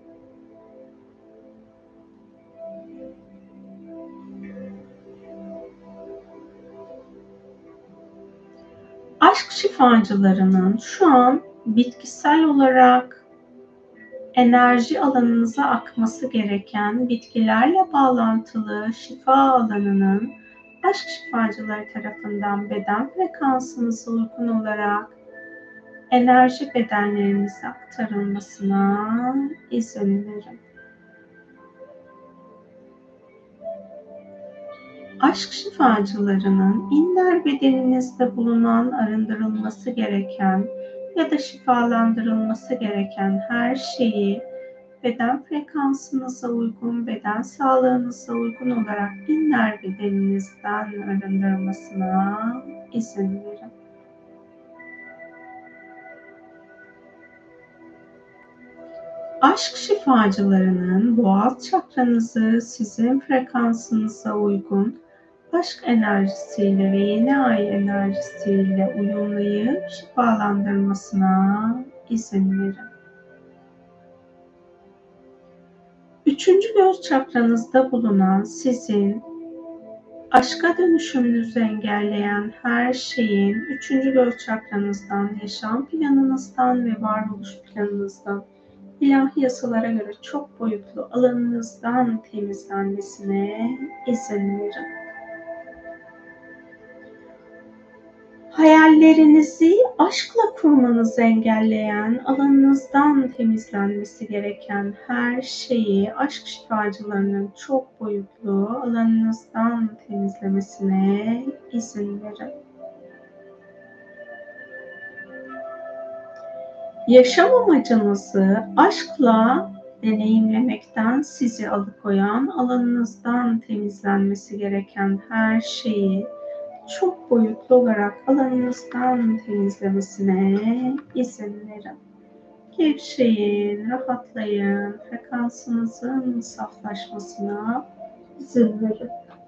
Aşk şifacılarının şu an bitkisel olarak enerji alanınıza akması gereken bitkilerle bağlantılı şifa alanının aşk şifacıları tarafından beden frekansınıza uygun olarak enerji bedenlerinize aktarılmasına izin verin. Aşk şifacılarının inler bedeninizde bulunan arındırılması gereken ya da şifalandırılması gereken her şeyi beden frekansınıza uygun, beden sağlığınıza uygun olarak inler bedeninizden arındırmasına izin verin. Aşk şifacılarının boğaz çakranızı sizin frekansınıza uygun aşk enerjisiyle ve yeni ay enerjisiyle uyumlayıp şifalandırmasına izin verin. Üçüncü göz çakranızda bulunan sizin aşka dönüşümünüzü engelleyen her şeyin üçüncü göz çakranızdan, yaşam planınızdan ve varoluş planınızdan ilahi yasalara göre çok boyutlu alanınızdan temizlenmesine izin verin. Hayallerinizi aşkla kurmanızı engelleyen, alanınızdan temizlenmesi gereken her şeyi aşk şifacılarının çok boyutlu alanınızdan temizlemesine izin verin. Yaşam amacınızı aşkla deneyimlemekten sizi alıkoyan, alanınızdan temizlenmesi gereken her şeyi çok boyutlu olarak alanınızdan temizlemesine izin verin. Gevşeyin, rahatlayın, frekansınızın saflaşmasına izin verin.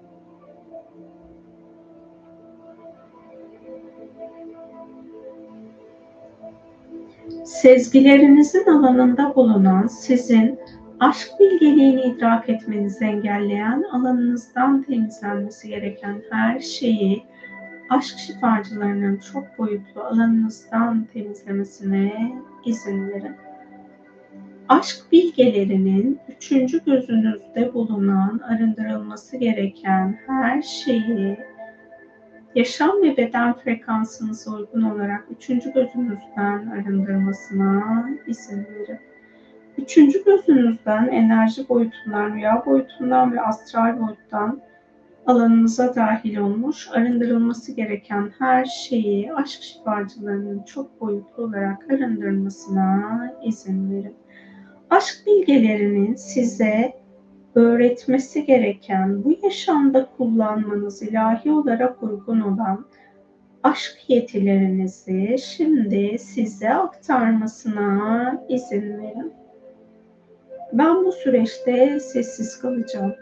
Sezgilerinizin alanında bulunan sizin aşk bilgeliğini idrak etmenizi engelleyen, alanınızdan temizlenmesi gereken her şeyi aşk şifacılarının çok boyutlu alanınızdan temizlemesine izin verin. Aşk bilgelerinin üçüncü gözünüzde bulunan arındırılması gereken her şeyi yaşam ve beden frekansınıza uygun olarak üçüncü gözünüzden arındırmasına izin verin. Üçüncü gözünüzden enerji boyutundan, rüya boyutundan ve astral boyuttan alanınıza dahil olmuş, arındırılması gereken her şeyi aşk şifacılarının çok boyutlu olarak arındırmasına izin verin. Aşk bilgelerinin size öğretmesi gereken, bu yaşamda kullanmanız ilahi olarak uygun olan aşk yetilerinizi şimdi size aktarmasına izin verin. Ben bu süreçte sessiz kalacağım.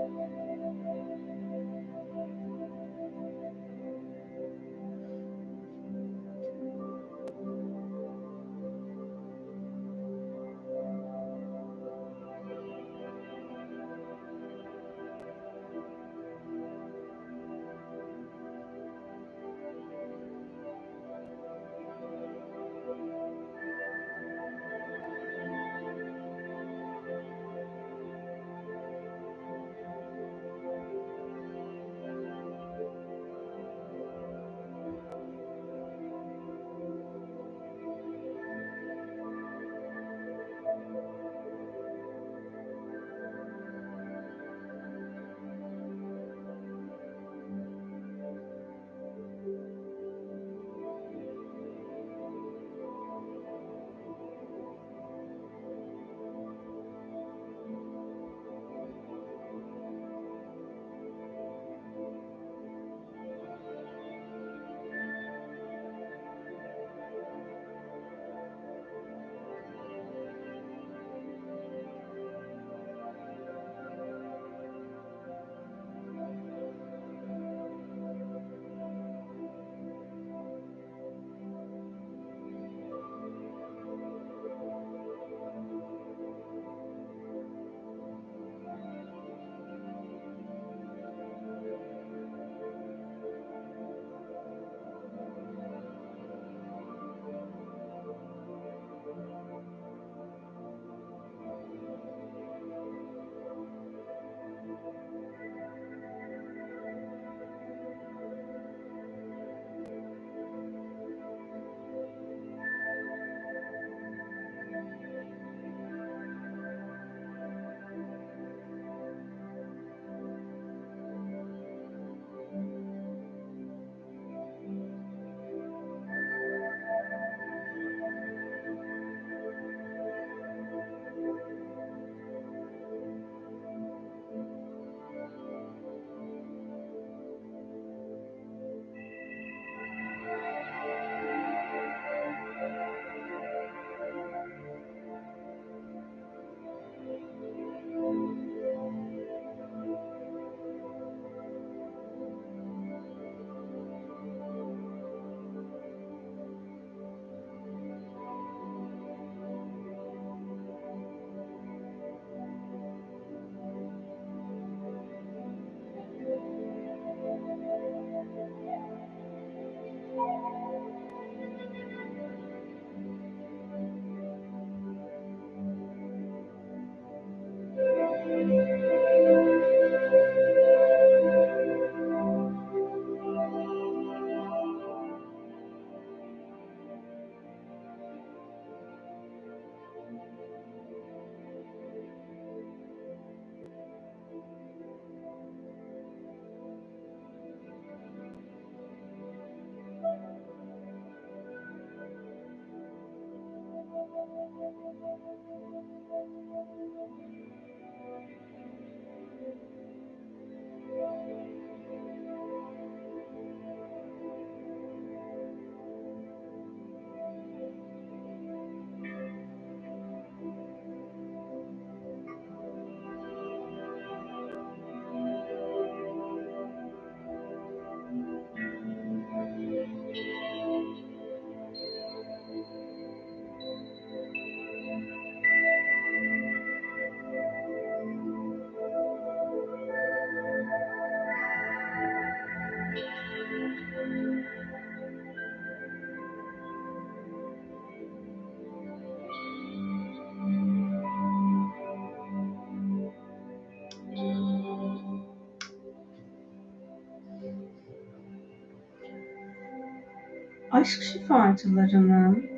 Aşk şifacılarının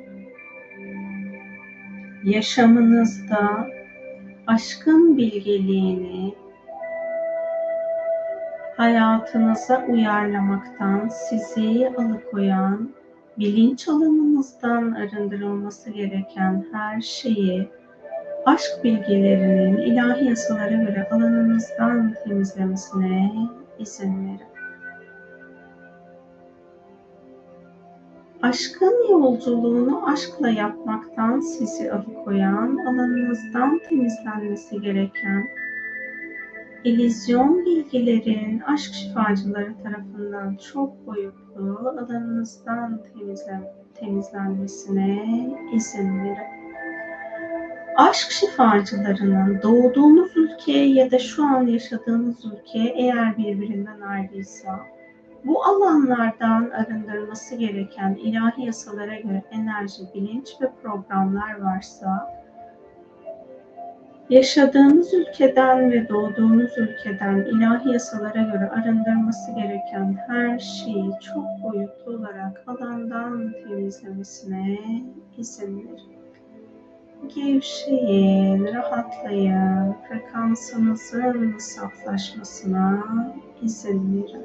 yaşamınızda aşkın bilgeliğini hayatınıza uyarlamaktan sizi alıkoyan, bilinç alanınızdan arındırılması gereken her şeyi aşk bilgilerinin ilahi yasalara göre alanınızdan temizlemesine izin verin. Aşkın yolculuğunu aşkla yapmaktan sizi alıkoyan, alanınızdan temizlenmesi gereken İllüzyon bilgilerin aşk şifacıları tarafından çok boyutlu alanınızdan temizlen temizlenmesine izin verin. Aşk şifacılarının doğduğunuz ülke ya da şu an yaşadığınız ülke eğer birbirinden ayrıysa, bu alanlardan arındırması gereken ilahi yasalara göre enerji, bilinç ve programlar varsa, yaşadığınız ülkeden ve doğduğunuz ülkeden ilahi yasalara göre arındırması gereken her şeyi çok boyutlu olarak alandan temizlemesine izin verin. Gevşeyin, rahatlayın, frekansınızın saflaşmasına izin verin.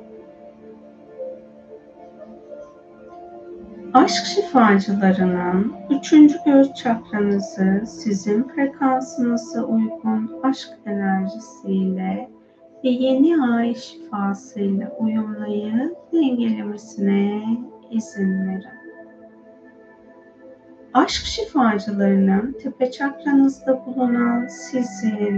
Aşk şifacılarının üçüncü göz çakranızı sizin frekansınıza uygun aşk enerjisiyle ve yeni ay şifasıyla uyumlayıp dengelemesine izin verin. Aşk şifacılarının tepe çakranızda bulunan sizin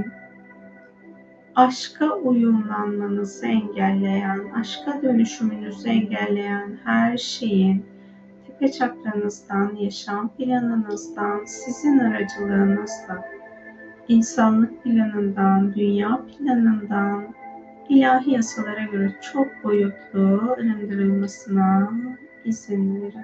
aşka uyumlanmanızı engelleyen, aşka dönüşümünüzü engelleyen her şeyin tepe çakranızdan, yaşam planınızdan, sizin aracılığınızla, insanlık planından, dünya planından, ilahi yasalara göre çok boyutlu arındırılmasına izin verin.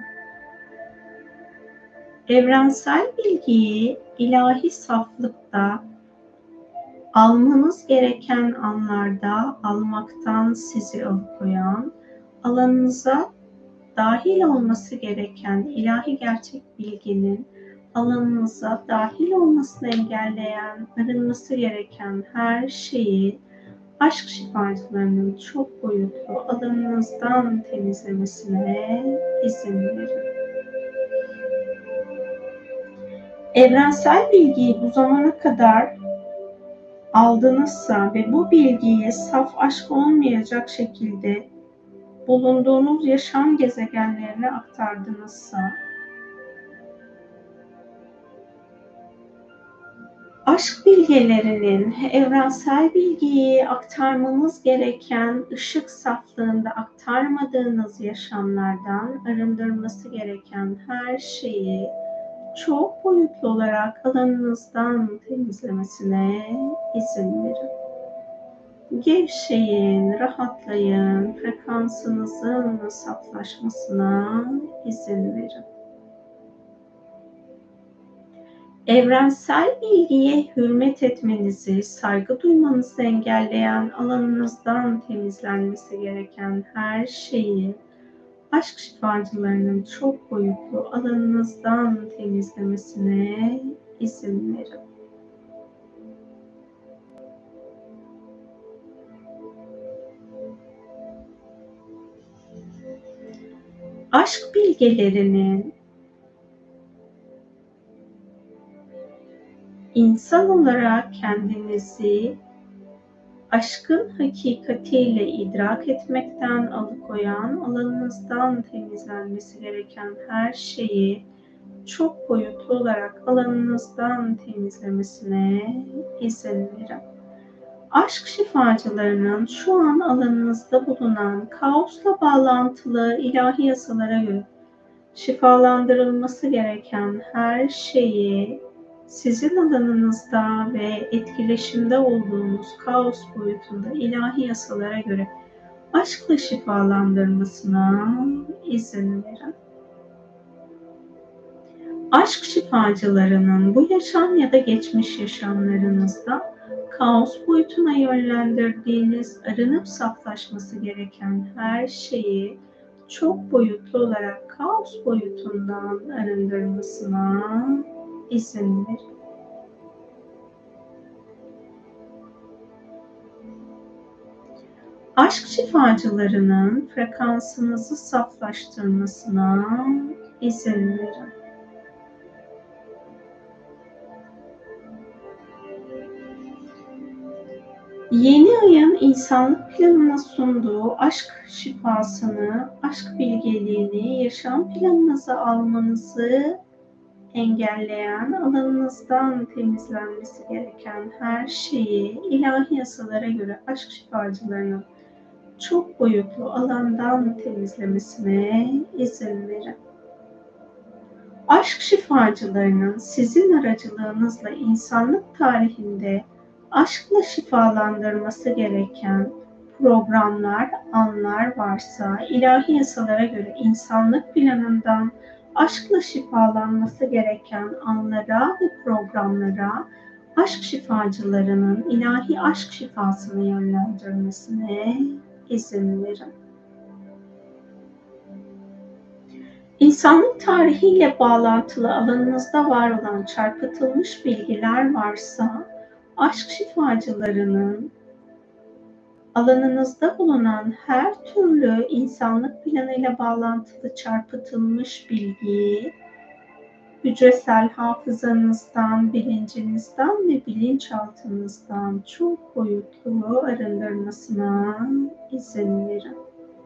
Evrensel bilgiyi ilahi saflıkta almanız gereken anlarda almaktan sizi alıkoyan, alanınıza dahil olması gereken ilahi gerçek bilginin alanınıza dahil olmasını engelleyen, arınması gereken her şeyi aşk şifacılarının çok boyutlu alanınızdan temizlemesine izin verin. Evrensel bilgiyi bu zamana kadar aldınızsa ve bu bilgiyi saf aşk olmayacak şekilde bulunduğunuz yaşam gezegenlerine aktardınızsa, aşk bilgelerinin evrensel bilgiyi aktarmanız gereken ışık saflığında aktarmadığınız yaşamlardan arındırması gereken her şeyi çok boyutlu olarak alanınızdan temizlemesine izin verin. Gevşeyin, rahatlayın, frekansınızın saflaşmasına izin verin. Evrensel bilgiye hürmet etmenizi, saygı duymanızı engelleyen alanınızdan temizlenmesi gereken her şeyi aşk şifacılarının çok boyutlu alanınızdan temizlemesine izin verin. Aşk bilgelerinin insan olarak kendinizi aşkın hakikatiyle idrak etmekten alıkoyan, alanınızdan temizlenmesi gereken her şeyi çok boyutlu olarak alanınızdan temizlemesine izin verin. Aşk şifacılarının şu an alanınızda bulunan kaosla bağlantılı ilahi yasalara göre şifalandırılması gereken her şeyi sizin alanınızda ve etkileşimde olduğunuz kaos boyutunda ilahi yasalara göre aşkla şifalandırmasına izin verin. Aşk şifacılarının bu yaşam ya da geçmiş yaşamlarınızda kaos boyutuna yönlendirdiğiniz, arınıp saflaşması gereken her şeyi çok boyutlu olarak kaos boyutundan arındırmasına izin verin. Aşk şifacılarının frekansınızı saflaştırmasına izin verin. Yeni ayın insanlık planına sunduğu aşk şifasını, aşk bilgeliğini yaşam planınıza almanızı engelleyen, alanınızdan temizlenmesi gereken her şeyi ilahi yasalara göre aşk şifacılarının çok boyutlu alandan temizlemesine izin verin. Aşk şifacılarının sizin aracılığınızla insanlık tarihinde aşkla şifalandırması gereken programlar, anlar varsa ilahi yasalara göre insanlık planından aşkla şifalanması gereken anlara ve programlara aşk şifacılarının ilahi aşk şifasını yönlendirmesine izin verin. İnsanlık tarihiyle bağlantılı alanınızda var olan çarpıtılmış bilgiler varsa, aşk şifacılarının alanınızda bulunan her türlü insanlık planıyla bağlantılı çarpıtılmış bilgiyi, hücresel hafızanızdan, bilincinizden ve bilinçaltınızdan çok boyutlu arındırmasına izin verin.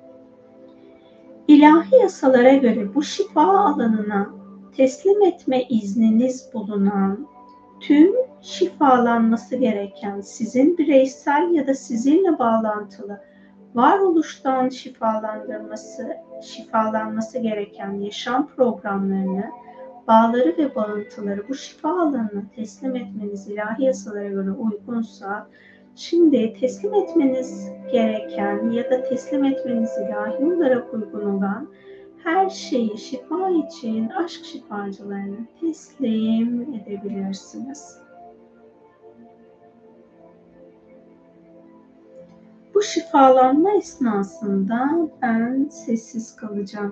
İlahi yasalara göre bu şifa alanına teslim etme izniniz bulunan, tüm şifalanması gereken sizin bireysel ya da sizinle bağlantılı varoluştan şifalandırması, şifalanması gereken yaşam programlarını, bağları ve bağıntıları bu şifa alanına teslim etmeniz ilahi yasalara göre uygunsa, şimdi teslim etmeniz gereken ya da teslim etmeniz ilahi olarak uygun olan her şeyi şifa için aşk şifacılarına teslim edebilirsiniz. Bu şifalanma esnasında ben sessiz kalacağım.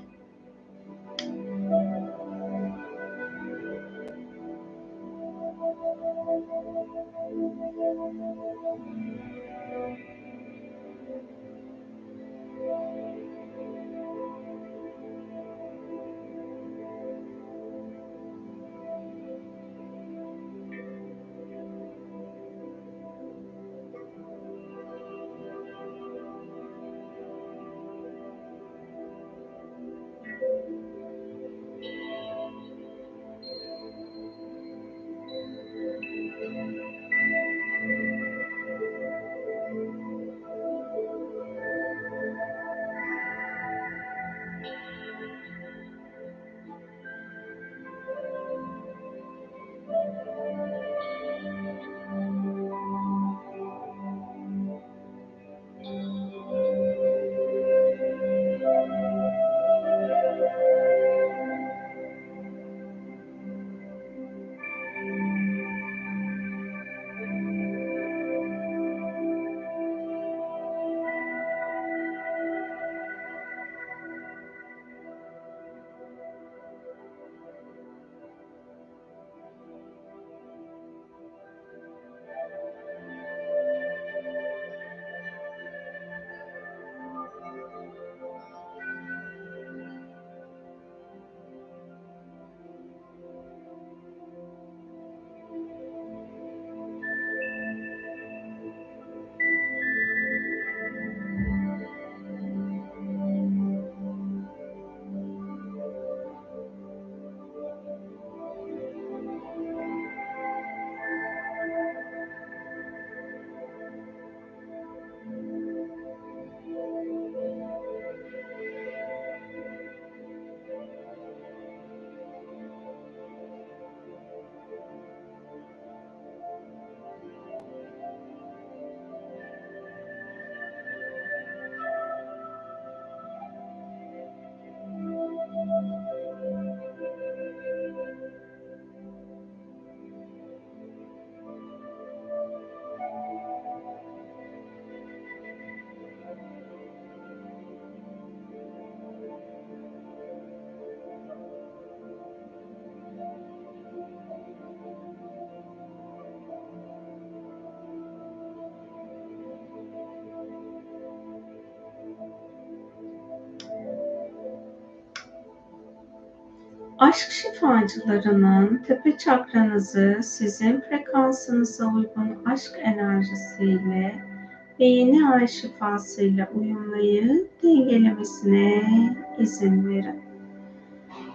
Aşk şifacılarının tepe çakranızı sizin frekansınıza uygun aşk enerjisiyle ve yeni ay şifasıyla uyumlayıp dengelemesine izin verin.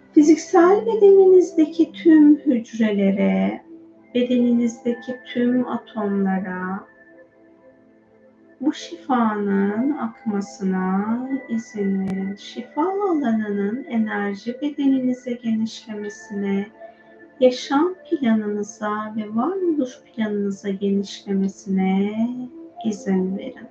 Fiziksel bedeninizdeki tüm hücrelere, bedeninizdeki tüm atomlara bu şifanın akmasına izin verin. Şifa alanının enerji bedeninize genişlemesine, yaşam planınıza ve varoluş planınıza genişlemesine izin verin.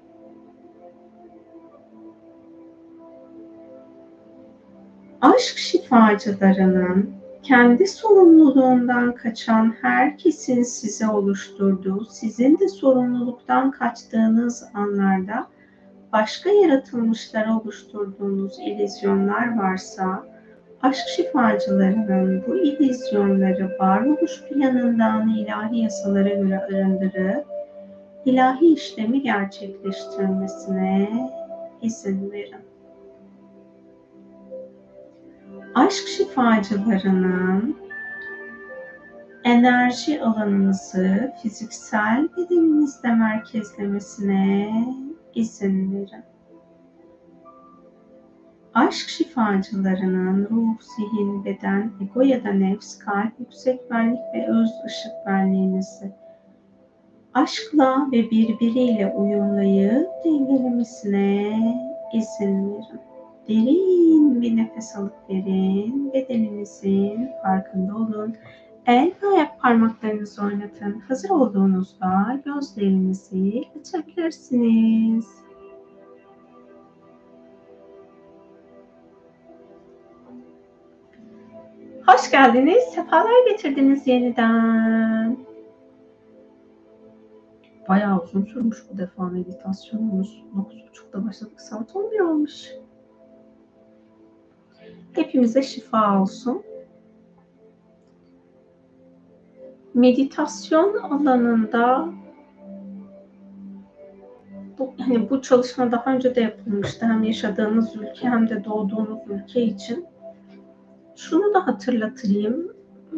Aşk şifacılarının kendi sorumluluğundan kaçan herkesin size oluşturduğu, sizin de sorumluluktan kaçtığınız anlarda başka yaratılmışlara oluşturduğunuz illüzyonlar varsa, aşk şifacılarının bu illüzyonları varoluş planından ilahi yasalara göre arındırıp ilahi işlemi gerçekleştirmesine izin verin. Aşk şifacılarının enerji alanınızı fiziksel bedeninizde merkezlemesine izin verin. Aşk şifacılarının ruh, zihin, beden, ego ya da nefs, kalp, yüksek benlik ve öz ışık benliğinizi aşkla ve birbiriyle uyumlayıp dengelemesine izin verin. Derin bir nefes alıp verin. Bedeninizin farkında olun. El ve ayak parmaklarınızı oynatın. Hazır olduğunuzda gözlerinizi açabilirsiniz. Hoş geldiniz. Sefalar getirdiniz yeniden. Bayağı uzun sürmüş bu defa meditasyonumuz. dokuz buçukta başladık. Saat on bir olmuş. Hepimize şifa olsun. Meditasyon alanında bu, hani bu çalışma daha önce de yapılmıştı. Hem yaşadığınız ülke hem de doğduğunuz ülke için. Şunu da hatırlatayım.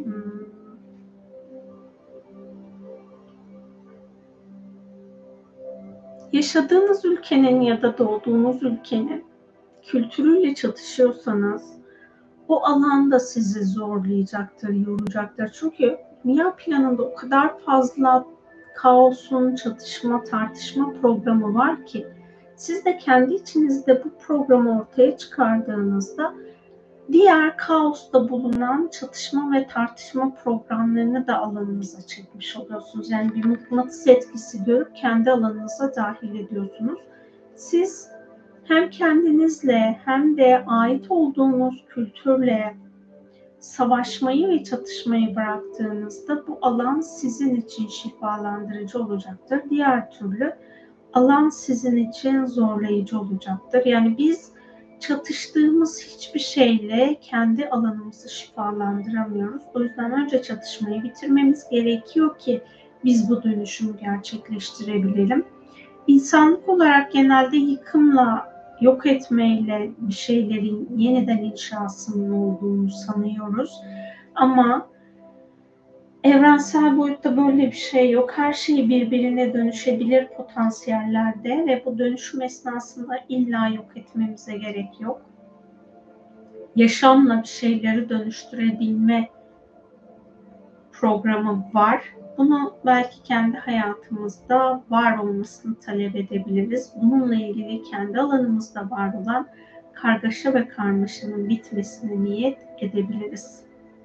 Yaşadığınız ülkenin ya da doğduğunuz ülkenin kültürüyle çatışıyorsanız o alanda sizi zorlayacaktır, yoracaktır. Çünkü dünya planında o kadar fazla kaosun, çatışma, tartışma programı var ki siz de kendi içinizde bu programı ortaya çıkardığınızda diğer kaosta bulunan çatışma ve tartışma programlarını da alanınıza çekmiş oluyorsunuz. Yani bir mıknatıs etkisi görüp kendi alanınıza dahil ediyorsunuz. Siz hem kendinizle hem de ait olduğunuz kültürle savaşmayı ve çatışmayı bıraktığınızda bu alan sizin için şifalandırıcı olacaktır. Diğer türlü alan sizin için zorlayıcı olacaktır. Yani biz çatıştığımız hiçbir şeyle kendi alanımızı şifalandıramıyoruz. O yüzden önce çatışmayı bitirmemiz gerekiyor ki biz bu dönüşümü gerçekleştirebilelim. İnsanlık olarak genelde yıkımla, yok etmeyle bir şeylerin yeniden inşasının olduğunu sanıyoruz. Ama evrensel boyutta böyle bir şey yok. Her şey birbirine dönüşebilir potansiyellerde ve bu dönüşüm esnasında illa yok etmemize gerek yok. Yaşamla bir şeyleri dönüştürebilme programı var. Bunu belki kendi hayatımızda var olmasını talep edebiliriz. Bununla ilgili kendi alanımızda var olan kargaşa ve karmaşanın bitmesine niyet edebiliriz.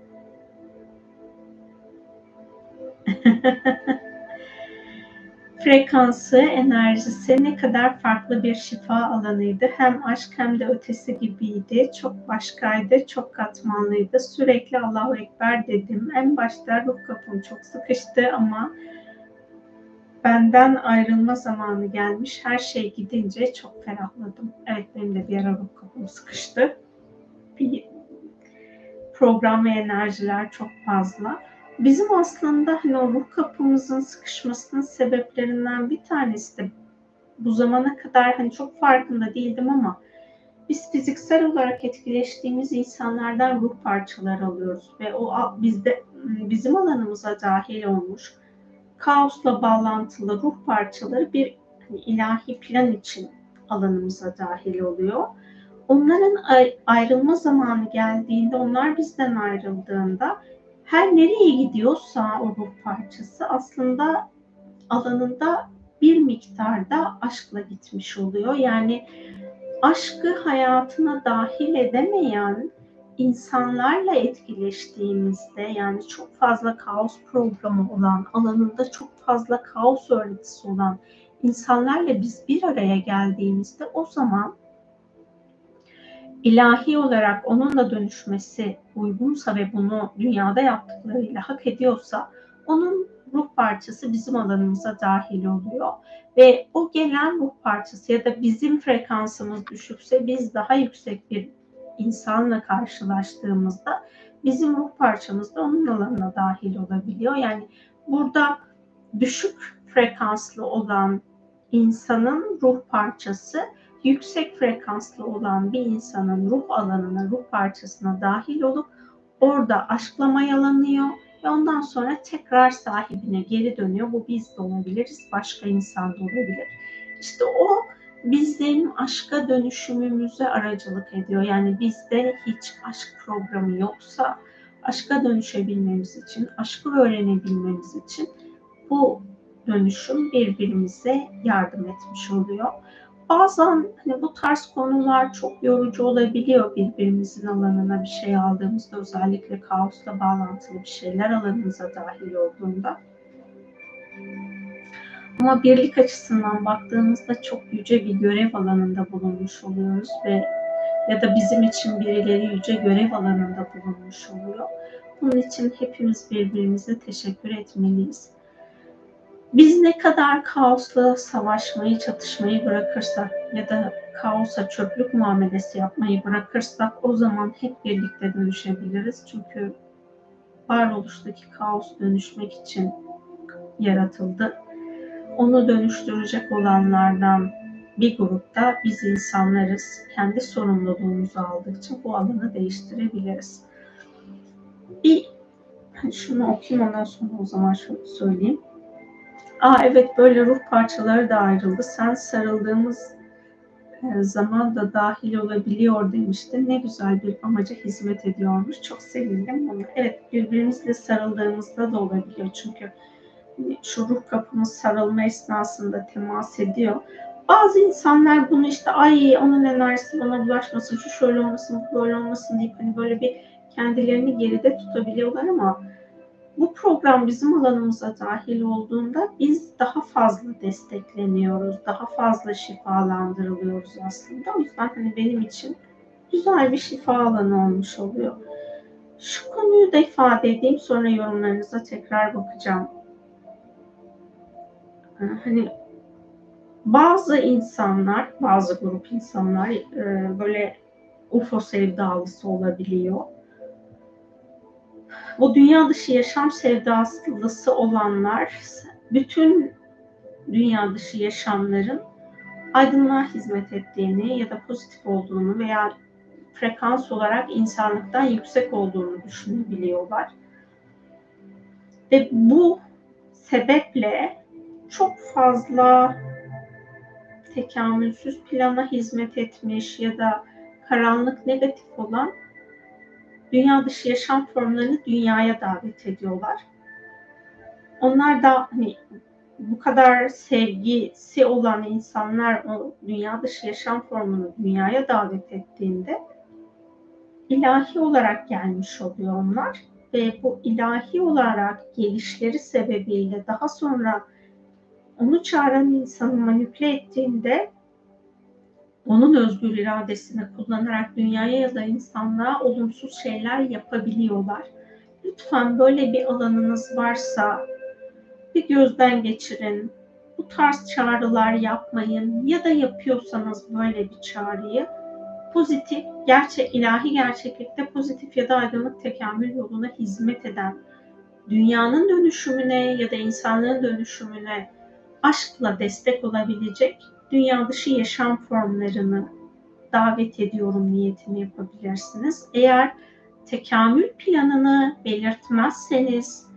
Frekansı, enerjisi ne kadar farklı bir şifa alanıydı. Hem aşk hem de ötesi gibiydi. Çok başkaydı, çok katmanlıydı. Sürekli Allahu Ekber dedim. En başta ruh kapım çok sıkıştı ama benden ayrılma zamanı gelmiş. Her şey gidince çok ferahladım. Evet, benim de bir ara ruh kapım sıkıştı. Bir program ve enerjiler çok fazla. Bizim aslında hani o ruh kapımızın sıkışmasının sebeplerinden bir tanesi de bu zamana kadar hani çok farkında değildim ama biz fiziksel olarak etkileştiğimiz insanlardan ruh parçaları alıyoruz ve o bizde bizim alanımıza dahil olmuş kaosla bağlantılı ruh parçaları bir hani ilahi plan için alanımıza dahil oluyor. onların ayrılma zamanı geldiğinde, onlar bizden ayrıldığında her nereye gidiyorsa o ruh parçası aslında alanında bir miktarda aşkla gitmiş oluyor. Yani aşkı hayatına dahil edemeyen insanlarla etkileştiğimizde, yani çok fazla kaos programı olan, alanında çok fazla kaos öğretisi olan insanlarla biz bir araya geldiğimizde, o zaman ilahi olarak onunla dönüşmesi uygunsa ve bunu dünyada yaptıklarıyla hak ediyorsa, onun ruh parçası bizim alanımıza dahil oluyor. Ve o gelen ruh parçası ya da bizim frekansımız düşükse, biz daha yüksek bir insanla karşılaştığımızda bizim ruh parçamız da onun alanına dahil olabiliyor. Yani burada düşük frekanslı olan insanın ruh parçası, yüksek frekanslı olan bir insanın ruh alanına, ruh parçasına dahil olup orada aşkla mayalanıyor ve ondan sonra tekrar sahibine geri dönüyor. Bu biz de olabiliriz, başka insan da olabilir. İşte o bizim aşka dönüşümümüze aracılık ediyor. Yani bizde hiç aşk programı yoksa, aşka dönüşebilmemiz için, aşkı öğrenebilmemiz için bu dönüşüm birbirimize yardım etmiş oluyor. Bazen hani bu tarz konular çok yorucu olabiliyor, birbirimizin alanına bir şey aldığımızda, özellikle kaosla bağlantılı bir şeyler alanımıza dahil olduğunda. Ama birlik açısından baktığımızda çok yüce bir görev alanında bulunmuş oluyoruz ve ya da bizim için birileri yüce görev alanında bulunmuş oluyor. Bunun için hepimiz birbirimize teşekkür etmeliyiz. Biz ne kadar kaosla savaşmayı, çatışmayı bırakırsak ya da kaosa çöplük muamelesi yapmayı bırakırsak, o zaman hep birlikte dönüşebiliriz. Çünkü varoluştaki kaos dönüşmek için yaratıldı. Onu dönüştürecek olanlardan bir grupta biz insanlarız. Kendi sorumluluğumuzu aldıkça bu alanı değiştirebiliriz. Bir, şunu okuyayım, ondan sonra o zaman şunu söyleyeyim. Aa evet, böyle ruh parçaları da ayrıldı. Sen sarıldığımız zaman da dahil olabiliyor demiştin. Ne güzel, bir amaca hizmet ediyormuş. Çok sevindim bunu. Evet, birbirimizle sarıldığımızda da olabiliyor. Çünkü şu ruh kapımız sarılma esnasında temas ediyor. Bazı insanlar bunu işte ay onun enerjisi bana bulaşmasın, şu şöyle olmasın, bu böyle olmasın deyip hani böyle bir kendilerini geride tutabiliyorlar, ama bu program bizim alanımıza dahil olduğunda biz daha fazla destekleniyoruz, daha fazla şifalandırılıyoruz aslında. O yüzden hani benim için güzel bir şifa alanı olmuş oluyor. Şu konuyu da ifade edeyim, sonra yorumlarınıza tekrar bakacağım. Hani bazı insanlar, bazı grup insanlar böyle U F O sevdalısı olabiliyor. Bu dünya dışı yaşam sevdalısı olanlar, bütün dünya dışı yaşamların aydınlığa hizmet ettiğini ya da pozitif olduğunu veya frekans olarak insanlıktan yüksek olduğunu düşünebiliyorlar. Ve bu sebeple çok fazla tekamülsüz plana hizmet etmiş ya da karanlık, negatif olan dünya dışı yaşam formlarını dünyaya davet ediyorlar. Onlar da hani bu kadar sevgisi olan insanlar o dünya dışı yaşam formunu dünyaya davet ettiğinde ilahi olarak gelmiş oluyor onlar ve bu ilahi olarak gelişleri sebebiyle daha sonra onu çağıran insanı manipüle ettiğinde onun özgür iradesini kullanarak dünyaya ya da insanlığa olumsuz şeyler yapabiliyorlar. Lütfen böyle bir alanınız varsa bir gözden geçirin. Bu tarz çağrılar yapmayın ya da yapıyorsanız böyle bir çağrıyı pozitif, gerçek, ilahi gerçeklikte pozitif ya da aydınlık tekamül yoluna hizmet eden, dünyanın dönüşümüne ya da insanlığın dönüşümüne aşkla destek olabilecek dünya dışı yaşam formlarını davet ediyorum niyetini yapabilirsiniz. Eğer tekamül planını belirtmezseniz,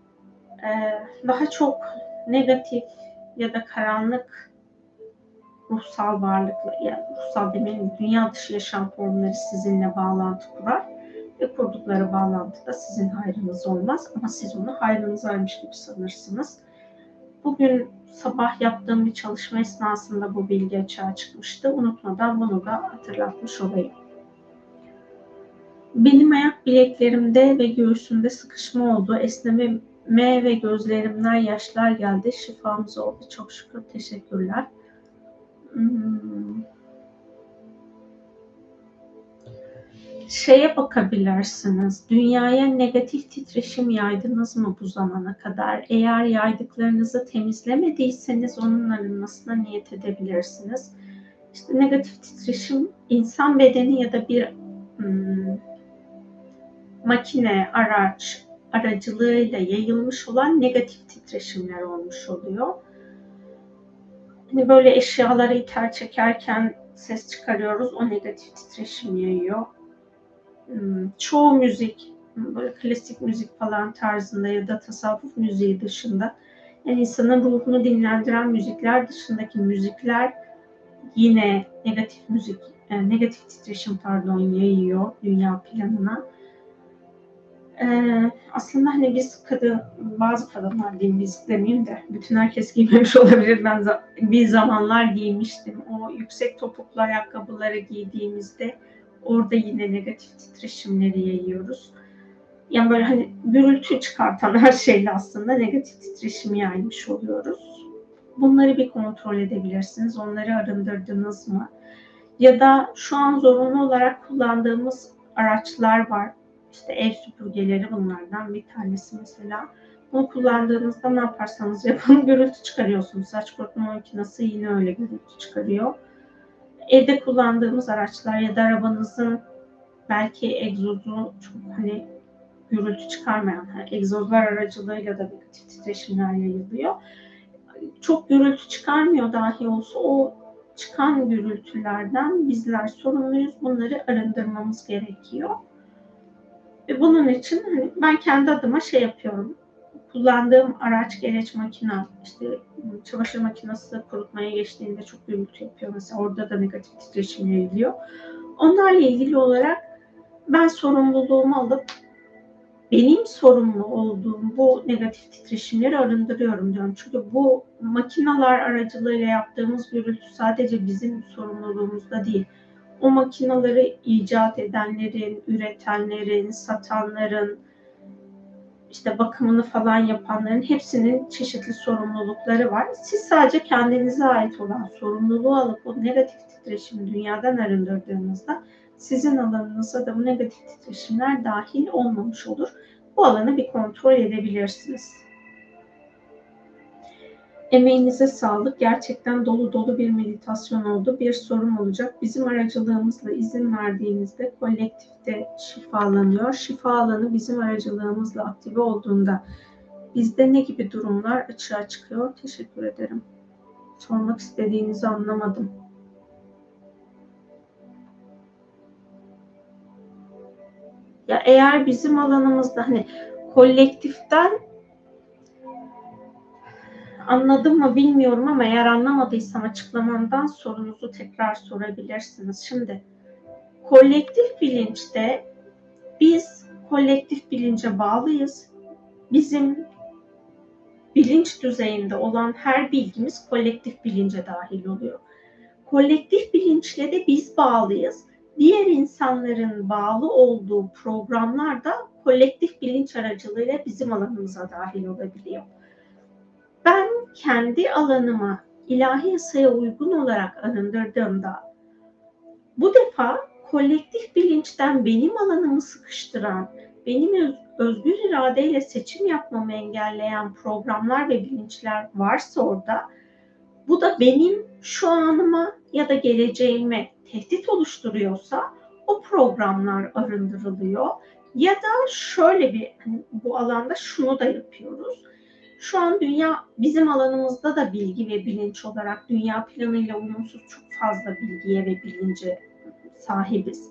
daha çok negatif ya da karanlık ruhsal varlıkla, yani ruhsal demeyelim, dünya dışı yaşam formları sizinle bağlantı kurar ve kurdukları bağlantıda sizin hayrınız olmaz ama siz onu hayrınızaymış gibi sanırsınız. Bugün sabah yaptığım bir çalışma esnasında bu bilgi açığa çıkmıştı. Unutmadan bunu da hatırlatmış olayım. Benim ayak bileklerimde ve göğsümde sıkışma oldu. Esnememe ve gözlerimden yaşlar geldi. Şifamız oldu. Çok şükür. Teşekkürler. Hmm. Şeye bakabilirsiniz. Dünyaya negatif titreşim yaydınız mı bu zamana kadar? Eğer yaydıklarınızı temizlemediyseniz onun arınmasına niyet edebilirsiniz. İşte negatif titreşim insan bedeni ya da bir hmm, makine, araç aracılığıyla yayılmış olan negatif titreşimler olmuş oluyor. Hani böyle eşyaları iter çekerken ses çıkarıyoruz, o negatif titreşim yayıyor. Çoğu müzik, böyle klasik müzik falan tarzında ya da tasavvuf müziği dışında, yani insanın ruhunu dinlendiren müzikler dışındaki müzikler yine negatif müzik, yani negatif titreşim pardon yayıyor dünya planına. Ee, aslında hani biz kadın, bazı kadınlar diyeyim, biz demeyeyim de bütün herkes giymemiş olabilir. Ben bir zamanlar giymiştim. O yüksek topuklu ayakkabıları giydiğimizde orada yine negatif titreşimleri yayıyoruz. Yani böyle hani gürültü çıkartan her şeyle aslında negatif titreşimi yaymış oluyoruz. Bunları bir kontrol edebilirsiniz. Onları arındırdınız mı? Ya da şu an zorunlu olarak kullandığımız araçlar var. İşte ev süpürgeleri bunlardan bir tanesi mesela. Bunu kullandığınızda ne yaparsanız yapın gürültü çıkarıyorsunuz. Saç kurutma makinesi yine öyle gürültü çıkarıyor. Evde kullandığımız araçlar ya da arabanızın belki egzozu çok hani gürültü çıkarmayan, yani egzozlar aracılığıyla da negatif titreşimler yayılıyor. Çok gürültü çıkarmıyor dahi olsa o çıkan gürültülerden bizler sorumluyuz. Bunları arındırmamız gerekiyor. Ve bunun için hani ben kendi adıma şey yapıyorum. Kullandığım araç, gereç, makina, işte çamaşır makinesi kurutmaya geçtiğinde çok gürültü yapıyor. Mesela orada da negatif titreşim yayılıyor. Onlarla ilgili olarak ben sorumluluğumu alıp benim sorumlu olduğum bu negatif titreşimleri arındırıyorum diyorum. Çünkü bu makineler aracılığıyla yaptığımız gürültü sadece bizim sorumluluğumuzda değil. O makineleri icat edenlerin, üretenlerin, satanların, işte bakımını falan yapanların hepsinin çeşitli sorumlulukları var. Siz sadece kendinize ait olan sorumluluğu alıp o negatif titreşimi dünyadan arındırdığınızda sizin alanınıza da bu negatif titreşimler dahil olmamış olur. Bu alanı bir kontrol edebilirsiniz. Emeğinize sağlık. Gerçekten dolu dolu bir meditasyon oldu. Bir sorum olacak. Bizim aracılığımızla izin verdiğimizde kolektifte şifalanıyor. Şifa alanı bizim aracılığımızla aktive olduğunda bizde ne gibi durumlar açığa çıkıyor? Teşekkür ederim. Sormak istediğinizi anlamadım. Ya eğer bizim alanımızda hani kolektiften anladım mı bilmiyorum ama eğer anlamadıysam açıklamamdan sorunuzu tekrar sorabilirsiniz. Şimdi kolektif bilinçte biz kolektif bilince bağlıyız. Bizim bilinç düzeyinde olan her bilgimiz kolektif bilince dahil oluyor. Kolektif bilinçle de biz bağlıyız. Diğer insanların bağlı olduğu programlar da kolektif bilinç aracılığıyla bizim alanımıza dahil olabiliyor. Ben kendi alanıma ilahi yasaya uygun olarak arındırdığımda bu defa kolektif bilinçten benim alanımı sıkıştıran, benim özgür iradeyle seçim yapmamı engelleyen programlar ve bilinçler varsa orada, bu da benim şu anıma ya da geleceğime tehdit oluşturuyorsa o programlar arındırılıyor. Ya da şöyle bir, hani bu alanda şunu da yapıyoruz. Şu an dünya, bizim alanımızda da bilgi ve bilinç olarak dünya planıyla uyumsuz çok fazla bilgiye ve bilince sahibiz.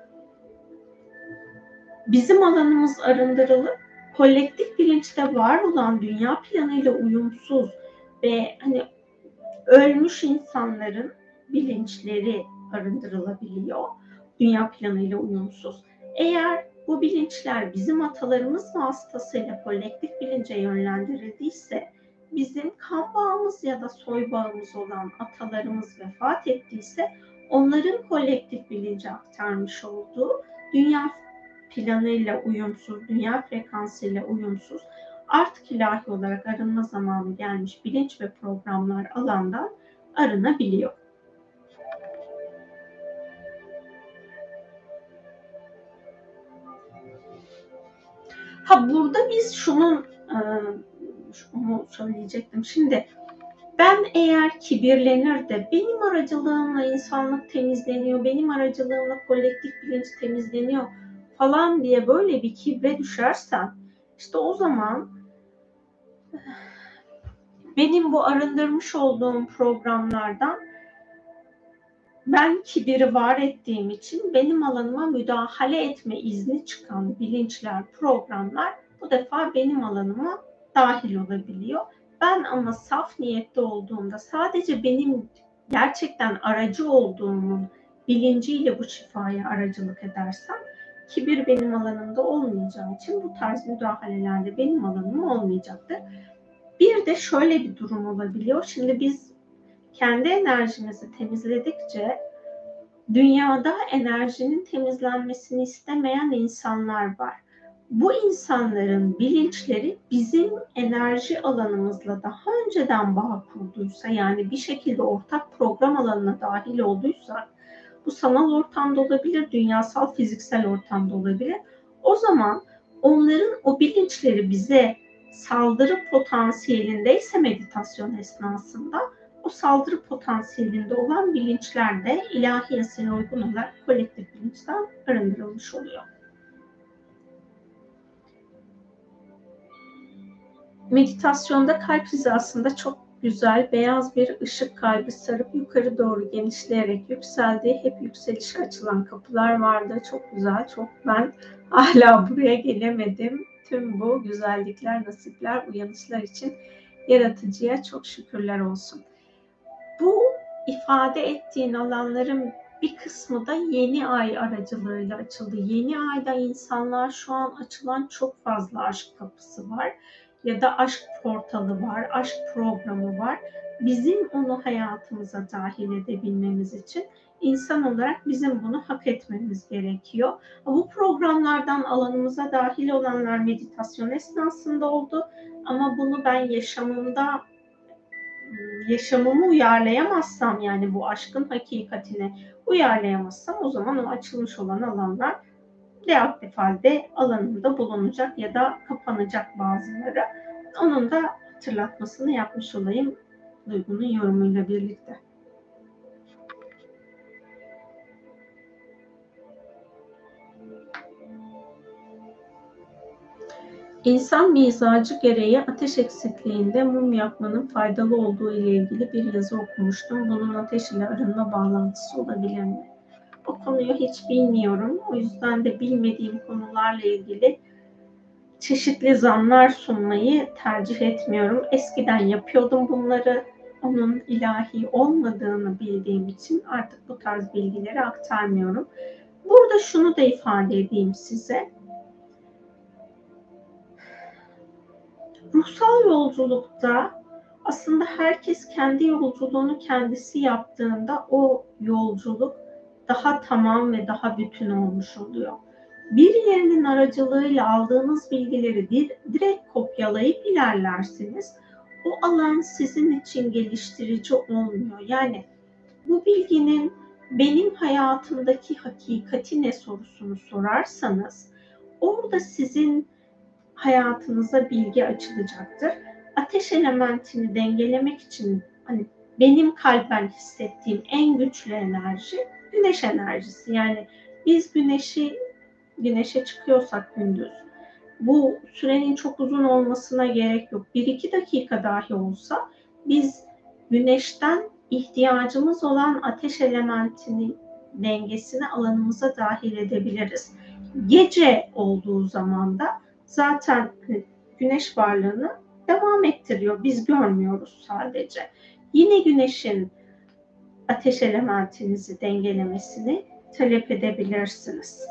Bizim alanımız arındırılıp kolektif bilinçte var olan dünya planıyla uyumsuz ve hani ölmüş insanların bilinçleri arındırılabiliyor. Dünya planıyla uyumsuz. Eğer bu bilinçler bizim atalarımız vasıtasıyla kolektif bilince yönlendirildiyse, bizim kan bağımız ya da soy bağımız olan atalarımız vefat ettiyse, onların kolektif bilince aktarmış olduğu dünya planıyla uyumsuz, dünya frekansıyla uyumsuz, artık ilahi olarak arınma zamanı gelmiş bilinç ve programlar alandan arınabiliyor. Ha burada biz şunun şunu söyleyecektim. Şimdi ben eğer kibirlenir de benim aracılığımla insanlık temizleniyor, benim aracılığımla kolektif bilinç temizleniyor falan diye böyle bir kibre düşersem, işte o zaman benim bu arındırmış olduğum programlardan ben kibiri var ettiğim için benim alanıma müdahale etme izni çıkan bilinçler, programlar bu defa benim alanıma dahil olabiliyor. Ben ama saf niyette olduğumda, sadece benim gerçekten aracı olduğumun bilinciyle bu şifaya aracılık edersem, kibir benim alanımda olmayacağı için bu tarz müdahalelerde benim alanım olmayacaktır. Bir de şöyle bir durum olabiliyor. Şimdi biz kendi enerjimizi temizledikçe dünyada enerjinin temizlenmesini istemeyen insanlar var. Bu insanların bilinçleri bizim enerji alanımızla daha önceden bağ kurduysa, yani bir şekilde ortak program alanına dahil olduysa, bu sanal ortamda olabilir, dünyasal fiziksel ortamda olabilir. O zaman onların o bilinçleri bize saldırı potansiyelindeyse meditasyon esnasında, o saldırı potansiyelinde olan bilinçler de ilahi yasaya uygun olarak kolektif bilinçten arındırılmış oluyor. Meditasyonda kalp hizasında çok güzel beyaz bir ışık kalbi sarıp yukarı doğru genişleyerek yükseldiği, hep yükselişe açılan kapılar vardı. Çok güzel, çok ben hala buraya gelemedim. Tüm bu güzellikler, nasipler, uyanışlar için yaratıcıya çok şükürler olsun. Bu ifade ettiğin alanların bir kısmı da yeni ay aracılığıyla açıldı. Yeni ayda insanlar, şu an açılan çok fazla aşk kapısı var ya da aşk portalı var, aşk programı var. Bizim onu hayatımıza dahil edebilmemiz için insan olarak bizim bunu hak etmemiz gerekiyor. Bu programlardan alanımıza dahil olanlar meditasyon esnasında oldu ama bunu ben yaşamımda yaşamımı uyarlayamazsam, yani bu aşkın hakikatine uyarlayamazsam, o zaman o açılmış olan alanlar deaktif halde alanında bulunacak ya da kapanacak bazıları. Onun da hatırlatmasını yapmış olayım Duygu'nun yorumuyla birlikte. İnsan mizacı gereği ateş eksikliğinde mum yakmanın faydalı olduğu ile ilgili bir yazı okumuştum. Bunun ateş ile arınma bağlantısı olabilir mi? O konuyu hiç bilmiyorum. O yüzden de bilmediğim konularla ilgili çeşitli zanlar sunmayı tercih etmiyorum. Eskiden yapıyordum bunları. Onun ilahi olmadığını bildiğim için artık bu tarz bilgileri aktarmıyorum. Burada şunu da ifade edeyim size. Ruhsal yolculukta aslında herkes kendi yolculuğunu kendisi yaptığında o yolculuk daha tamam ve daha bütün olmuş oluyor. Birilerinin aracılığıyla aldığınız bilgileri direkt kopyalayıp ilerlerseniz, o alan sizin için geliştirici olmuyor. Yani bu bilginin benim hayatımdaki hakikati ne sorusunu sorarsanız, orada sizin hayatınıza bilgi açılacaktır. Ateş elementini dengelemek için hani benim kalben hissettiğim en güçlü enerji güneş enerjisi. Yani biz güneşi güneşe çıkıyorsak gündüz, bu sürenin çok uzun olmasına gerek yok. bir iki dakika dahi olsa biz güneşten ihtiyacımız olan ateş elementini, dengesini alanımıza dahil edebiliriz. Gece olduğu zaman da zaten güneş varlığını devam ettiriyor. Biz görmüyoruz sadece. Yine güneşin ateş elementinizi dengelemesini talep edebilirsiniz.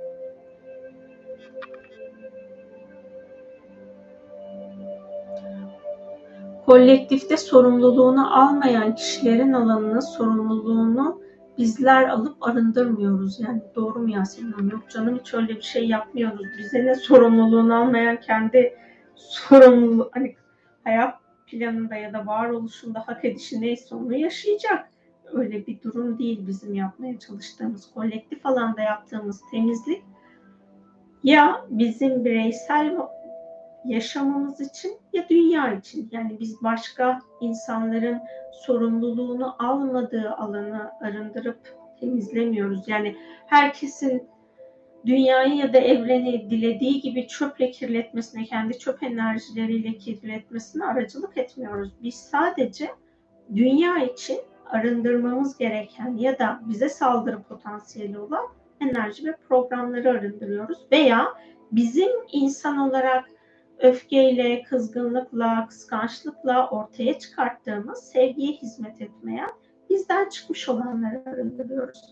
Kolektifte sorumluluğunu almayan kişilerin alanına sorumluluğunu bizler alıp arındırmıyoruz. Yani doğru mu Yasemin Hanım? Yok canım, hiç öyle bir şey yapmıyoruz. Bize ne, sorumluluğunu almayan kendi sorumluluğu, hani hayat planında ya da varoluşunda hak edişi neyse onu yaşayacak. Öyle bir durum değil bizim yapmaya çalıştığımız, kolektif alanda yaptığımız temizlik ya bizim bireysel yaşamamız için ya dünya için. Yani biz başka insanların sorumluluğunu almadığı alanı arındırıp temizlemiyoruz. Yani herkesin dünyayı ya da evreni dilediği gibi çöple kirletmesine, kendi çöp enerjileriyle kirletmesine aracılık etmiyoruz. Biz sadece dünya için arındırmamız gereken ya da bize saldırı potansiyeli olan enerji ve programları arındırıyoruz. Veya bizim insan olarak öfkeyle, kızgınlıkla, kıskançlıkla ortaya çıkarttığımız, sevgiye hizmet etmeyen, bizden çıkmış olanları arındırıyoruz.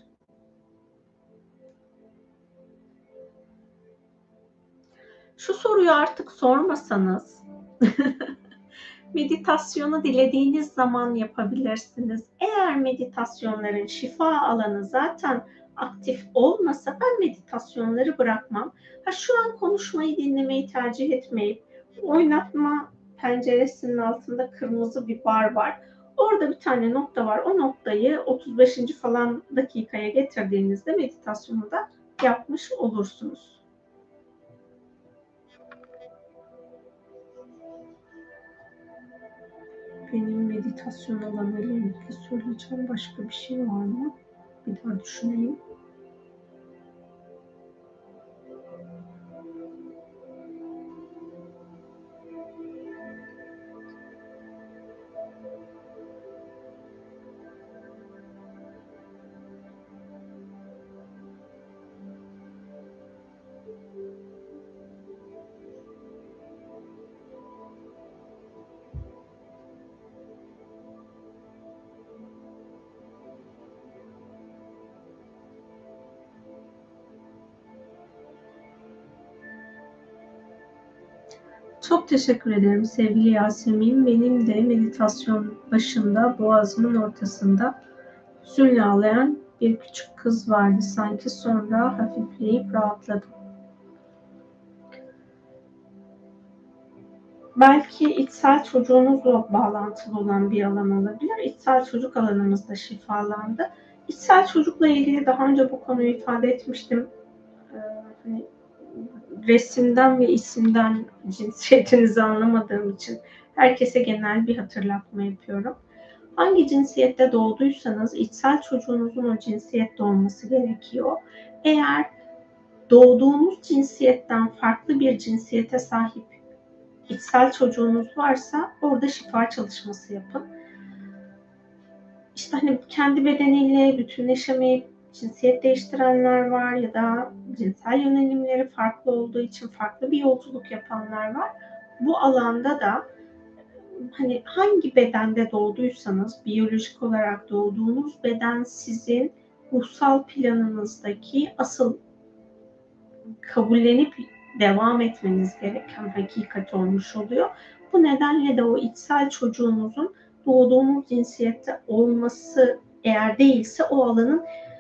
Şu soruyu artık sormasanız, meditasyonu dilediğiniz zaman yapabilirsiniz. Eğer meditasyonların şifa alanı zaten aktif olmasa ben meditasyonları bırakmam. Ha, şu an konuşmayı dinlemeyi tercih etmeyip oynatma penceresinin altında kırmızı bir bar var. Orada bir tane nokta var. O noktayı otuz beşinci falan dakikaya getirdiğinizde meditasyonu da yapmış olursunuz. Benim meditasyon alanıyla ilgili söyleyeceğim başka bir şey var mı? Bir daha düşüneyim. Çok teşekkür ederim sevgili Yasemin. Benim de meditasyon başında boğazımın ortasında hüzünle ağlayan bir küçük kız vardı. Sanki sonra hafifleyip rahatladım. Belki içsel çocuğunuzla bağlantılı olan bir alan olabilir. İçsel çocuk alanımız da şifalandı. İçsel çocukla ilgili daha önce bu konuyu ifade etmiştim. Ee, hani resimden ve isimden cinsiyetinizi anlamadığım için herkese genel bir hatırlatma yapıyorum. Hangi cinsiyette doğduysanız içsel çocuğunuzun o cinsiyette olması gerekiyor. Eğer doğduğunuz cinsiyetten farklı bir cinsiyete sahip içsel çocuğunuz varsa orada şifa çalışması yapın. İşte hani kendi bedeniyle bütünleşemeyip cinsiyet değiştirenler var ya da cinsel yönelimleri farklı olduğu için farklı bir yolculuk yapanlar var. Bu alanda da hani hangi bedende doğduysanız, biyolojik olarak doğduğunuz beden sizin ruhsal planınızdaki asıl kabullenip devam etmeniz gereken hakikat olmuş oluyor. Bu nedenle de o içsel çocuğunuzun doğduğunuz cinsiyette olması eğer değilse o alanın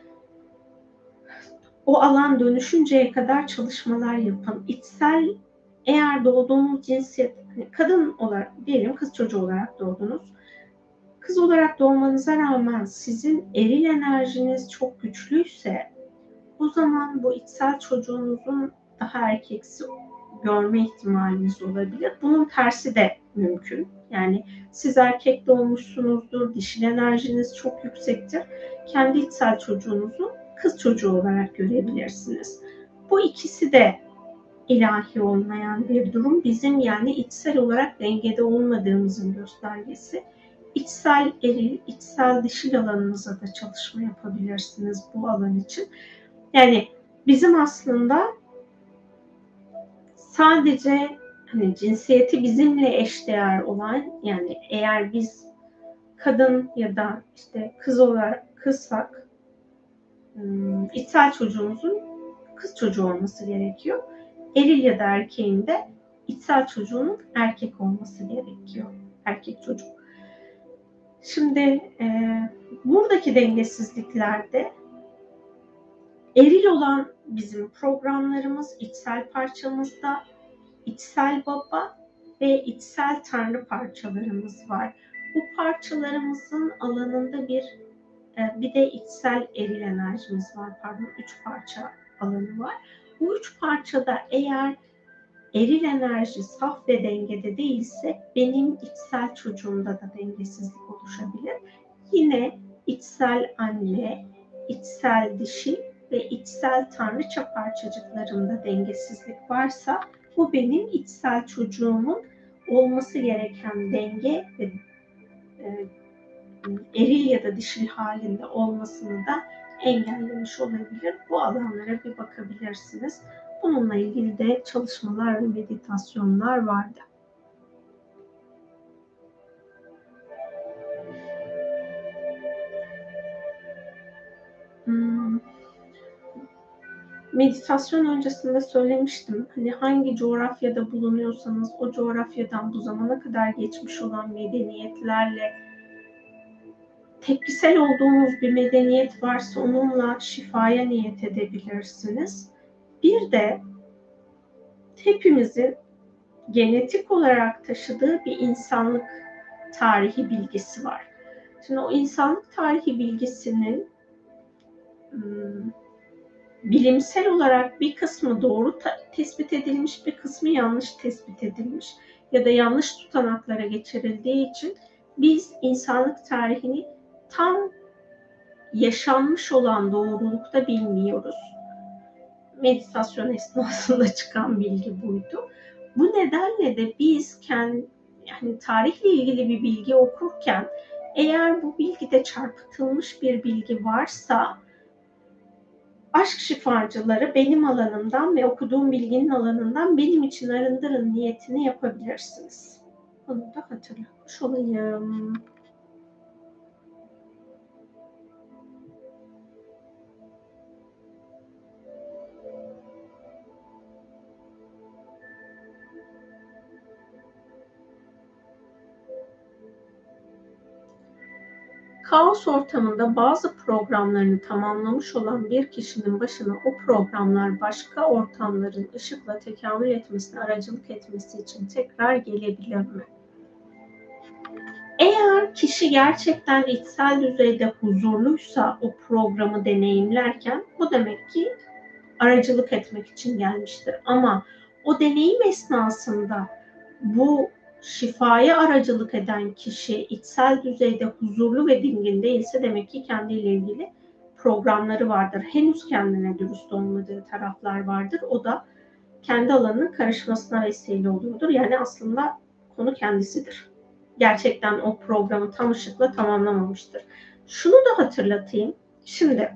o alan dönüşünceye kadar çalışmalar yapın. İçsel eğer doğduğunuz cinsiyet kadın olarak diyelim kız çocuğu olarak doğdunuz. Kız olarak doğmanıza rağmen sizin eril enerjiniz çok güçlüyse o zaman bu içsel çocuğunuzun daha erkeksi görme ihtimaliniz olabilir. Bunun tersi de mümkün. Yani siz erkek doğmuşsunuzdur, dişil enerjiniz çok yüksektir. Kendi içsel çocuğunuzu kız çocuğu olarak görebilirsiniz. Bu ikisi de ilahi olmayan bir durum. Bizim yani içsel olarak dengede olmadığımızın göstergesi. İçsel eril, içsel dişil alanınıza da çalışma yapabilirsiniz bu alan için. Yani bizim aslında sadece hani cinsiyeti bizimle eşdeğer olan, yani eğer biz kadın ya da işte kız olarak kızsak içsel çocuğumuzun kız çocuğu olması gerekiyor. Eril ya da erkeğin de içsel çocuğunun erkek olması gerekiyor. Erkek çocuk. Şimdi e, buradaki dengesizliklerde eril olan bizim programlarımız içsel parçamızda içsel baba ve içsel tanrı parçalarımız var. Bu parçalarımızın alanında bir bir de içsel eril enerjimiz var. Pardon, üç parça alanı var. Bu üç parçada eğer eril enerji saf ve dengede değilse benim içsel çocuğumda da dengesizlik oluşabilir. Yine içsel anne, içsel dişi ve içsel tanrıça parçacıklarımda dengesizlik varsa bu benim içsel çocuğumun olması gereken denge ve e, eril ya da dişil halinde olmasını da engellemiş olabilir. Bu alanlara bir bakabilirsiniz. Bununla ilgili de çalışmalar ve meditasyonlar vardı. Hmm. Meditasyon öncesinde söylemiştim. Hani hangi coğrafyada bulunuyorsanız o coğrafyadan bu zamana kadar geçmiş olan medeniyetlerle tepkisel olduğunuz bir medeniyet varsa onunla şifaya niyet edebilirsiniz. Bir de hepimizin genetik olarak taşıdığı bir insanlık tarihi bilgisi var. Şimdi o insanlık tarihi bilgisinin hmm, bilimsel olarak bir kısmı doğru tespit edilmiş, bir kısmı yanlış tespit edilmiş ya da yanlış tutanaklara geçirildiği için biz insanlık tarihini tam yaşanmış olan doğrulukta bilmiyoruz. Meditasyon esnasında çıkan bilgi buydu. Bu nedenle de biz kendi yani tarihle ilgili bir bilgi okurken eğer bu bilgide çarpıtılmış bir bilgi varsa aşk şifacıları benim alanımdan ve okuduğum bilginin alanından benim için arındırın niyetini yapabilirsiniz. Bunu da hatırlatmış olayım. Kaos ortamında bazı programlarını tamamlamış olan bir kişinin başına o programlar başka ortamların ışıkla tekamül etmesine aracılık etmesi için tekrar gelebilir mi? Eğer kişi gerçekten içsel düzeyde huzurluysa o programı deneyimlerken bu demek ki aracılık etmek için gelmiştir. Ama o deneyim esnasında bu şifaya aracılık eden kişi içsel düzeyde huzurlu ve dingin değilse demek ki kendiyle ilgili programları vardır. Henüz kendine dürüst olmadığı taraflar vardır. O da kendi alanının karışmasına vesile oluyordur. Yani aslında konu kendisidir. Gerçekten o programı tam ışıkla tamamlamamıştır. Şunu da hatırlatayım. Şimdi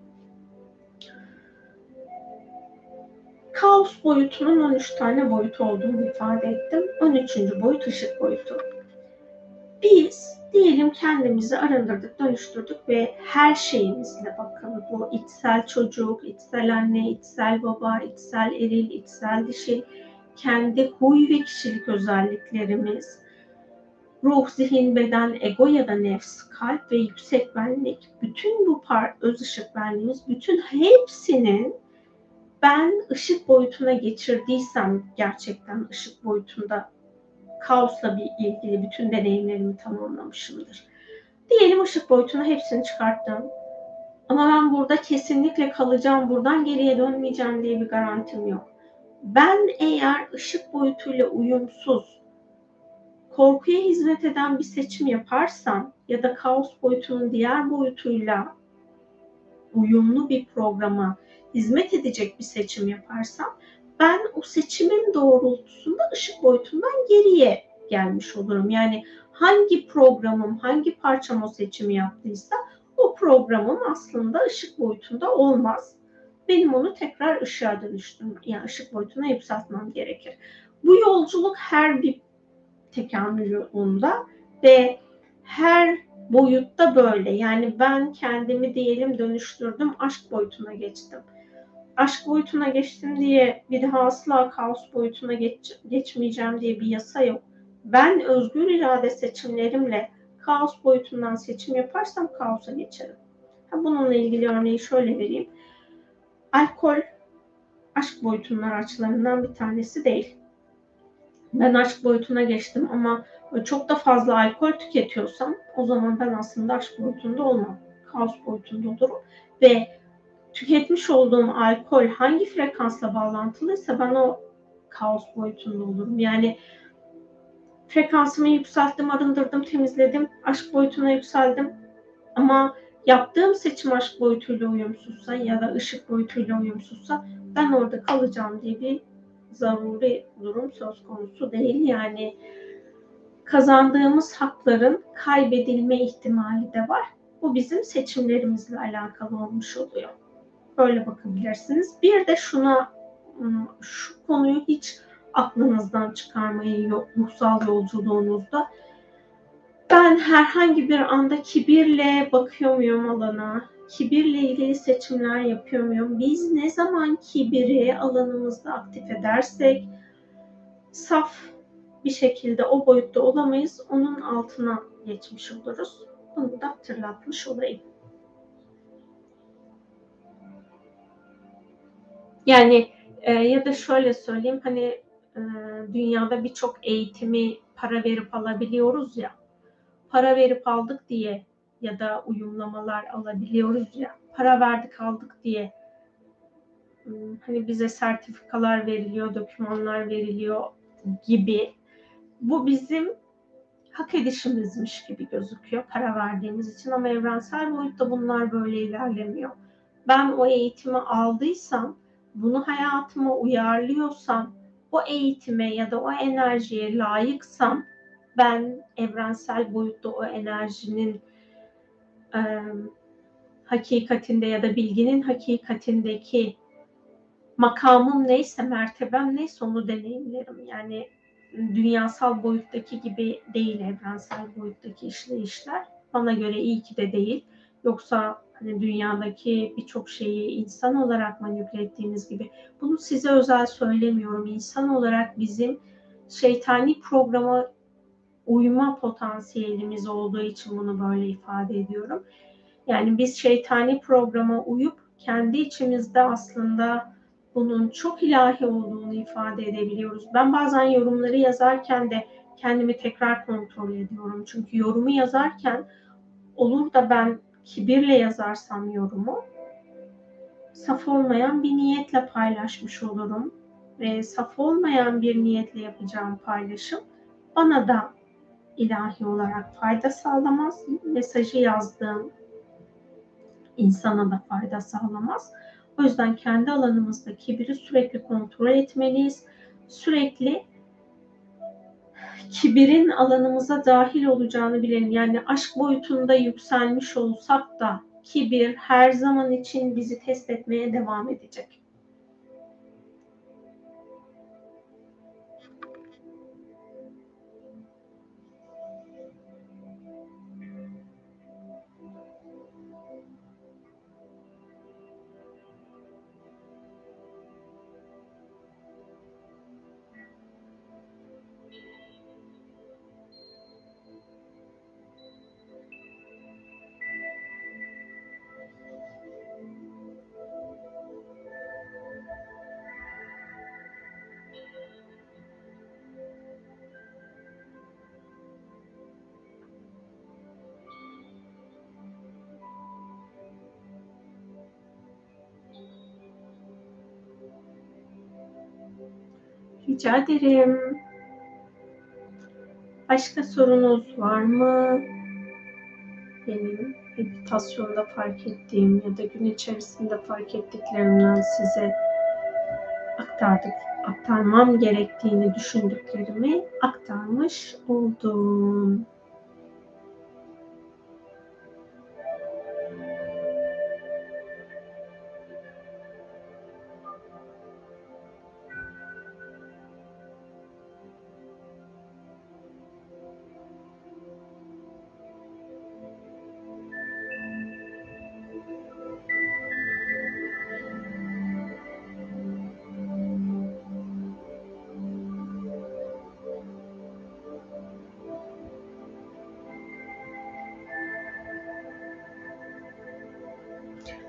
kaos boyutunun on üç tane boyutu olduğunu ifade ettim. on üçüncü boyut ışık boyutu. Biz diyelim kendimizi arındırdık, dönüştürdük ve her şeyimizle bakın bu içsel çocuk, içsel anne, içsel baba, içsel eril, içsel dişil, kendi huy ve kişilik özelliklerimiz, ruh, zihin, beden, ego ya da nefs, kalp ve yüksek benlik, bütün bu par öz ışık benliğimiz, bütün hepsinin ben ışık boyutuna geçirdiysem gerçekten ışık boyutunda kaosla bir ilgili bütün deneyimlerimi tamamlamışımdır. Diyelim ışık boyutuna hepsini çıkarttım. Ama ben burada kesinlikle kalacağım, buradan geriye dönmeyeceğim diye bir garantim yok. Ben eğer ışık boyutuyla uyumsuz, korkuya hizmet eden bir seçim yaparsam ya da kaos boyutunun diğer boyutuyla uyumlu bir programa hizmet edecek bir seçim yaparsam ben o seçimin doğrultusunda ışık boyutundan geriye gelmiş olurum. Yani hangi programım, hangi parçam o seçimi yaptıysa o programım aslında ışık boyutunda olmaz. Benim onu tekrar ışığa dönüştürmem, yani ışık boyutuna yükseltmem gerekir. Bu yolculuk her bir tekamül yolunda ve her boyutta böyle. Yani ben kendimi diyelim dönüştürdüm, aşk boyutuna geçtim. Aşk boyutuna geçtim diye bir daha asla kaos boyutuna geç, geçmeyeceğim diye bir yasa yok. Ben özgür irade seçimlerimle kaos boyutundan seçim yaparsam kaosa geçerim. Bununla ilgili örneği şöyle vereyim. Alkol aşk boyutunun araçlarından bir tanesi değil. Ben aşk boyutuna geçtim ama çok da fazla alkol tüketiyorsam o zaman ben aslında aşk boyutunda olmam. Kaos boyutunda olurum ve tüketmiş olduğum alkol hangi frekansla bağlantılıysa ben o kaos boyutunda olurum. Yani frekansımı yükselttim, arındırdım, temizledim, aşk boyutuna yükseldim ama yaptığım seçim aşk boyutuyla uyumsuzsa ya da ışık boyutuyla uyumsuzsa ben orada kalacağım diye bir zaruri durum söz konusu değil. Yani kazandığımız hakların kaybedilme ihtimali de var. Bu bizim seçimlerimizle alakalı olmuş oluyor. Böyle bakabilirsiniz. Bir de şuna, şu konuyu hiç aklınızdan çıkarmayın ruhsal yolculuğunuzda. Ben herhangi bir anda kibirle bakıyor muyum alana? Kibirle ilgili seçimler yapıyor muyum? Biz ne zaman kibiri alanımızda aktif edersek saf bir şekilde o boyutta olamayız. Onun altına geçmiş oluruz. Bunu da hatırlatmış olayım. Yani e, ya da şöyle söyleyeyim, hani e, dünyada birçok eğitimi para verip alabiliyoruz ya. Para verip aldık diye ya da uyumlamalar alabiliyoruz ya. Para verdik aldık diye hani bize sertifikalar veriliyor, dokümanlar veriliyor gibi. Bu bizim hak edişimizmiş gibi gözüküyor para verdiğimiz için ama evrensel boyutta bunlar böyle ilerlemiyor. Ben o eğitimi aldıysam, bunu hayatıma uyarlıyorsam, o eğitime ya da o enerjiye layıksam, ben evrensel boyutta o enerjinin e, hakikatinde ya da bilginin hakikatindeki makamım neyse, mertebem neyse onu deneyimlerim. Yani dünyasal boyuttaki gibi değil evrensel boyuttaki işleyişler. Bana göre iyi ki de değil. Yoksa hani dünyadaki birçok şeyi insan olarak manipüle ettiğimiz gibi, bunu size özel söylemiyorum. İnsan olarak bizim şeytani programa uyma potansiyelimiz olduğu için bunu böyle ifade ediyorum. Yani biz şeytani programa uyup kendi içimizde aslında bunun çok ilahi olduğunu ifade edebiliyoruz. Ben bazen yorumları yazarken de kendimi tekrar kontrol ediyorum. Çünkü yorumu yazarken olur da ben kibirle yazarsam yorumu, saf olmayan bir niyetle paylaşmış olurum. Ve saf olmayan bir niyetle yapacağım paylaşım bana da ilahi olarak fayda sağlamaz. Mesajı yazdığım insana da fayda sağlamaz. O yüzden kendi alanımızda kibiri sürekli kontrol etmeliyiz. Sürekli kibirin alanımıza dahil olacağını bilelim. Yani aşk boyutunda yükselmiş olsak da kibir her zaman için bizi test etmeye devam edecek. Rica ederim. Başka sorunuz var mı? Benim meditasyonda fark ettiğim ya da gün içerisinde fark ettiklerimden size aktardık, aktarmam gerektiğini düşündüklerimi aktarmış oldum.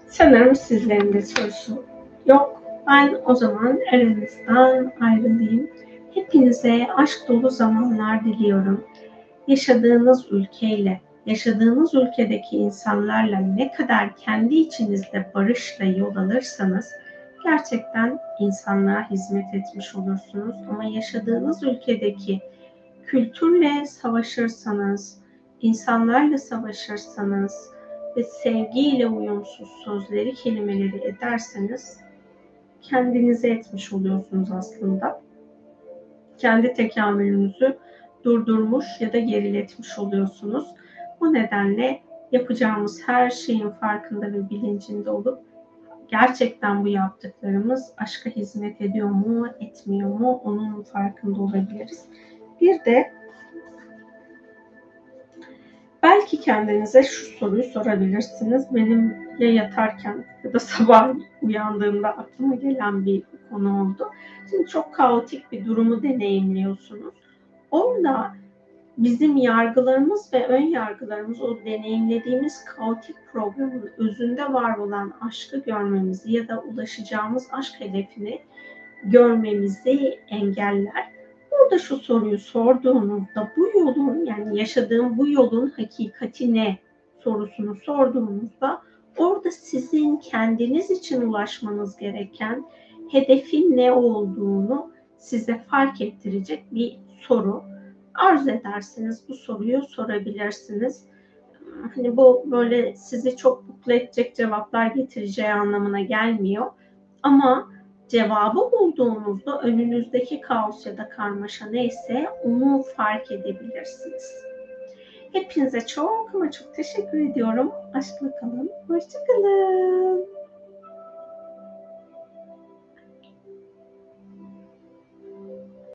Sanırım sizlerin de sorusu yok. Ben o zaman aranızdan ayrılayım. Hepinize aşk dolu zamanlar diliyorum. Yaşadığınız ülkeyle, yaşadığınız ülkedeki insanlarla ne kadar kendi içinizde barışla yol alırsanız gerçekten insanlığa hizmet etmiş olursunuz. Ama yaşadığınız ülkedeki kültürle savaşırsanız, insanlarla savaşırsanız ve sevgiyle uyumsuz sözleri, kelimeleri ederseniz kendinize etmiş oluyorsunuz aslında. Kendi tekamülünüzü durdurmuş ya da geriletmiş oluyorsunuz. Bu nedenle yapacağımız her şeyin farkında ve bilincinde olup gerçekten bu yaptıklarımız aşka hizmet ediyor mu, etmiyor mu onun farkında olabiliriz. Bir de belki kendinize şu soruyu sorabilirsiniz. Benim ya yatarken ya da sabah uyandığımda aklıma gelen bir konu oldu. Şimdi çok kaotik bir durumu deneyimliyorsunuz. Orada bizim yargılarımız ve ön yargılarımız o deneyimlediğimiz kaotik programın özünde var olan aşkı görmemizi ya da ulaşacağımız aşk hedefini görmemizi engeller. Burada şu soruyu sorduğunuzda bu yolun yani yaşadığım bu yolun hakikati ne sorusunu sorduğunuzda orada sizin kendiniz için ulaşmanız gereken hedefin ne olduğunu size fark ettirecek bir soru. Arzu ederseniz bu soruyu sorabilirsiniz. Hani bu böyle sizi çok mutlu edecek cevaplar getireceği anlamına gelmiyor. Ama cevabı bulduğunuzda önünüzdeki kaos ya da karmaşa neyse onu fark edebilirsiniz. Hepinize çok ama çok teşekkür ediyorum. Aşkla kalın, hoşça kalın.